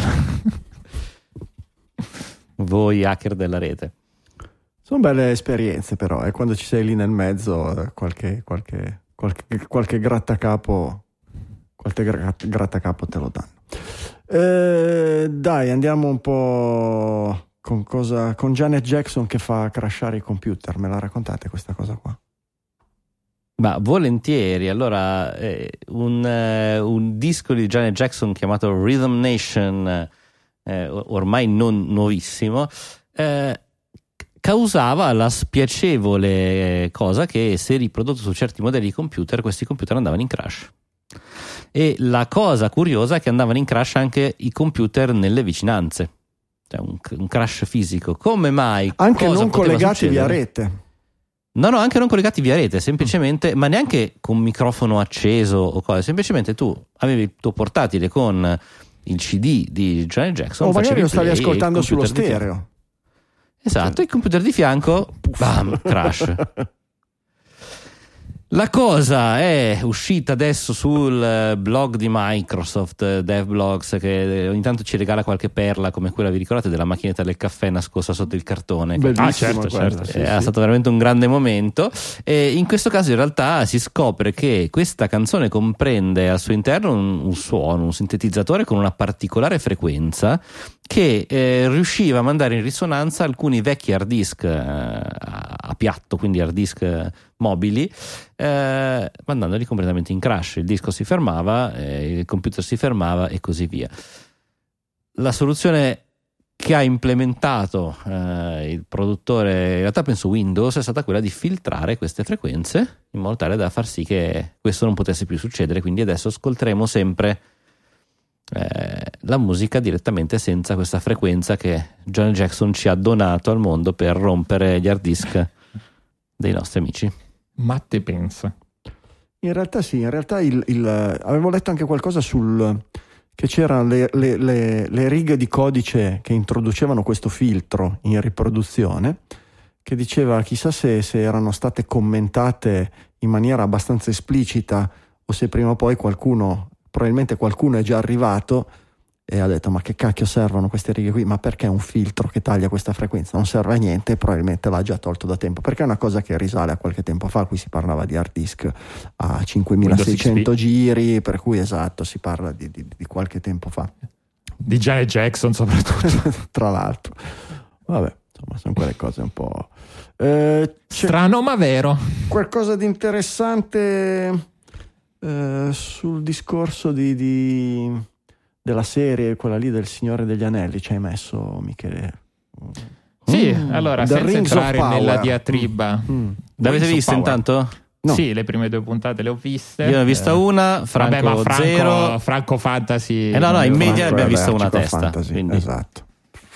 Voi hacker della rete. Sono belle esperienze, però, e eh, quando ci sei lì nel mezzo, qualche, qualche, qualche, qualche grattacapo, qualche grattacapo te lo danno. Eh, dai, andiamo un po' con cosa, con Janet Jackson che fa crashare i computer. Me la raccontate questa cosa qua? Ma volentieri. Allora, eh, un, eh, un disco di Janet Jackson chiamato Rhythm Nation, eh, ormai non nuovissimo, eh, causava la spiacevole cosa che, se riprodotto su certi modelli di computer, questi computer andavano in crash. E la cosa curiosa è che andavano in crash anche i computer nelle vicinanze, cioè un, un crash fisico. Come mai? Anche cosa non collegati succedere? via rete. No, no, anche non collegati via rete, semplicemente, ma neanche con microfono acceso o cose, semplicemente tu avevi il tuo portatile con il C D di Janet Jackson, o magari lo stavi play, ascoltando sullo stereo. stereo. Esatto, il computer di fianco, bam, crash. La cosa è uscita adesso sul blog di Microsoft, DevBlogs, che ogni tanto ci regala qualche perla come quella, vi ricordate, della macchinetta del caffè nascosta sotto il cartone? Bellissimo, ah certo, quella, certo. sì, È sì. stato veramente un grande momento, e in questo caso in realtà si scopre che questa canzone comprende al suo interno un, un suono, un sintetizzatore con una particolare frequenza che eh, riusciva a mandare in risonanza alcuni vecchi hard disk eh, a piatto, quindi hard disk eh, mobili, eh, mandandoli completamente in crash. Il disco si fermava, eh, il computer si fermava e così via. La soluzione che ha implementato eh, il produttore, in realtà penso Windows, è stata quella di filtrare queste frequenze in modo tale da far sì che questo non potesse più succedere. Quindi adesso ascolteremo sempre Eh, la musica direttamente senza questa frequenza che Janet Jackson ci ha donato al mondo per rompere gli hard disk dei nostri amici. Ma te pensa? In realtà sì, in realtà il, il, avevo letto anche qualcosa sul che c'erano le, le, le, le righe di codice che introducevano questo filtro in riproduzione, che diceva chissà se, se erano state commentate in maniera abbastanza esplicita o se prima o poi qualcuno, probabilmente qualcuno è già arrivato e ha detto ma che cacchio servono queste righe qui, ma perché un filtro che taglia questa frequenza non serve a niente, e probabilmente l'ha già tolto da tempo, perché è una cosa che risale a qualche tempo fa. Qui si parlava di hard disk a cinquemilaseicento giri, per cui esatto, si parla di, di, di qualche tempo fa, di Janet Jackson soprattutto. tra l'altro. Vabbè, insomma, sono quelle cose un po' eh, strano ma vero. Qualcosa di interessante eh, sul discorso di, di della serie, quella lì del Signore degli Anelli, ci hai messo, Michele? Sì, mm, allora, The senza Rings of entrare Power. nella diatriba. Mm. Mm. L'avete Rings of vista Power. intanto? No. Sì, le prime due puntate le ho viste. Io ne ho vista Eh, una, Franco vabbè, ma zero. Franco, Franco Fantasy. Eh no, no, in media ne Franco abbiamo è vista una allergico a testa, fantasy, quindi. esatto.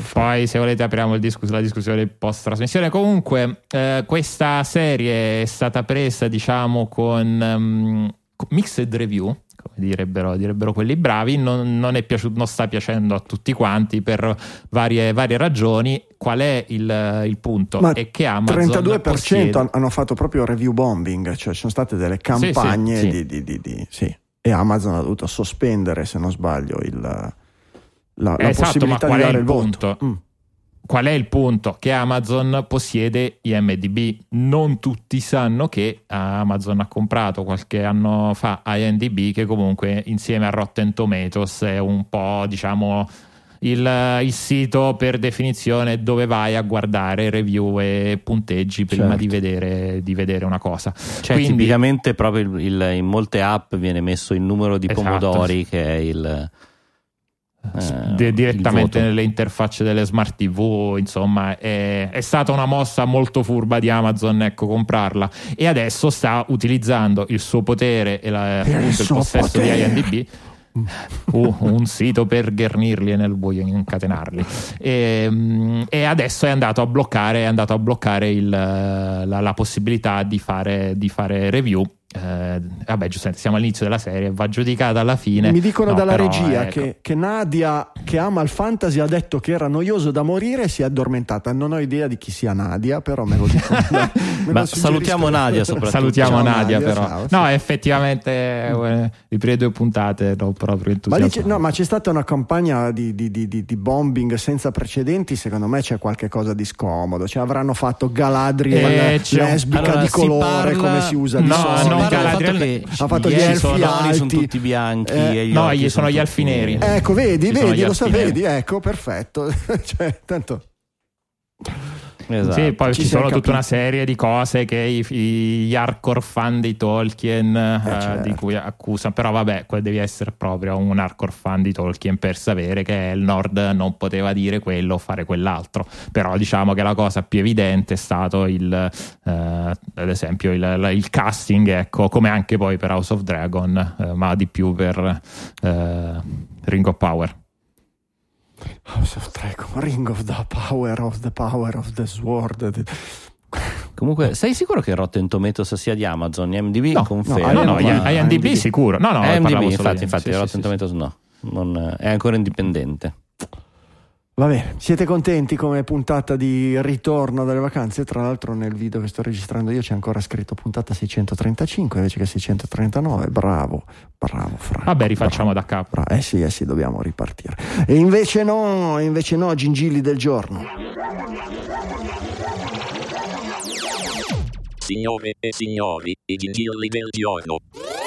poi se volete apriamo il discus- la discussione post trasmissione. Comunque eh, questa serie è stata presa, diciamo, con um, mixed review, come direbbero, direbbero quelli bravi. Non, non è piaciuto, non sta piacendo a tutti quanti per varie, varie ragioni. Qual è il, il punto? Ma è che Amazon trentadue per cento possiede... hanno fatto proprio review bombing, cioè ci sono state delle campagne sì, sì, di, di, di, di sì. E Amazon ha dovuto sospendere, se non sbaglio, il, la, la esatto, possibilità ma qual di è dare il il punto? voto. Mm. Qual è il punto? Che Amazon possiede I M D B. Non tutti sanno che Amazon ha comprato qualche anno fa I M D B, che comunque insieme a Rotten Tomatoes è un po', diciamo, il, il sito per definizione dove vai a guardare review e punteggi prima certo. di vedere, di vedere una cosa. Cioè, Quindi, tipicamente proprio il, il, in molte app viene messo il numero di esatto. pomodori, che è il Eh, di- direttamente nelle interfacce delle smart tivù. Insomma, è, è stata una mossa molto furba di Amazon, ecco, comprarla, e adesso sta utilizzando il suo potere e la, Per il appunto, il suo possesso potere. di I M D B, uh, un sito per ghernirli e nel buio incatenarli, e, e adesso è andato a bloccare è andato a bloccare il, la, la possibilità di fare, di fare review. Eh, vabbè, giustamente siamo all'inizio della serie, va giudicata alla fine. Mi dicono No, dalla però, regia ecco. che, che Nadia, che ama il fantasy, ha detto che era noioso da morire e si è addormentata. Non ho idea di chi sia Nadia, però me lo dicono. me lo Ma suggeriscono. salutiamo Nadia soprattutto. Salutiamo Ciao, Nadia, Nadia, però. ciao, sì. No, effettivamente eh, le prime due puntate ero proprio Ma, lì c'è, entusiasmato. no, ma c'è stata una campagna di, di, di, di, di bombing senza precedenti. Secondo me c'è qualche cosa di scomodo. Cioè, avranno fatto Galadriel Eh, c'è un- lesbica Allora, di si colore, parla- come si usa di No, solito. Si no, parla del Galadriel- fatto che ha fatto gli gli elfi elfi sono alti. tutti bianchi Eh, e gli no, orchi gli sono gli tutti elfi neri. Ecco, vedi, Ci sono vedi, gli lo elfi sapevi, neri. ecco, perfetto. Cioè, tanto Esatto. Sì, poi Ci ci, si è sono tutta capito. una serie di cose che i, i- gli hardcore fan di Tolkien eh, certo. di cui accusano, però vabbè, que- devi essere proprio un hardcore fan di Tolkien per sapere che Elnord non poteva dire quello o fare quell'altro. Però diciamo che la cosa più evidente è stato il eh, ad esempio il, il- il casting, ecco, come anche poi per House of Dragon, eh, ma di più per eh, Ring of Power. House of Dragon, Ring of the Power of the Power of the Sword. Comunque, sei sicuro che Rotten Tomatoes sia di Amazon? I M D B No, conferma. No, no, ma- I M D B I M D B sicuro. No, no, I M D B, parlavo solo infatti, di- infatti sì, sì, Rotten sì, sì. Tomatoes no, non, è ancora indipendente. Va bene, siete contenti come puntata di ritorno dalle vacanze? Tra l'altro nel video che sto registrando io c'è ancora scritto puntata seicentotrentacinque invece che seicentotrentanove. Bravo, bravo Franco. Vabbè, rifacciamo bravo, da capo. bravo. Eh sì, eh sì, dobbiamo ripartire. E invece no, invece no, gingilli del giorno. Signore e signori, i gingilli del giorno.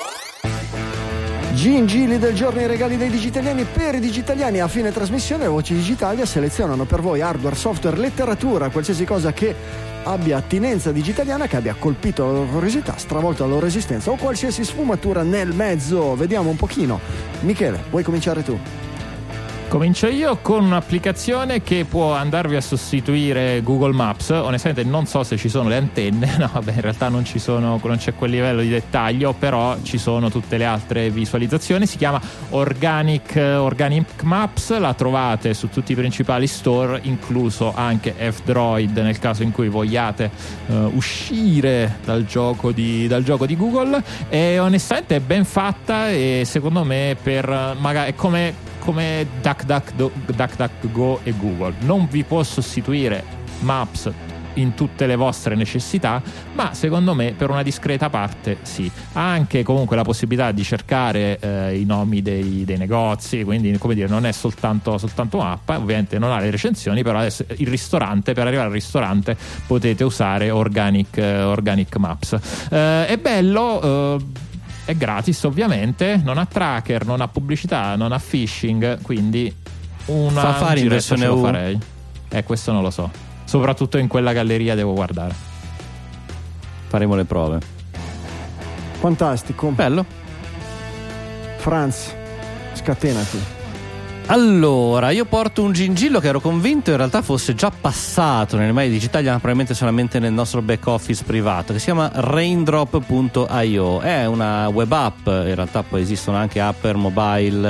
Gingilli del giorno, i regali dei digitaliani per i digitaliani. A fine trasmissione le voci digitali selezionano per voi hardware, software, letteratura, qualsiasi cosa che abbia attinenza digitaliana, che abbia colpito la loro curiosità, stravolto la loro esistenza o qualsiasi sfumatura nel mezzo. Vediamo un pochino. Michele, vuoi cominciare tu? Comincio io con un'applicazione che può andarvi a sostituire Google Maps. Onestamente non so se ci sono le antenne, no, vabbè, in realtà non ci sono, non c'è quel livello di dettaglio, però ci sono tutte le altre visualizzazioni. Si chiama Organic, Organic Maps, la trovate su tutti i principali store, incluso anche F-Droid nel caso in cui vogliate uh, uscire dal gioco di, dal gioco di Google. E onestamente è ben fatta e secondo me per magari è come come DuckDuckGo e Google. Non vi può sostituire Maps in tutte le vostre necessità, ma secondo me per una discreta parte sì. Ha anche comunque la possibilità di cercare eh, i nomi dei, dei negozi, quindi come dire non è soltanto, soltanto mappa. Ovviamente non ha le recensioni, però adesso il ristorante, per arrivare al ristorante potete usare Organic, eh, Organic Maps. Eh, è bello, eh, è gratis ovviamente, non ha tracker, non ha pubblicità, non ha phishing, quindi una Fa fare in giretta versione ce lo U? farei. Eh, questo non lo so. Soprattutto in quella galleria devo guardare. Faremo le prove. Fantastico. Bello. Franz, scatenati. Allora, io porto un gingillo che ero convinto in realtà fosse già passato nelle mani digitali, ma probabilmente solamente nel nostro back office privato, che si chiama Raindrop punto io. È una web app, in realtà poi esistono anche app per mobile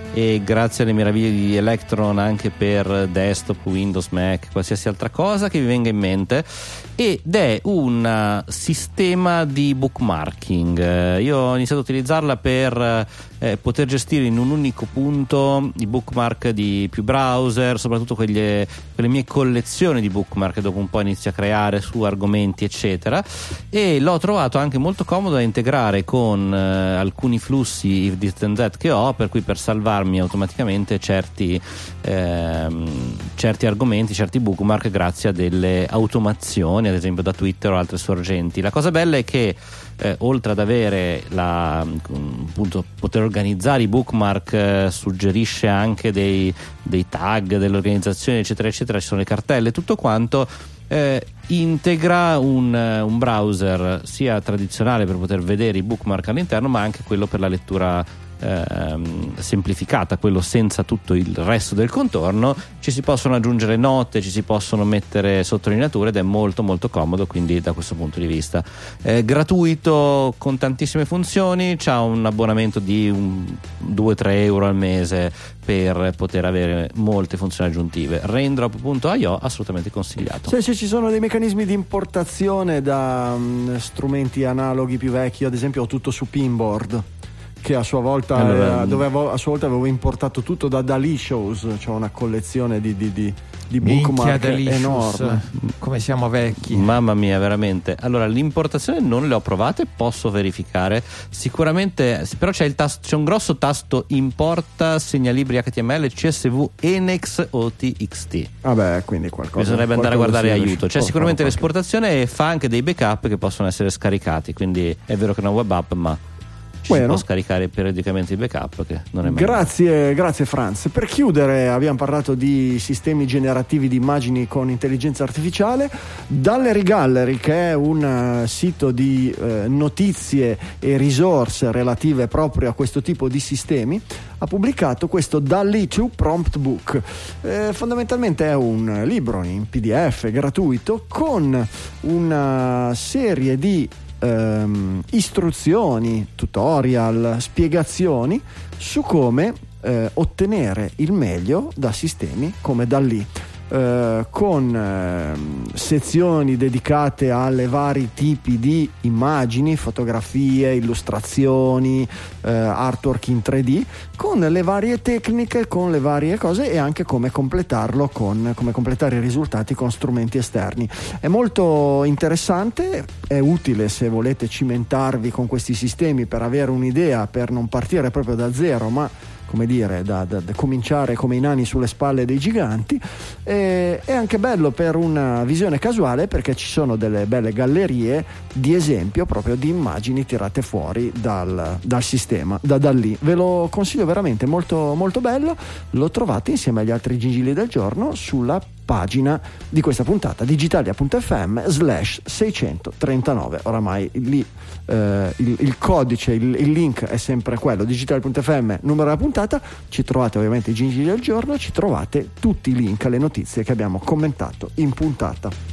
e grazie alle meraviglie di Electron anche per desktop, Windows, Mac, qualsiasi altra cosa che vi venga in mente, ed è un sistema di bookmarking. Io ho iniziato a utilizzarla per eh, poter gestire in un unico punto i bookmark di più browser, soprattutto quelle, quelle mie collezioni di bookmark che dopo un po' inizio a creare su argomenti eccetera, e l'ho trovato anche molto comodo da integrare con eh, alcuni flussi if this then that che ho, per cui per salvarmi automaticamente certi ehm, certi argomenti, certi bookmark grazie a delle automazioni, ad esempio da Twitter o altre sorgenti. La cosa bella è che eh, oltre ad avere la appunto poter organizzare i bookmark, eh, suggerisce anche dei, dei tag dell'organizzazione eccetera eccetera, ci sono le cartelle, tutto quanto. Eh, integra un, un browser sia tradizionale per poter vedere i bookmark all'interno, ma anche quello per la lettura ehm, semplificata, quello senza tutto il resto del contorno. Ci si possono aggiungere note, ci si possono mettere sottolineature ed è molto molto comodo, quindi da questo punto di vista è gratuito con tantissime funzioni. C'ha un abbonamento di due tre euro al mese per poter avere molte funzioni aggiuntive. Raindrop punto io assolutamente consigliato. Cioè, se ci sono dei meccanismi di importazione da um, strumenti analoghi più vecchi, ad esempio ho tutto su Pinboard, che a sua volta allora, eh, dove avevo, a sua volta avevo importato tutto da Dalicious, cioè una collezione di, di, di, di bookmark enorme. Come siamo vecchi, mamma mia, veramente. Allora, l'importazione non le ho provate, posso verificare sicuramente, però c'è il tasto, c'è un grosso tasto importa segnalibri H T M L, C S V, Enex o T X T. Vabbè, quindi qualcosa bisognerebbe andare a guardare aiuto. C'è oh, sicuramente oh, l'esportazione e fa anche dei backup che possono essere scaricati, quindi è vero che è una web app, ma ci bueno. si può scaricare periodicamente i backup, che non è mai grazie, grazie Franz. Per chiudere abbiamo parlato di sistemi generativi di immagini con intelligenza artificiale. Gallery Gallery, che è un uh, sito di uh, notizie e risorse relative proprio a questo tipo di sistemi, ha pubblicato questo DALL-E due Prompt Book. Eh, fondamentalmente è un libro in P D F gratuito con una serie di Ehm, istruzioni, tutorial, spiegazioni su come eh, ottenere il meglio da sistemi come DALL-E, eh, con eh, sezioni dedicate alle vari tipi di immagini, fotografie, illustrazioni, eh, artwork in tre D, con le varie tecniche, con le varie cose, e anche come completarlo con come completare i risultati con strumenti esterni. È molto interessante, è utile se volete cimentarvi con questi sistemi per avere un'idea, per non partire proprio da zero, ma come dire, da, da, da cominciare come i nani sulle spalle dei giganti. E, è anche bello per una visione casuale, perché ci sono delle belle gallerie di esempio proprio di immagini tirate fuori dal, dal sistema, da DALL-E. Ve lo consiglio veramente, molto molto bello. Lo trovate insieme agli altri gingilli del giorno sulla pagina di questa puntata, digitalia.fm slash seicentotrentanove. Oramai lì eh, il, il codice, il, il link è sempre quello, digitalia.fm numero della puntata. Ci trovate ovviamente i gingilli del giorno, ci trovate tutti i link alle notizie che abbiamo commentato in puntata.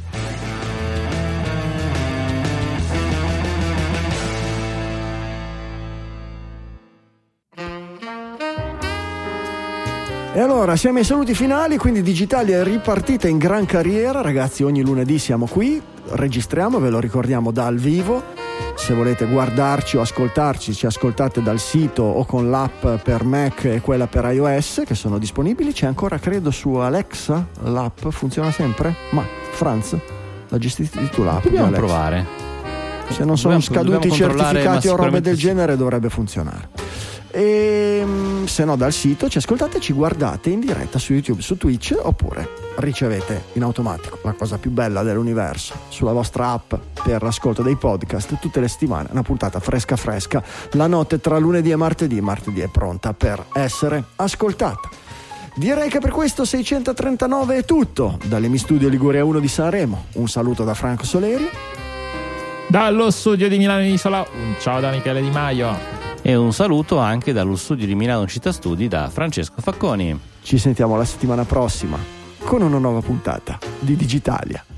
E allora siamo ai saluti finali, quindi Digitalia è ripartita in gran carriera, ragazzi. Ogni lunedì siamo qui, registriamo, ve lo ricordiamo, dal vivo. Se volete guardarci o ascoltarci, ci ascoltate dal sito o con l'app per Mac e quella per iOS che sono disponibili. C'è ancora, credo, su Alexa l'app, funziona sempre? Ma Franz, la gestisci tu l'app? Dobbiamo provare. Se non sono dobbiamo, scaduti dobbiamo certificati o robe del sì. genere, dovrebbe funzionare. E se no dal sito ci ascoltate, ci guardate in diretta su YouTube, su Twitch, oppure ricevete in automatico, la cosa più bella dell'universo, sulla vostra app per l'ascolto dei podcast tutte le settimane, una puntata fresca fresca la notte tra lunedì e martedì. Martedì è pronta per essere ascoltata. Direi che per questo seicentotrentanove è tutto. Dall'Emi Studio Liguria uno di Sanremo un saluto da Franco Soleri, dallo studio di Milano in Isola un ciao da Michele Di Maio, e un saluto anche dallo studio di Milano Città Studi da Francesco Facconi. Ci sentiamo la settimana prossima con una nuova puntata di Digitalia.